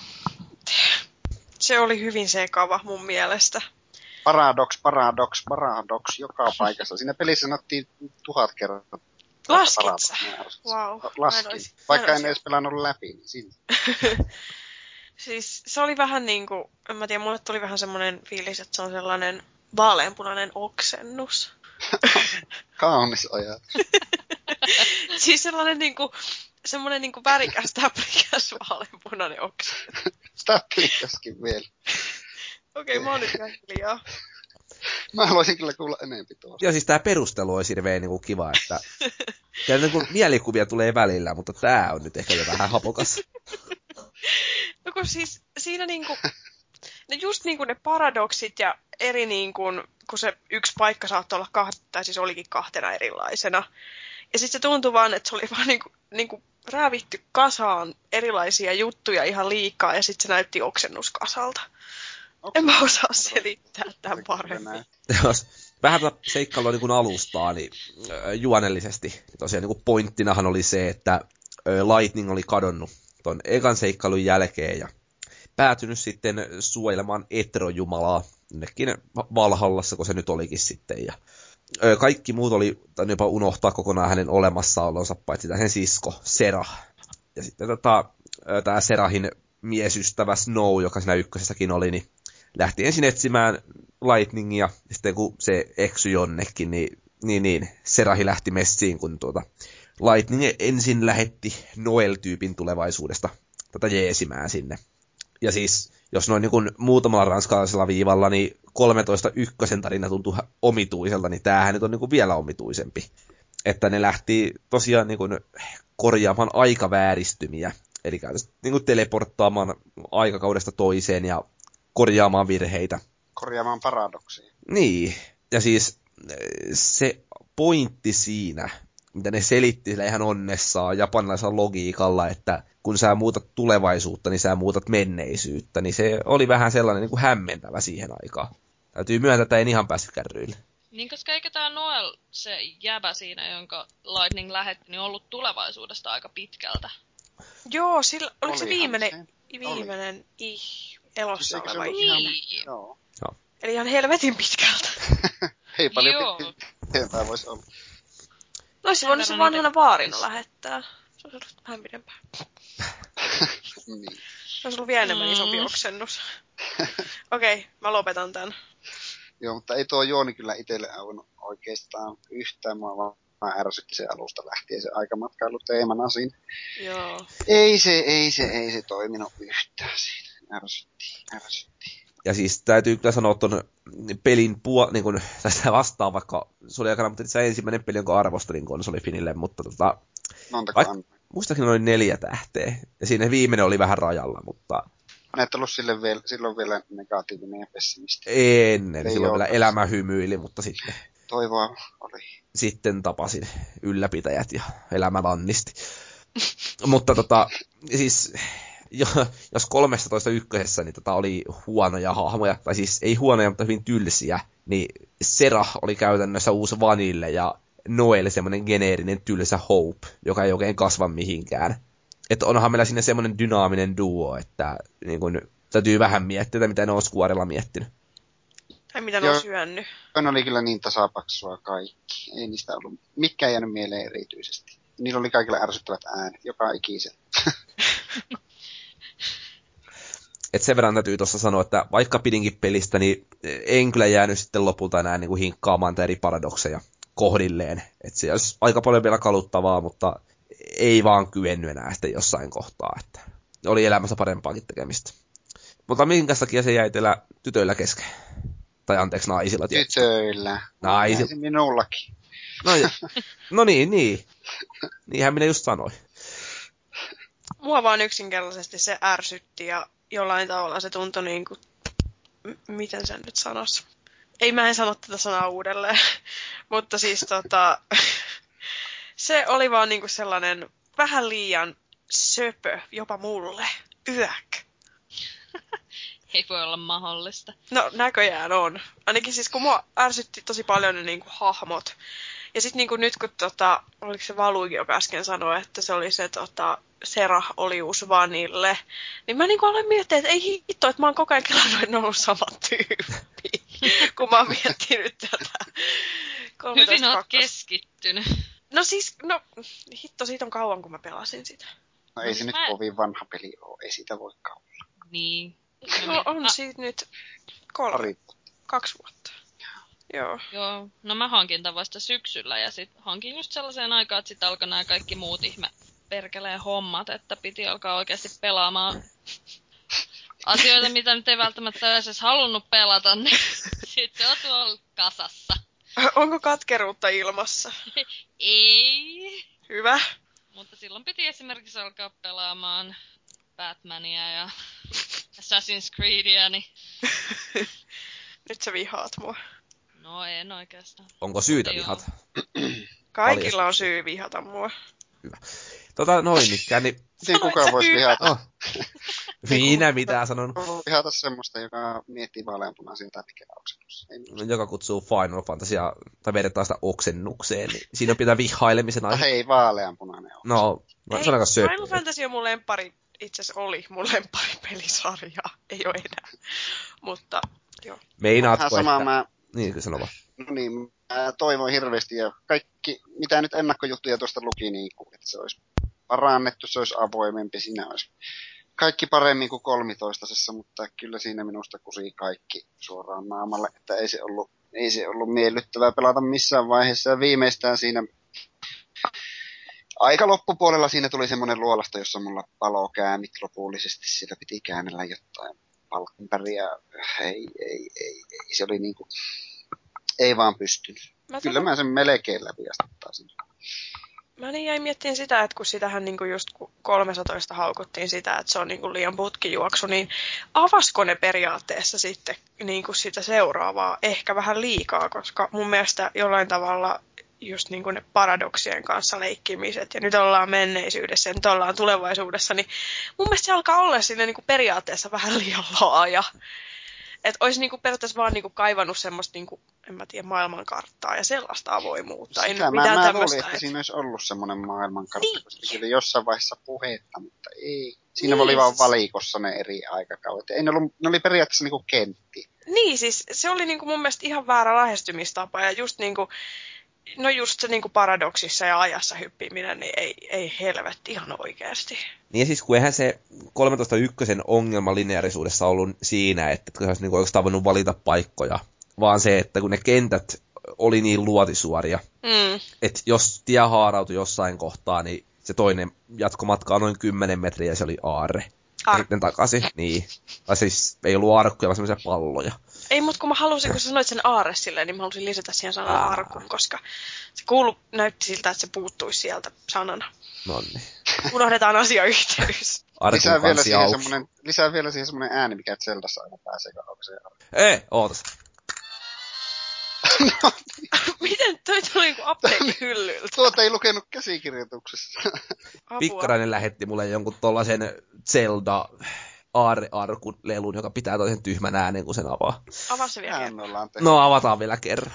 se oli hyvin sekava mun mielestä. Paradox, paradox, paradox, joka paikassa. Siinä pelissä sanottiin tuhat kertaa. Laskit sä? Wow. Laskin. Vaikka en edes pelannut läpi, niin silti. Siis se oli vähän niinku, en mä tiedä, mulle tuli vähän semmoinen fiilis, että se on sellainen vaaleanpunainen oksennus. Kaunis ajatus. Siis sellainen niinku, semmoinen niinku värikäs, täplikäs vaaleanpunainen oksennus. Täplikäskin vielä. Okei, okay, mä oon nyt ihan hiljaa. Mä haluaisin kyllä kuulla enempi tuosta. Joo, siis tää perustelu olisi hirveän niinku kiva, että kyllä niinku mielikuvia tulee välillä, mutta tää on nyt ehkä jo vähän hapokas. No kun siis siinä niinku, ne just niinku ne paradoksit ja eri niinku, kun se yksi paikka saattoi olla kahta, tai siis olikin kahtena erilaisena. Ja sitten se tuntui vaan, että se oli vaan niinku, niinku räävitty kasaan erilaisia juttuja ihan liikaa, ja sitten se näytti oksennuskasalta. En mä osaa selittää tämän paremmin. Jos vähän tätä seikkailua niin kuin alustaa, niin äh, juonellisesti tosiaan niin kuin pointtinahan oli se, että äh, Lightning oli kadonnut ton ekan seikkailun jälkeen ja päätynyt sitten suojelemaan Etrojumalaa jonnekin Valhallassa, kun se nyt olikin sitten. Ja, äh, kaikki muut oli jopa unohtaa kokonaan hänen olemassaolonsa, paitsi sen sisko Serah. Ja sitten tota, äh, tämä Serahin miesystävä Snow, joka siinä ykkösessäkin oli, niin lähti ensin etsimään Lightningia, ja sitten kun se eksyi jonnekin, niin, niin, niin Serahi lähti messiin, kun tuota Lightning ensin lähetti Noel-tyypin tulevaisuudesta tätä jeesimään sinne. Ja siis, jos noin niin kuin muutamalla ranskalaisella viivalla, niin kolmetoista ykkösen tarina tuntui omituiselta, niin tämähän nyt on niin kuin vielä omituisempi. Että ne lähti tosiaan niin kuin korjaamaan aikavääristymiä, eli niin kuin teleporttaamaan aikakaudesta toiseen ja korjaamaan virheitä. Korjaamaan paradoksia. Niin, ja siis se pointti siinä, mitä ne selitti sillä ihan onnessaan japanilaisella logiikalla, että kun sä muutat tulevaisuutta, niin sä muutat menneisyyttä, niin se oli vähän sellainen niin kuin hämmentävä siihen aikaan. Täytyy myöntää, että en ihan päässyt kärryille. Niin, koska eikö tämä Noel, se jäbä siinä, jonka Lightning lähetti, niin ollut tulevaisuudesta aika pitkältä? Joo, sillä, oliko se Olihan viimeinen, se. viimeinen ih, elossa Siis eikö se oleva ollut ihminen? ihan- Joo. Joo. Eli ihan helvetin pitkältä. Ei paljon Joo. pitempää voisi olla. No olisi Sen voinut se verran vanhana niitä- vaarina lähettää. Se olisi ollut vähän pidempään. Niin. Se olisi ollut vielä enemmän Mm. isompi oksennus. Okei, okay, mä lopetan tän. Joo, mutta ei tuo juoni kyllä itselle auennut oikeastaan yhtään. Mua vaan vaan ärsytti se alusta lähtien se aikamatkailu teemana siinä. Joo. Ei se, ei se, ei se toiminut yhtään siinä. Ärsytti, ärsytti. Ja siis täytyy kyllä sanoa ton pelin puol... niin kun tästä vastaan, vaikka se oli aikana, mutta itse ensimmäinen peli, jonka arvostelin konsolifinille, mutta tota... Montako Vaik- on? Muistaakseni oli neljä tähteä. Ja siinä viimeinen oli vähän rajalla, mutta... Mä et ollut sille vielä, silloin vielä negatiivinen ja pessimisti. Ennen, Ei silloin vielä ootas. elämä hymyili, mutta sitten... Toivoa oli. sitten tapasin ylläpitäjät ja elämä lannisti. Mutta tota, siis jos kolmetoista ykkösessä niin tota oli huonoja hahmoja, tai siis ei huonoja, mutta hyvin tylsiä, niin Serah oli käytännössä uusi Vanille ja Noel semmoinen geneerinen tylsä Hope, joka ei oikein kasva mihinkään. Että onhan meillä sinne semmoinen dynaaminen duo, että niin kun, täytyy vähän miettiä, mitä ne on Squarella miettinyt. Tai mitä ne on syönyt. Ne oli kyllä niin tasapaksua kaikki. Ei niistä ollut mikään jäänyt mieleen erityisesti. Niillä oli kaikilla ärsyttävät äänet, joka ikisen. Et sen verran täytyy tuossa sanoa, että vaikka pidinkin pelistä, niin en kyllä jäänyt sitten lopulta enää niin kuin hinkkaamaan eri paradokseja kohdilleen. Että se olisi aika paljon vielä kaluttavaa, mutta ei vaan kyennyt enää sitten jossain kohtaa. Että oli elämässä parempaakin tekemistä. Mutta minkä takia se jäi teillä tytöillä kesken? Tai anteeksi, naisilla tietysti. Tytöillä. Naisilla. Se minullakin. No, ja, no niin, niin. Niinhän minä just sanoin. Mua vaan yksinkertaisesti se ärsytti ja jollain tavalla se tuntui niin kuin, m- miten sen nyt sanoisi? Ei, mä en sano tätä sanaa uudelleen, mutta siis tota, se oli vaan niin kuin sellainen vähän liian söpö, jopa mulle, yök. Ei voi olla mahdollista. No näköjään on. Ainakin siis kun mua ärsytti tosi paljon ne niin kuin hahmot. Ja sitten niin nyt kun tota, oliko se Valuikin, joka äsken sanoi, että se oli se tota, Serah oli uusi Vanille, niin mä niinku aloin miettiä, että ei hitto, että mä oon koko ajan kelannut, että ne on ollut samat tyyppi, kun mä oon miettinyt tätä. Hyvin oot keskittynyt. No siis, no hitto, siitä on kauan, kun mä pelasin sitä. No ei se nyt mä... kovin vanha peli ole, ei sitä voi olla. Niin. No on siitä nyt kolme, Pari. kaksi vuotta. Joo. Joo, no mä hankin tämän vasta syksyllä ja sit hankin just sellaiseen aikaan, että sit alkoi nämä kaikki muut ihme perkeleen hommat, että piti alkaa oikeasti pelaamaan asioita, mitä nyt ei välttämättä edes halunnut pelata, niin sit se on tuolla kasassa. Onko katkeruutta ilmassa? Ei. Hyvä. Mutta silloin piti esimerkiksi alkaa pelaamaan Batmania ja Assassin's Creedia, niin... Nyt sä vihaat mua. No en oikeastaan. Onko syytä vihata? Kaikilla on syy vihata mua. Hyvä. Tota noin ikään, niin... Miten kukaan voisi vihata? Oh. Minä mitään sanon. Vihata semmoista, joka miettii vaaleanpunaisia tai mikä oksennus. Joka kutsuu Final Fantasia, tai vertaa sitä oksennukseen, niin siinä on pitää vihailemisen aihe. Hei, vaaleanpunainen on. No, Hei, sanotaan söpö. Final Fantasy on mun lempari, itse asiassa oli mun lempari pelisarja, ei ole enää. Mutta, joo. Meinaatko, että... Samaa mä... Niin, kyllä sano vaan. No niin, mä toivoin hirveästi ja kaikki, mitä nyt ennakkojuttuja tuosta luki, niin että se olisi parannettu, se olisi avoimempi, siinä olisi kaikki paremmin kuin kolmitoistasessa, mutta kyllä siinä minusta kusi kaikki suoraan naamalle, että ei se ollut, ei se ollut miellyttävää pelata missään vaiheessa ja viimeistään siinä aika loppupuolella siinä tuli semmoinen luolasta, jossa mulla palo käämit lopullisesti, sillä piti käännellä jotain palkkinpäriä, ei, ei, ei, ei, se oli niinku, ei vaan pystynyt. Mä Kyllä mä sen melkein läpi astuttaisin. Mä niin jäin miettimään sitä, että kun sitähän niinku just kolmetoista haukuttiin sitä, että se on niinku liian putkijuoksu, niin avasko ne periaatteessa sitten niinku sitä seuraavaa ehkä vähän liikaa, koska mun mielestä jollain tavalla just niinku ne paradoksien kanssa leikkimiset, ja nyt ollaan menneisyydessä ja nyt ollaan tulevaisuudessa, niin mun mielestä se alkaa olla sinne niinku periaatteessa vähän liian laaja. Että olisi niinku periaatteessa vaan niinku kaivannut semmoista, niinku, en mä tiedä, maailmankarttaa ja sellaista avoimuutta. Sitä ei mä, mitään mä tämmöistä, luulin, että et... siinä olisi ollut semmoinen maailmankartta, niin. koska siellä jossain vaiheessa puhetta, mutta ei. Siinä niin, oli vaan valikossa ne eri aikakaudet. Ei ne, ollut, ne oli periaatteessa niinku kentti. Niin, siis se oli niinku mun mielestä ihan väärä lähestymistapa ja just niinku, no just se niinku paradoksissa ja ajassa hyppiminen, niin ei, ei helvetti ihan oikeasti. Niin ja siis kun eihän se kolmetoista ykkösen ongelma lineaarisuudessa ollut siinä, että se olisi niinku oikeastaan voinut valita paikkoja, vaan se, että kun ne kentät oli niin luotisuoria, mm. että jos tie haarautui jossain kohtaa, niin se toinen jatkomatka on noin kymmenen metriä ja se oli aarre. Ar- Sitten takaisin, niin. Tai siis ei ollut arkkuja, vaan semmoisia palloja. Ei, mutta kun mä halusin, kun sä sanoit sen aarre silleen, niin mä halusin lisätä siihen sanan arkun, koska se kuulu, näytti siltä, että se puuttuisi sieltä sanana. Nonni. Unohdetaan asiayhteys. Lisää vielä, siihen semmonen, lisää vielä siihen semmoinen ääni, mikä Zeldassa aina pääsee, kun se Ei, ootas. Miten toi tuli niinku apteekkihyllyltä? Tuota ei lukenut käsikirjoituksessa. Apua. Pikkarainen lähetti mulle jonkun tollasen Zelda aarrearkun lelun, joka pitää toisen tyhmän äänen, kun sen avaa. Avaa se vielä Tähän kerran. me ollaan tehty. No, avataan vielä kerran.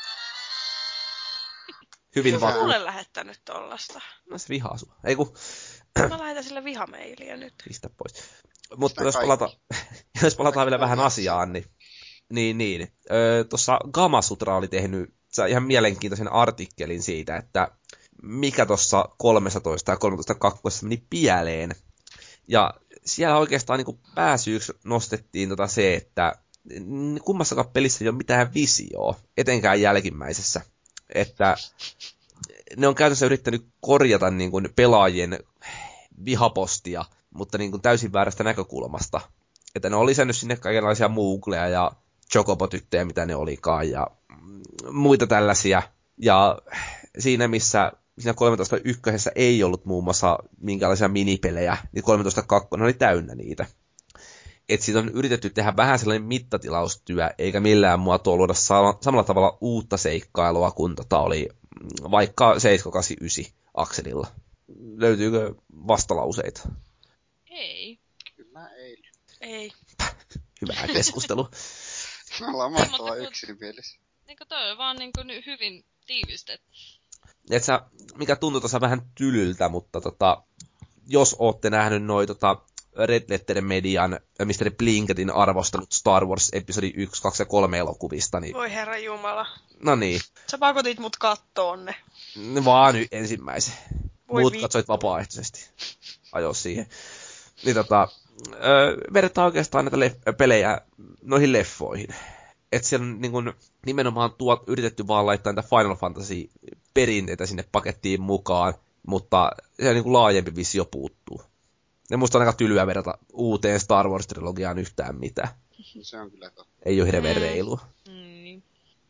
Hyvin Hyvä. vakuut. Mulle lähettänyt tollasta. No se vihaa sua. Ei kun, Mä lähetän sille vihamailia nyt. pistä pois. Mutta Sitä jos, kaikki. palata, jos palataan vielä vähän Kaikki. asiaan, niin niin, niin. Öö, tuossa Gamasutra oli tehnyt ihan mielenkiintoisen artikkelin siitä, että mikä tuossa kolmetoista ja kolmetoista kakkosessa meni pieleen. Ja siellä oikeastaan niin pääsyyksi nostettiin tota se, että kummassakaan pelissä ei ole mitään visioa, etenkään jälkimmäisessä. Että ne on käytännössä yrittänyt korjata niin kuin pelaajien vihapostia, mutta niin kuin täysin väärästä näkökulmasta. Että ne on lisännyt sinne kaikenlaisia Moogleja ja Chocobo-tyttöjä, mitä ne olikaan, ja muita tällaisia. Ja siinä, missä siinä kolmetoista ykkösessä ei ollut muun muassa minkälaisia minipelejä, niin kolmetoista kakkonen oli täynnä niitä. Että siitä on yritetty tehdä vähän sellainen mittatilaustyö, eikä millään muotoa luoda samalla tavalla uutta seikkailua kuin tota oli vaikka seitsemän kahdeksan yhdeksän akselilla. Löytyykö vastalauseita? Ei. Kyllä ei. Ei. Hyvää keskustelua. Me ollaan Mutta mahtavaa kun- yksimielisiä. Niinku toi on vaan niinku ny- hyvin tiivistetty. Et sä, mikä tuntuu tuossa vähän tylyltä, mutta tota, jos ootte nähnyt noi tota, Red Letter Median ja mister Blinketin arvostelut Star Wars episodi yksi, kaksi ja kolme elokuvista, niin Voi herra jumala. no niin, Sä pakotit mut kattoon ne. vaan nyt ensimmäisen. Voi Muut vittu. katsoit vapaaehtoisesti. Ajo siihen. Niin tota, öö, verrataan oikeastaan näitä leff- pelejä noihin leffoihin. Että siellä on niin kun, nimenomaan tuot, yritetty vaan laittaa niitä Final Fantasy-perinteitä sinne pakettiin mukaan, mutta se niin kuin laajempi visio puuttuu. Ja musta on aika tylyä verrata uuteen Star Wars-trilogiaan yhtään mitään. Se on kyllä totta. Ei ole hirveän Mm. reilua. Mm.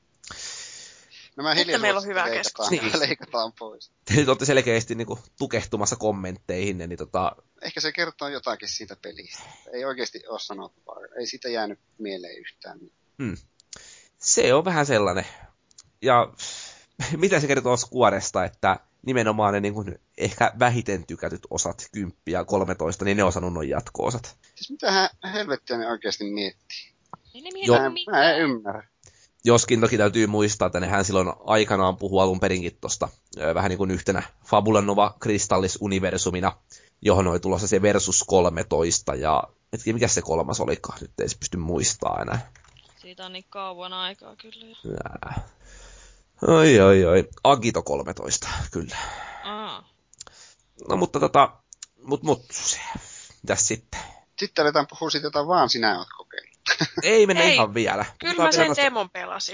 Nämä Että meillä on hiljaisuudet hyvä leikataan, keskustelu. leikataan pois. Te nyt olette selkeästi niin kuin, tukehtumassa kommentteihin, niin tota, Ehkä se kertoo jotakin siitä pelistä. Ei oikeasti ole sanottavaa. Ei siitä jäänyt mieleen yhtään. hmm. se on vähän sellainen. Ja mitä se kertoo Squaresta, että nimenomaan ne niin kuin, ehkä vähiten tykätyt osat, kymmenen ja kolmetoista, niin ne on sanonut jatko-osat. Siis mitähän helvettiä ne oikeasti miettii? Ei ne Joo. mieti Mä, mitään. mä en ymmärrä. Joskin toki täytyy muistaa, että nehän silloin aikanaan puhuu alun perinkin tosta ö, vähän niin kuin yhtenä Fabula Nova Crystallis-universumina, johon oli tulossa se Versus kolmetoista, ja hetki, mikä se kolmas olikaan, nyt ei se pysty muistaa enää. Siitä on niin kauan aikaa kyllä. Jää. Oi, oi, oi. Agito kolmetoista, kyllä. Aa. No mutta tota, mut, mut, mitäs sitten? Sitten aletaan puhua siitä, jota vaan sinä oot kokeillut. Ei mennä Ei, ihan vielä. Kyllä Puhutaan mä vielä sen noista- demon pelasin.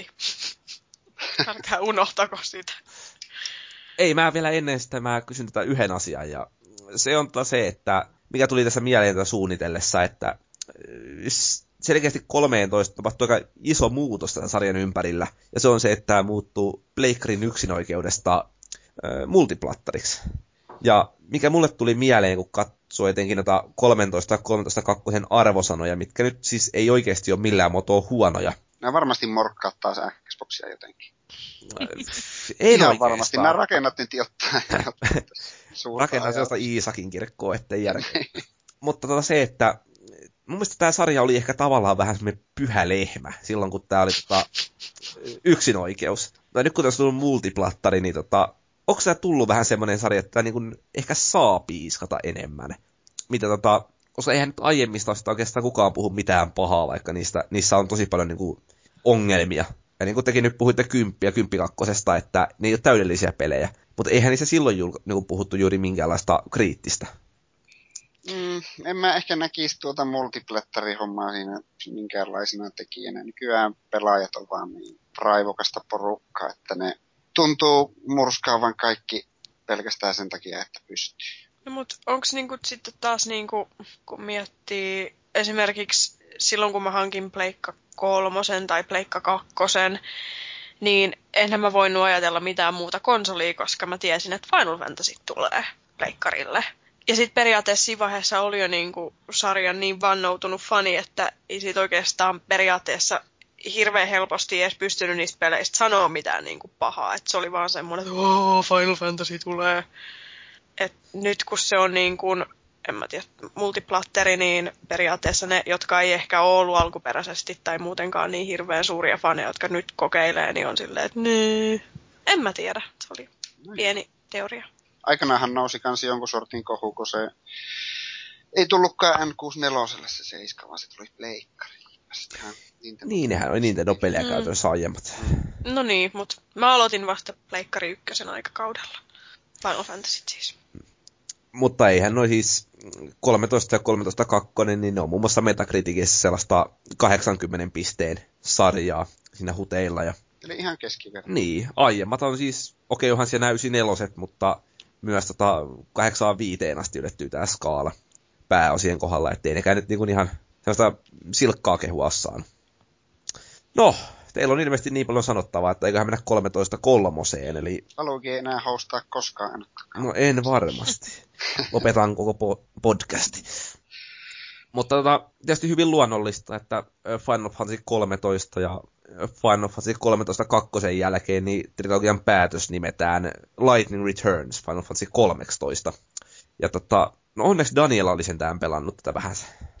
Älkää unohtako sitä. Ei, mä vielä ennen sitä mä kysyn tätä yhden asian, ja se on tota se, että mikä tuli tässä mieleen tätä suunnitellessa, että äh, selkeästi kolmetoista tapahtui aika iso muutos tämän sarjan ympärillä, ja se on se, että tämä muuttuu Pleikkarin yksinoikeudesta äh, multiplattariksi. Ja mikä mulle tuli mieleen, kun katsoi etenkin noita kolmetoista ja kolmetoista kakkosen arvosanoja, mitkä nyt siis ei oikeasti ole millään muotoa huonoja. Nämä varmasti morkkaat taas Xboxia jotenkin. Ei Ihan varmasti. Nämä rakennat nyt ottaa. Rakentaa sellaista Iisakin kirkkoa, ettei järkeä. Mutta tota se, että mun mielestä tämä sarja oli ehkä tavallaan vähän semmoinen pyhä lehmä silloin, kun tämä oli tota, yksinoikeus. Tai nyt kun tässä on tullut multiplattari, niin tota, onko tämä tullut vähän semmoinen sarja, että tämä niin ehkä saa piiskata enemmän? Mitä tota, koska eihän nyt aiemmista osista oikeastaan kukaan puhu mitään pahaa, vaikka niistä, niissä on tosi paljon niin kuin, ongelmia. Ja niin kuin tekin nyt puhuitte kymppi ja kymppikakkosesta, että ne ei ole täydellisiä pelejä. Mutta eihän niissä silloin julka, niin kuin puhuttu juuri minkäänlaista kriittistä. Mm, en mä ehkä näkisi tuota multiplattari-hommaa siinä minkäänlaisena tekijänä. Nykyään pelaajat on vaan niin raivokasta porukkaa, että ne tuntuu murskaavan kaikki pelkästään sen takia, että pystyy. No mut onks niinku sitten taas niinku, kun miettii esimerkiksi silloin kun mä hankin Pleikka kolmosen tai Pleikka kakkosen, niin enhän mä voinut ajatella mitään muuta konsolia, koska mä tiesin, että Final Fantasy tulee Pleikkarille. Ja sitten periaatteessa siinä vaiheessa oli jo niinku sarjan niin vannoutunut fani, että ei siitä oikeastaan periaatteessa hirveän helposti edes pystynyt niistä peleistä sanoa mitään niinku pahaa. Et se oli vaan semmoinen, että ooo, Final Fantasy tulee. Et nyt kun se on niin kuin, en mä tiedä, multiplatteri, niin periaatteessa ne, jotka ei ehkä ole ollut alkuperäisesti tai muutenkaan niin hirveän suuria faneja, jotka nyt kokeilee, niin on silleen, että nee. En mä tiedä. Se oli pieni teoria. Aikanaanhan nousi kans jonkun sortin kohu, kun se ei tullutkaan N kuusikymmentäneljä se seiska, vaan se tuli pleikkari. Niin, nehän oli Nintendo-pelejä mm. käytössä aiemmat. No niin, mutta mä aloitin vasta pleikkari ykkösen aikakaudella. Final Fantasy siis. Mutta eihän noi siis kolmetoista ja kolmetoista kakkonen, niin ne on muun muassa Metacriticissa sellaista kahdeksankymmentä pisteen sarjaa siinä huteilla. Ja... Eli ihan keskiverto. Niin, aiemmat on siis, okei onhan siellä ysi neloset, mutta myös tota kahdeksaan viiteen asti ylettyy tää skaala pääosien kohdalla, ettei nekään nyt niinku ihan sellaista silkkaa kehua saanut. No, teillä on ilmeisesti niin paljon sanottavaa, että eiköhän mennä kolmetoista kolmoseen, eli... Haluukin ei enää hostaa koskaan. No en varmasti. Lopetan koko po- podcasti. Mutta tota, tietysti hyvin luonnollista, että Final Fantasy kolmetoista ja Final Fantasy kolmetoista kakkosen jälkeen niin trilogian päätös nimetään Lightning Returns Final Fantasy kolmetoista. Ja tota, no onneksi Daniel oli sentään pelannut tätä vähän.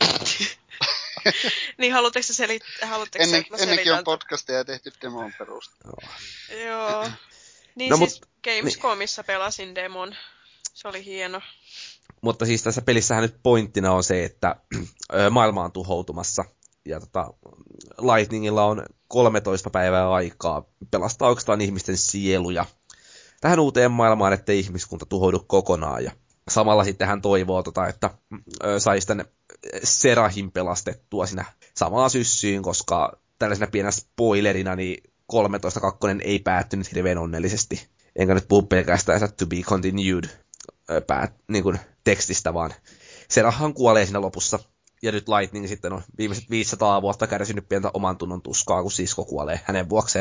Niin, haluatteko sä selittää? Haluatteko Ennen, sä, ennenkin on podcasteja tehty demon perusteella. Joo. Joo. Niin no, siis mut, Gamescomissa niin. Pelasin demon. Se oli hieno. Mutta siis tässä pelissähän nyt pointtina on se, että maailma on tuhoutumassa. Ja tota, Lightningilla on kolmetoista päivää aikaa pelastaa oikeastaan ihmisten sieluja tähän uuteen maailmaan, ettei ihmiskunta tuhoudu kokonaan. Ja samalla sitten hän toivoo, tota, että saisi tänne Serahin pelastettua siinä samaa syssyyn, koska tällaisena pienä spoilerina niin kolmetoista kakkonen ei päättynyt hirveän onnellisesti. Enkä nyt puhu pelkästään to be continued päät, niin kuin tekstistä, vaan Serahan kuolee siinä lopussa. Ja nyt Lightning sitten on viimeiset viisisataa vuotta kärsinyt pientä oman tunnon tuskaa, kun sisko kuolee hänen vuokseen.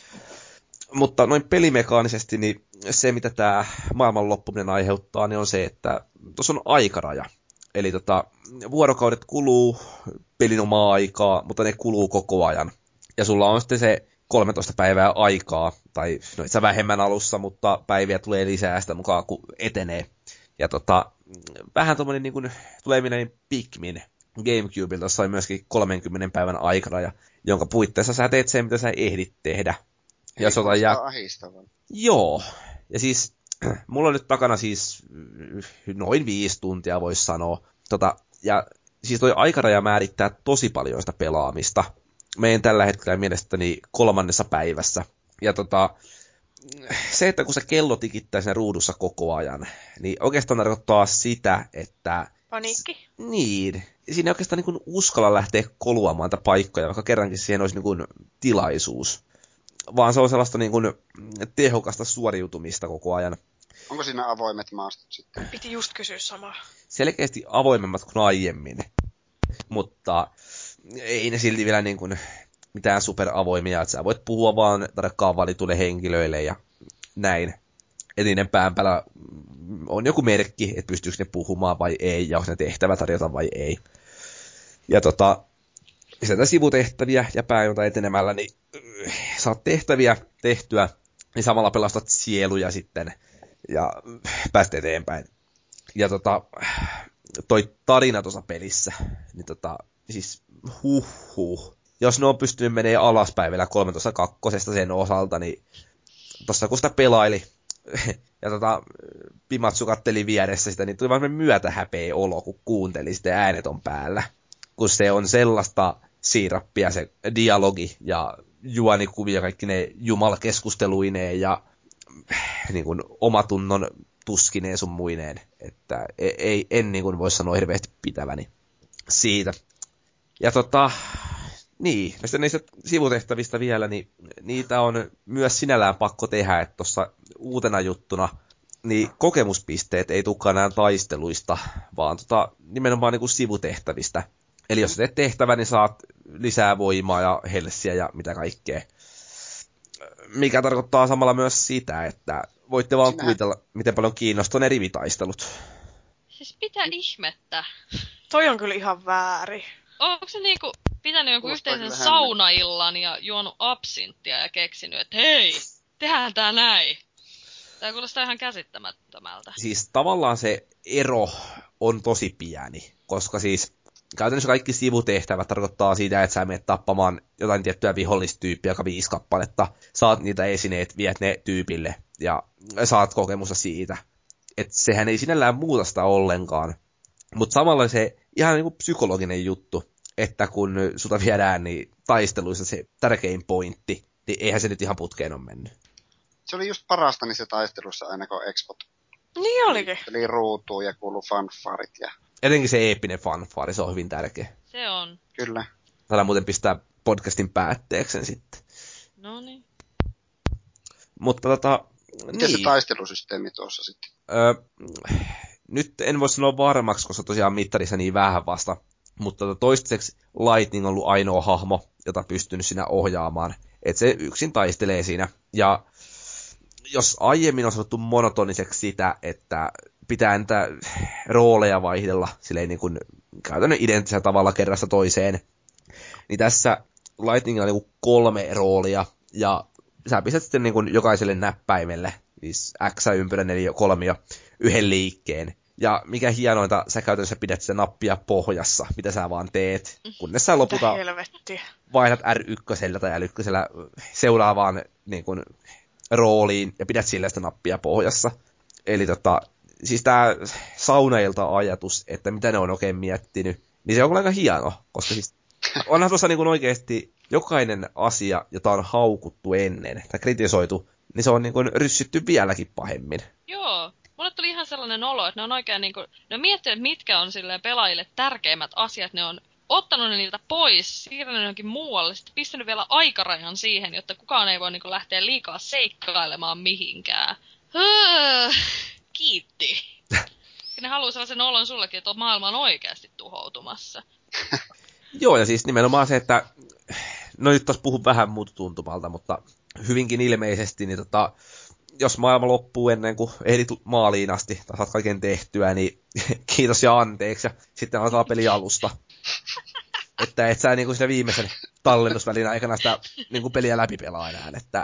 Mutta noin pelimekaanisesti, niin se mitä tämä maailman loppuminen aiheuttaa, niin on se, että tuossa on aikaraja. Eli tota, vuorokaudet kuluu pelin omaa aikaa, mutta ne kuluu koko ajan. Ja sulla on sitten se kolmetoista päivää aikaa, tai no itse vähemmän alussa, mutta päiviä tulee lisää sitä mukaan, kun etenee. Ja tota, vähän tommonen niin kuin tulee mieleen Pikmin GameCubeilta, sai myöskin kolmenkymmenen päivän aikaraja, jonka puitteissa sä teet sen, mitä sä ehdit tehdä. Ei ja sota jää... ahistavan. Joo. Ja siis, mulla on nyt takana siis noin viisi tuntia, voisi sanoa. Tota, ja siis toi aikaraja määrittää tosi paljon sitä pelaamista. Meen tällä hetkellä mielestäni kolmannessa päivässä. Ja tota, se, että kun se kello tikittää siinä ruudussa koko ajan, niin oikeastaan tarkoittaa sitä, että... Paniikki? Niin. Siinä ei oikeastaan niin kuin uskalla lähteä koluamaan tätä paikkoja, vaikka kerrankin siihen olisi niin kuin tilaisuus. Vaan se on sellaista niin kuin tehokasta suoriutumista koko ajan. Onko siinä avoimet maastot sitten? Piti just kysyä samaa. Selkeästi avoimemmat kuin aiemmin. Mutta ei ne silti vielä niin kuin mitään superavoimia, että sä voit puhua vaan tarkkaan valituille henkilöille ja näin. Et niiden pään päällä on joku merkki, että pystyykö ne puhumaan vai ei, ja onko ne tehtävä tarjota vai ei. Ja tota, sieltä sivutehtäviä ja pääjonta etenemällä, niin saat tehtäviä tehtyä, niin samalla pelastat sieluja sitten, ja pääset eteenpäin. Ja tota, toi tarina tuossa pelissä, niin tota, siis huh huh. Jos ne on pystynyt menee alaspäin vielä kolmetoista kakkosesta sen osalta, niin tossa kun sitä pelaili, ja tota, Pimatsu katteli vieressä sitä, niin tuli vaan myötä häpeä olo, kun kuunteli sitten äänet on päällä. Kun se on sellaista siirappia se dialogi ja juonikuvia, kaikki ne jumalakeskusteluineen ja niin kuin, omatunnon tuskineen sun muineen. Että ei, en niin kuin voi sanoa hirveästi pitäväni siitä. Ja tota, niin, ja sitten niistä sivutehtävistä vielä, niin niitä on myös sinällään pakko tehdä, että tuossa uutena juttuna, niin kokemuspisteet ei tulekaan enää taisteluista, vaan tota, nimenomaan niin kuin sivutehtävistä. Eli jos teet tehtävän, niin saat lisää voimaa ja helssiä ja mitä kaikkea. Mikä tarkoittaa samalla myös sitä, että voitte vaan Sinä... kuvitella, miten paljon kiinnostaa ne rivitaistelut. Siis mitä ihmettä? Toi on kyllä ihan väärin. Onko se niinku... pitänyt jonkun Kuulostaa yhteisen kyllä saunaillan ja juonut absinttia ja keksinyt, että hei, tehdään tää näin. Tää kuulostaa ihan käsittämättömältä. Siis tavallaan se ero on tosi pieni, koska siis käytännössä kaikki sivutehtävät tarkoittaa sitä, että sä menet tappamaan jotain tiettyä vihollistyyppiä, joka viisi kappaletta, saat niitä esineet, viet ne tyypille ja saat kokemusta siitä. Että sehän ei sinällään muuta sitä ollenkaan. Mutta samalla se ihan niinku psykologinen juttu, että kun sulta viedään niin taisteluissa se tärkein pointti, niin eihän se nyt ihan putkeen ole mennyt. Se oli just parasta niissä taistelussa aina, kun Expot Niin olikin. eli ruutuun ja kuului fanfarit ja... Etenkin se eeppinen fanfari, se on hyvin tärkeä. Se on. Kyllä. Täällä muuten pistää podcastin päätteeksi sen sitten. Noniin. Mutta tota... Miten niin. se taistelusysteemi tuossa sitten? Öö, nyt en voi sanoa varmaksi, koska tosiaan mittarissa niin vähän vasta. Mutta tota, toistaiseksi Lightning on ollut ainoa hahmo, jota pystynyt siinä ohjaamaan. Että se yksin taistelee siinä. Ja jos aiemmin on sanottu monotoniseksi sitä, että pitää niitä rooleja vaihdella silleen niin kuin käytännön identtisellä tavalla kerrasta toiseen, niin tässä Lightningilla on niin kuin kolme roolia, ja sä pistät sitten niin kuin jokaiselle näppäimelle, siis X, ympyrä, neljä, kolmio, yhden liikkeen. Ja mikä hienointa, sä käytännössä pidät sitä nappia pohjassa, mitä sä vaan teet, kunnes sä lopulta vaihdat R yksi tai L yksi seuraavaan niin kuin rooliin ja pidät sillä sitä nappia pohjassa. Eli tota, siis tää saunailta-ajatus, että mitä ne on oikein miettinyt, niin se on aika hieno, koska siis onhan tuossa niin kuin oikeasti jokainen asia, jota on haukuttu ennen tai kritisoitu, niin se on niin kuin ryssytty vieläkin pahemmin. Joo. Mulle tuli ihan sellainen olo, että ne on oikein niinku, ne on miettinyt, mitkä on silleen pelaajille tärkeimmät asiat, ne on ottanut ne niiltä pois, siirtänyt johonkin muualle, sitten pistänyt vielä aikarajan siihen, jotta kukaan ei voi niinku lähteä liikaa seikkailemaan mihinkään. Höö, kiitti. Ne haluaa sellaisen olon sullekin, että maailma on oikeasti tuhoutumassa. Joo, ja siis nimenomaan se, että no nyt taas puhun vähän mututuntumalta, mutta hyvinkin ilmeisesti, niin tota, jos maailma loppuu ennen kuin ehdit maaliin asti, tai saat kaiken tehtyä, niin kiitos ja anteeksi, ja sitten alkaa peli alusta. Että et sä niinku siinä viimeisen tallennusvälin aikana sitä niinku peliä läpi pelaa enää, että...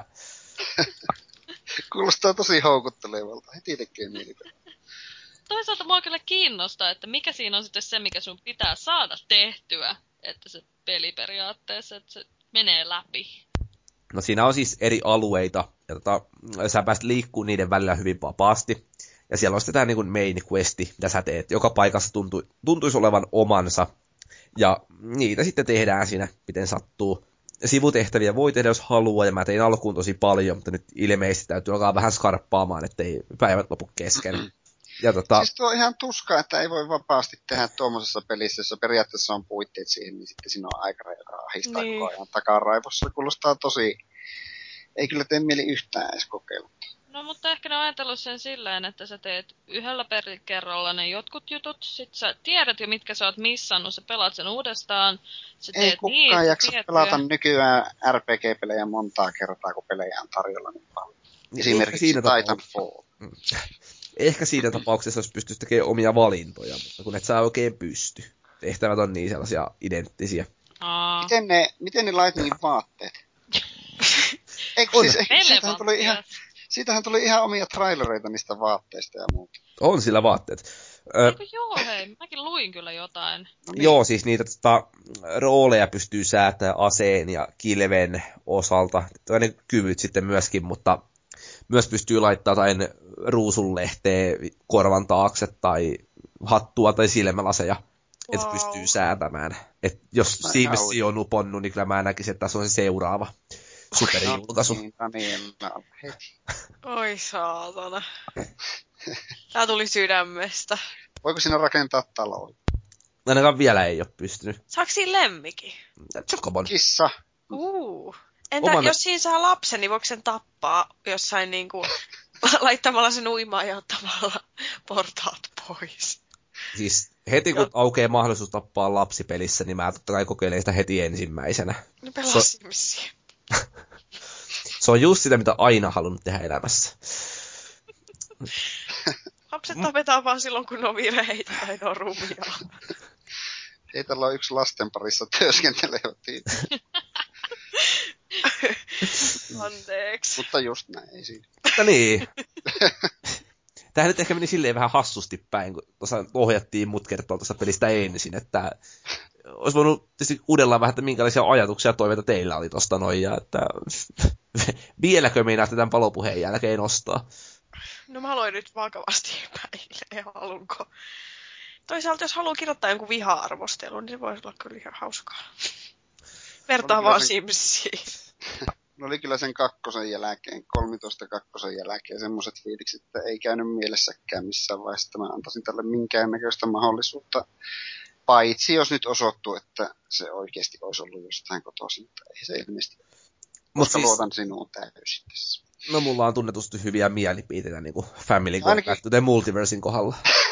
Kuulostaa tosi houkuttelevalta, heti tekee mieli. Toisaalta mua kyllä kiinnostaa, että mikä siinä on sitten se, mikä sun pitää saada tehtyä, että se peli periaatteessa, että se menee läpi. No siinä on siis eri alueita, ja tota, sä pääst liikkuu niiden välillä hyvin vapaasti. Ja siellä on sitten tämä niin kuin main questi, mitä sä teet. Joka paikassa tuntu, tuntuisi olevan omansa. Ja niitä sitten tehdään siinä, miten sattuu. Sivutehtäviä voi tehdä, jos haluaa, ja mä tein alkuun tosi paljon, mutta nyt ilmeisesti täytyy alkaa vähän skarppaamaan, ettei päivät lopu kesken. Ja tota... Siis tuo on ihan tuskaa, että ei voi vapaasti tehdä tuommoisessa pelissä, jossa periaatteessa on puitteet siihen, niin sitten siinä on aikara, joka ahistaa niin koko ajan takaraivossa. Kuulostaa tosi... Ei kyllä tee mieli yhtään edes kokeilla. No mutta ehkä ne on ajatellut sen silleen, että sä teet yhdellä perikerralla ne jotkut jutut, sit sä tiedät jo mitkä sä oot missannut, sä pelaat sen uudestaan, sä teet ei kukaan niitä jaksa tiettyjä... pelata nykyään R P G-pelejä montaa kertaa, kun pelejä on tarjolla niin paljon. Esimerkiksi Titanfall. Mm. Ehkä siinä tapauksessa, jos pystyisi tekemään omia valintoja, mutta kun et sä oikein pysty. Tehtävät on niin sellaisia identtisiä. Aa. Miten ne, miten ne Lightningin vaatteet? Eikö siis, eikö, siitähän, tuli ihan, siitähän tuli ihan omia trailereita niistä vaatteista ja muuta. On sillä vaatteet. Ö, Eikö joo hei, mäkin luin kyllä jotain. No niin. Joo, siis niitä tota, rooleja pystyy säätämään aseen ja kilven osalta. Ne kyvyt sitten myöskin, mutta myös pystyy laittamaan jotain ruusunlehteä korvan taakse tai hattua tai silmälaseja, wow. Että pystyy säätämään. Et jos Siimsi on uponnut, niin kyllä mä näkisin, että tässä on se seuraava superjulkaisu. No, niin, no niin, no, heti. Oi saatana. Tää tuli sydämestä. Voiko siinä rakentaa taloa? Ainakaan vielä ei ole pystynyt. Saako siinä lemmikin? Chocobon. Kissa. Uh. Entä Oman... jos siinä saa lapsen, niin voiko sen tappaa jossain niinku laittamalla sen uimaan ja ottamalla portaat pois? Siis heti kun aukeaa mahdollisuus tappaa lapsi pelissä, niin mä totta kai kokeilen sitä heti ensimmäisenä. No pelaa so... Simsiä. Se on just sitä, mitä aina halunnut tehdä elämässä. Lapset tapetaan vaan silloin, kun ne on vireitä tai ne on rumia. Hei, tällä on yksi lasten parissa työskentelevä tyyppi. Anteeksi. Mutta just näin, ei siinä. Mutta niin. Tämähän nyt ehkä meni silleen vähän hassusti päin, kun tuossa ohjattiin mut kertoa tuosta pelistä ensin, että olisi voinut tietysti uudellaan vähän, että minkälaisia ajatuksia ja toiveita teillä oli tuosta noin, ja että vieläkö meinaatte tämän palopuheen jälkeen nostaa? No mä aloin nyt vakavasti epäilemään, haluanko. Toisaalta jos haluaa kirjoittaa jonkun viha-arvostelun, niin se voisi olla kyllä ihan hauskaa. Vertaa vaan sen... Simsiin. No oli kyllä sen kakkosen jälkeen, kolmetoista kakkosen jälkeen semmoiset fiilikset, että ei käynyt mielessäkään missään vaiheessa, että mä antaisin tälle minkäännäköistä mahdollisuutta. Paitsi jos nyt osoittuu, että se oikeasti olisi ollut jostain kotoisin, mutta ei se ilmeisesti. Koska siis... luotan sinuun täysin tässä. No mulla on tunnetusti hyviä mielipiteitä niin kuin Family Go Back to the Multiversin kohdalla.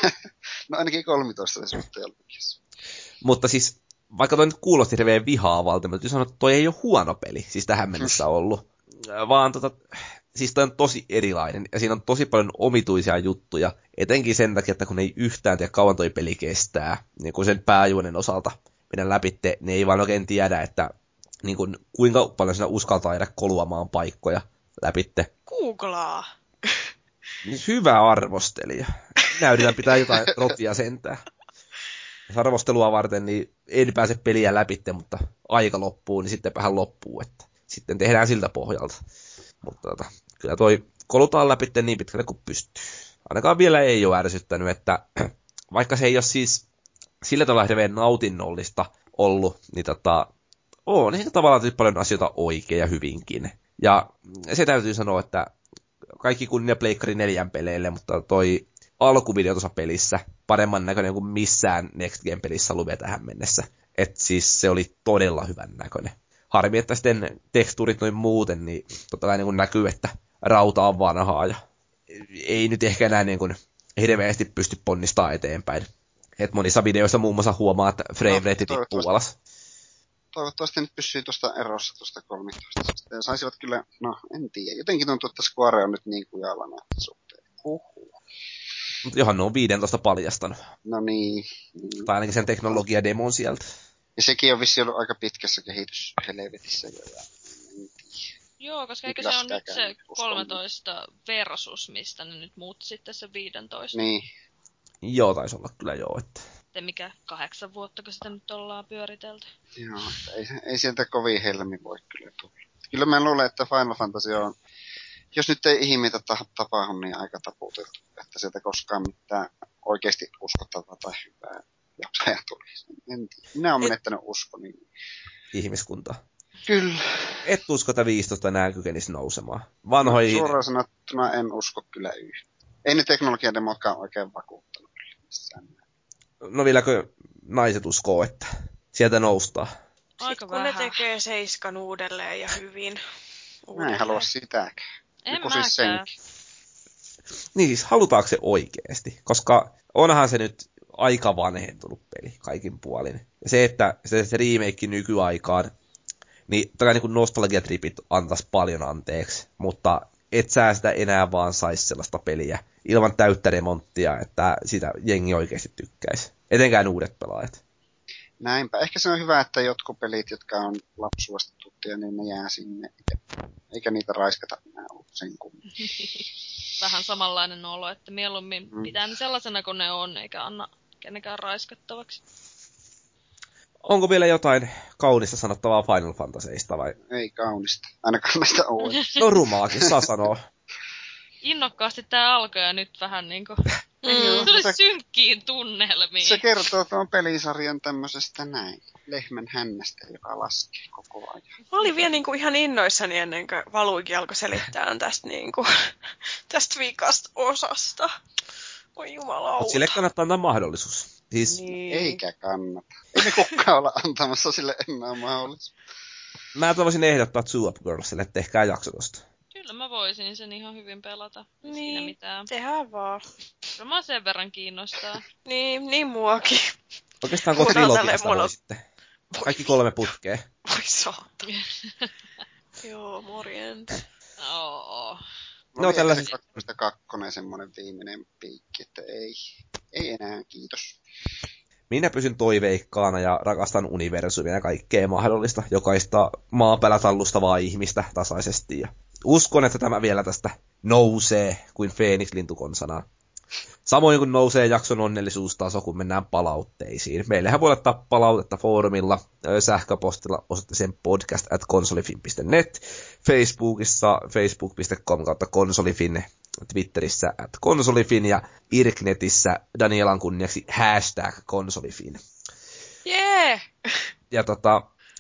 No ainakin kolmetoista se suhteen oikeassa. Mutta siis, vaikka toi nyt kuulosti hirveän vihaavalta, mutta sanoa, että toi ei ole huono peli, siis tähän mennessä ollut. Vaan tota, siis toi on tosi erilainen, ja siinä on tosi paljon omituisia juttuja, etenkin sen takia, että kun ei yhtään tiedä kauan toi peli kestää, niin kuin sen pääjuonen osalta mennä läpitte, niin ei vaan oikein tiedä, että niin kuin, kuinka paljon siinä uskaltaa jäädä koluamaan paikkoja läpitte. Googlaa. Niin hyvä arvostelija. Minä yritän pitää jotain rotia sentään. Jos arvostelua varten, niin en pääse peliä läpitte, mutta aika loppuu, niin sittenpähän loppuu, että sitten tehdään siltä pohjalta. Mutta tota, kyllä toi kolutaan läpitte niin pitkälle kuin pystyy. Ainakaan vielä ei ole ärsyttänyt, että vaikka se ei ole siis sillä tavalla hirveän nautinnollista ollut, niin tota, on ehkä tavallaan tosi paljon asioita oikein ja hyvinkin. Ja se täytyy sanoa, että kaikki kunnia Pleikkari neljän peleille, mutta toi alkuvideo tuossa pelissä paremman näköinen kuin missään Next Gen-pelissä ollut vielä tähän mennessä. Et siis se oli todella hyvän näköinen. Harmi, että sitten tekstuurit noin muuten, niin totta kai niin kuin näkyy, että rauta on vanhaa ja ei nyt ehkä enää niin kuin hirveästi pysty ponnistaa eteenpäin. Et monissa videoissa muun muassa huomaa, että frame rate no, tippuu alas. Toivottavasti nyt pysyy tuosta erossa tuosta kolmetoista. Saisivat kyllä, no en tiedä. Jotenkin tuntuu, että Square on nyt niin kujalla näitä suhteen. Huhhuh. Mutta johan ne on viisitoista paljastanut. No niin. Tai ainakin sen teknologiademon sieltä. Ja sekin on vissi ollut aika pitkässä kehityshelvetissä jo. Ja Joo, koska eikö se on nyt se kolmetoista versus, mistä ne nyt muut sitten se viisitoista. Niin. Joo, taisi olla kyllä joo. Että... mikä kahdeksan vuotta, kun sitä nyt ollaan pyöritelty. Joo, ei, ei sieltä kovin helmi voi kyllä tulla. Kyllä mä luulen, että Final Fantasy on, jos nyt ei ihmitä tapahdu, niin aika taputeltu, että sieltä koskaan mitään oikeasti uskottavaa tai hyvää jaksaja tulisi. En tiedä. Minä olen menettänyt uskoni. Ihmiskunta. Kyllä. Et usko, että viisitoista enää kykenisi nousemaan. Vanhoi... No, suoraan sanottuna en usko kyllä yhtään. Ei ne teknologiademokaan oikein vakuuttanut missään. No vieläkö naiset uskoo, että sieltä noustaan? Aika kun vähän. Ne tekee seiskan uudelleen ja hyvin. Uudelleen. Mä en halua sitäkään. En mäkään. Niin siis halutaanko se oikeasti? Koska onhan se nyt aika vanhentunut peli kaikin puolin. Ja se, että se, se remake nykyaikaan, niin toki niin nostalgiatripit antaisi paljon anteeksi, mutta et sä sitä enää vaan saisi sellaista peliä ilman täyttä remonttia, että sitä jengi oikeasti tykkäisi. Etenkään uudet pelaajat. Näinpä. Ehkä se on hyvä, että jotkut pelit, jotka on lapsuudesta tuttuja, niin ne jää sinne. Eikä niitä raiskata enää ollut sen kummin. Vähän samanlainen olo, että mieluummin mm. pitää ne sellaisena kuin ne on, eikä anna kenenkään raiskattavaksi. Onko vielä jotain kaunista sanottavaa Final Fantasyista vai? Ei kaunista. Ainakaan näistä ole. No rumaakin, saa sanoa. Innokkaasti tää alkoi ja nyt vähän niinku... Mm. Tuli synkkiin tunnelmiin. Se kertoo tuon pelisarjan tämmöisestä näin. Lehmän hännästä, joka laskee koko ajan. Mä olin vielä niinku ihan innoissani ennen kuin Valuikin alkoi selittää tästä, niinku, tästä viikasta osasta. Oi jumalauta. Mut sille kannattaa antaa mahdollisuus. Siis... Niin. Eikä kannata. Ei me kukaan olla antamassa sille enää mahdollisuus. Mä voisin ehdottaa Two Up Girlsille, että tehkää jakso tosta. Kyllä mä voisin sen ihan hyvin pelata. Niin, siinä mitään. Tehdään vaan. Kyllä mä sen verran kiinnostaa. Niin, niin muakin. Oikeastaan kun trilogiasta voi sitten. Kaikki kolme putkea. Voi saata. Joo, morjent. Oo. No tällaiset kakkonen semmonen viimeinen piikki, että ei, ei enää, kiitos. minä pysyn toiveikkaana ja rakastan universumia ja kaikkea mahdollista, jokaista maapäällä tallustavaa ihmistä tasaisesti. Ja uskon, että tämä vielä tästä nousee kuin Phoenix-lintu konsanaan. Samoin kun nousee jakson onnellisuustaso, kun mennään palautteisiin. Meillähän voi laittaa palautetta foorumilla, sähköpostilla osoitteeseen podcast at konsolifin piste net, Facebookissa facebook piste com kautta konsolifin, Twitterissä at konsolifin ja Irknetissä Danielan kunniaksi hashtag konsolifin. Jee! Yeah. Ja tota,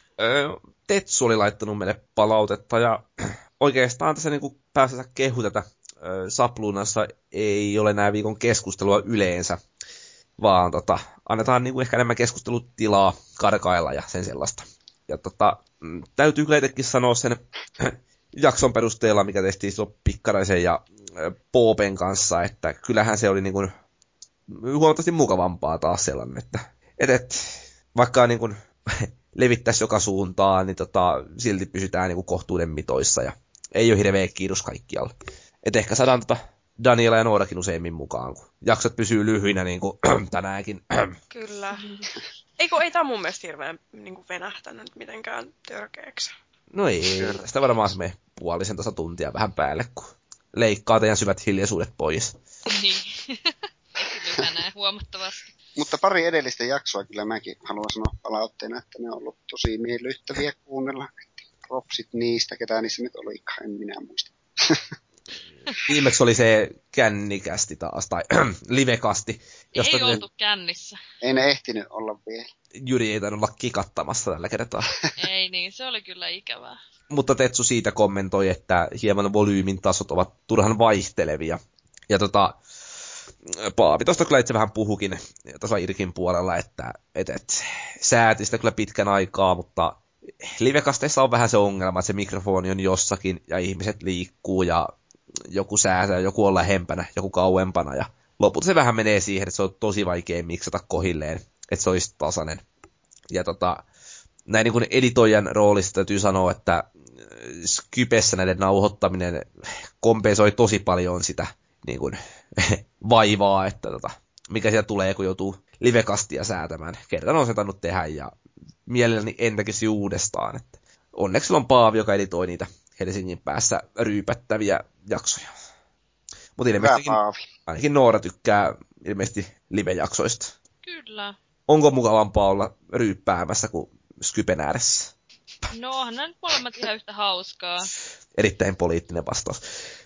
Tetsu oli laittanut meille palautetta ja oikeastaan tässä niinku pääsensä kehu tätä Saplunassa ei ole nää viikon keskustelua yleensä, vaan tota, annetaan niinku ehkä enemmän keskustelutilaa karkailla ja sen sellaista. Ja tota, täytyy kyllä itsekin sanoa sen jakson perusteella, mikä tehtiin silloin Pikkaraisen ja Poopen kanssa, että kyllähän se oli niinku huomattavasti mukavampaa taas sellainen, että et, et, vaikka niinku levittäisi joka suuntaan, niin tota, silti pysytään niinku kohtuuden mitoissa ja ei ole hirveä kiitos kaikkialla. Et ehkä saadaan tota Daniela ja Noorakin useimmin mukaan, kun jaksot pysyy lyhyinä niin kuin tänäänkin. Kyllä. Eikö, ei tää mun mielestä hirveän niin kuin venähtänyt mitenkään törkeäksi. No ei, sitä varmaan se menee puolisen tasa tuntia vähän päälle, kun leikkaa teidän syvät hiljaisuudet pois. Niin, eikin lyhänee huomattavasti. Mutta pari edellistä jaksoa kyllä mäkin haluan sanoa palautteena, että ne on ollut tosi miellyttäviä kuunnella. Propsit niistä, ketä niissä nyt olikaan, en minä muista. Viimeksi oli se kännikästi taas, tai livekasti. Ei oltu kännissä. Ei ne ehtinyt olla vielä. Jyri ei tainnut olla kikattamassa tällä kertaa. Ei niin, se oli kyllä ikävää. Mutta Tetsu siitä kommentoi, että hieman volyymin tasot ovat turhan vaihtelevia. Ja tota, Paavi tuosta kyllä itse vähän puhukin tuossa Irkin puolella, että et, et, sääti sitä kyllä pitkän aikaa, mutta livekasteissa on vähän se ongelma, että se mikrofoni on jossakin ja ihmiset liikkuu ja joku sääsää, joku on lähempänä, joku kauempana ja lopulta se vähän menee siihen, että se on tosi vaikea miksata kohilleen, että se olisi tasainen. Ja tota, näin niin kuin editoijan roolista täytyy sanoa, että Skypessä näiden nauhoittaminen kompensoi tosi paljon sitä niin kuin, vaivaa, että tota, mikä sieltä tulee, kun joutuu livekastia säätämään. Kerran on se tainnut tehdä ja mielelläni en tekisi uudestaan. Että onneksi on Paavi, joka editoi niitä Helsingin päässä ryypättäviä jaksoja. Mutta ilmeisesti ainakin Noora tykkää ilmeisesti live-jaksoista. Kyllä. Onko mukavampaa olla ryyppäämässä kuin Skypen ääressä? No onhan nämä nyt molemmat ihan yhtä hauskaa. Erittäin poliittinen vastaus.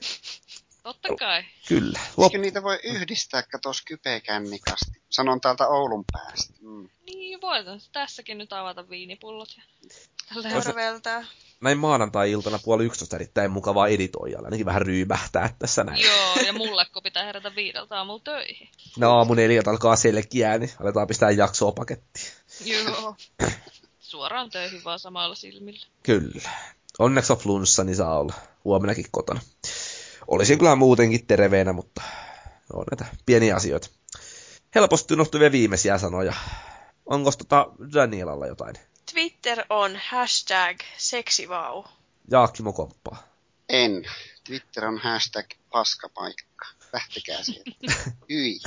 Totta kai. Kyllä. Eikö niitä voi yhdistää, kato Skype-kännikasti? Sanon täältä Oulun päästä. Mm. Niin, voitan tässäkin nyt avata viinipullot. Ja tällä Terveeltä. Näin maanantai-iltana puoli yksitoista erittäin mukavaa editoijalla. Ainakin vähän ryymähtää tässä näin. Joo, ja mulle kun pitää herätä viideltä aamulla töihin. No aamu neljät alkaa selkeää, niin aletaan pistää jaksoa pakettiin. Joo. Suoraan töihin vaan samalla silmillä. Kyllä. Onneksi on flunssa, niin saa olla huomenakin kotona. Olisin kyllä muutenkin terveenä, mutta on näitä pieniä asioita. Helposti unohtuvia viimeisiä sanoja. Onko tota Danielalla jotain? Twitter on hashtag seksivau. Jaakkimo komppaa. En. Twitter on hashtag paskapaikka. Lähtekää sieltä. Hyi.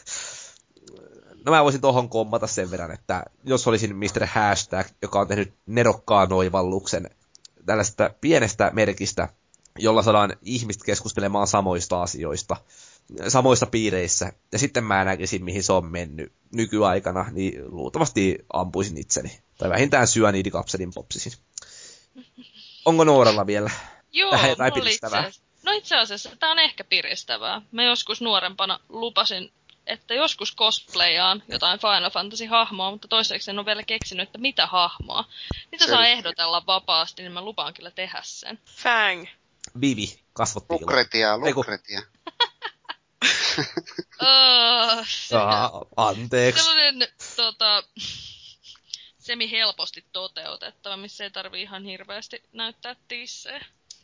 No mä voisin tohon kommata sen verran, että jos olisin mister Hashtag, joka on tehnyt nerokkaan oivalluksen tällaista pienestä merkistä, jolla saadaan ihmiset keskustelemaan samoista asioista, samoissa piireissä, ja sitten mä näkisin, mihin se on mennyt nykyaikana, niin luultavasti ampuisin itseni. Tai vähintään syöniidikapselin popsisin. Onko Nooralla vielä Joo, tähän jotain mulla piristävää? itse, no itse asiassa tämä on ehkä piristävää. Mä joskus nuorempana lupasin, että joskus cosplayaan jotain Final Fantasy-hahmoa, mutta toiseksi en ole vielä keksinyt, että mitä hahmoa. Mitä saa Selkeä. ehdotella vapaasti, niin mä lupaan kyllä tehdä sen. Fang. Vivi, kasvot piiloon. Lukretia, lukretia. Oh, Aa, anteeksi. sellainen tota, semi-helposti toteutettava, missä ei tarvi ihan hirveästi näyttää tissejä.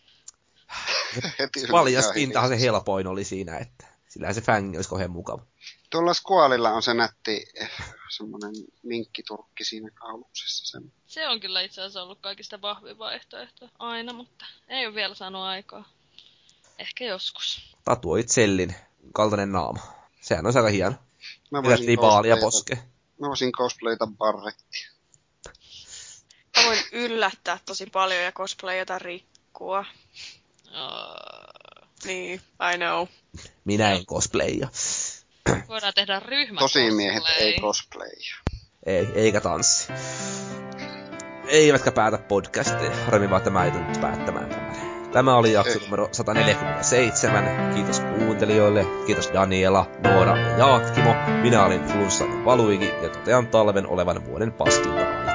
Heti Paljaspintahan se helpoin oli siinä, että sillähän se fängi olisi kauhean mukava. Tuolla Squallilla on se nätti eh, semmonen minkkiturkki siinä kauluksessa. Sen. Se on kyllä itse asiassa ollut kaikista vahvin vaihtoehto aina, mutta ei ole vielä saanut aikaa. Ehkä joskus. Tatuoit sellin kaltainen naama. Sehän on aika hieno. Mä Pidettiin baalia cosplayata- poskeen. Mä voisin cosplayta Barrettia. Mä voin yllättää tosi paljon ja cosplayata rikkua. Uh, Niin, I know. Minä en cosplaya. Voidaan tehdä ryhmä Tosimiehet cosplay. ei cosplaya. Ei, eikä tanssi. Eivätkä päätä podcastia. Harmi vaan, että mä joudun nyt päättämään tämän. Tämä oli jakso ei. numero sata neljäkymmentäseitsemän. Kiitos kuuntelijoille. Kiitos Daniela, Noora ja Jaatkimo. Minä olin Flunssan Valuigi ja totean talven olevan vuoden paskinta aihe.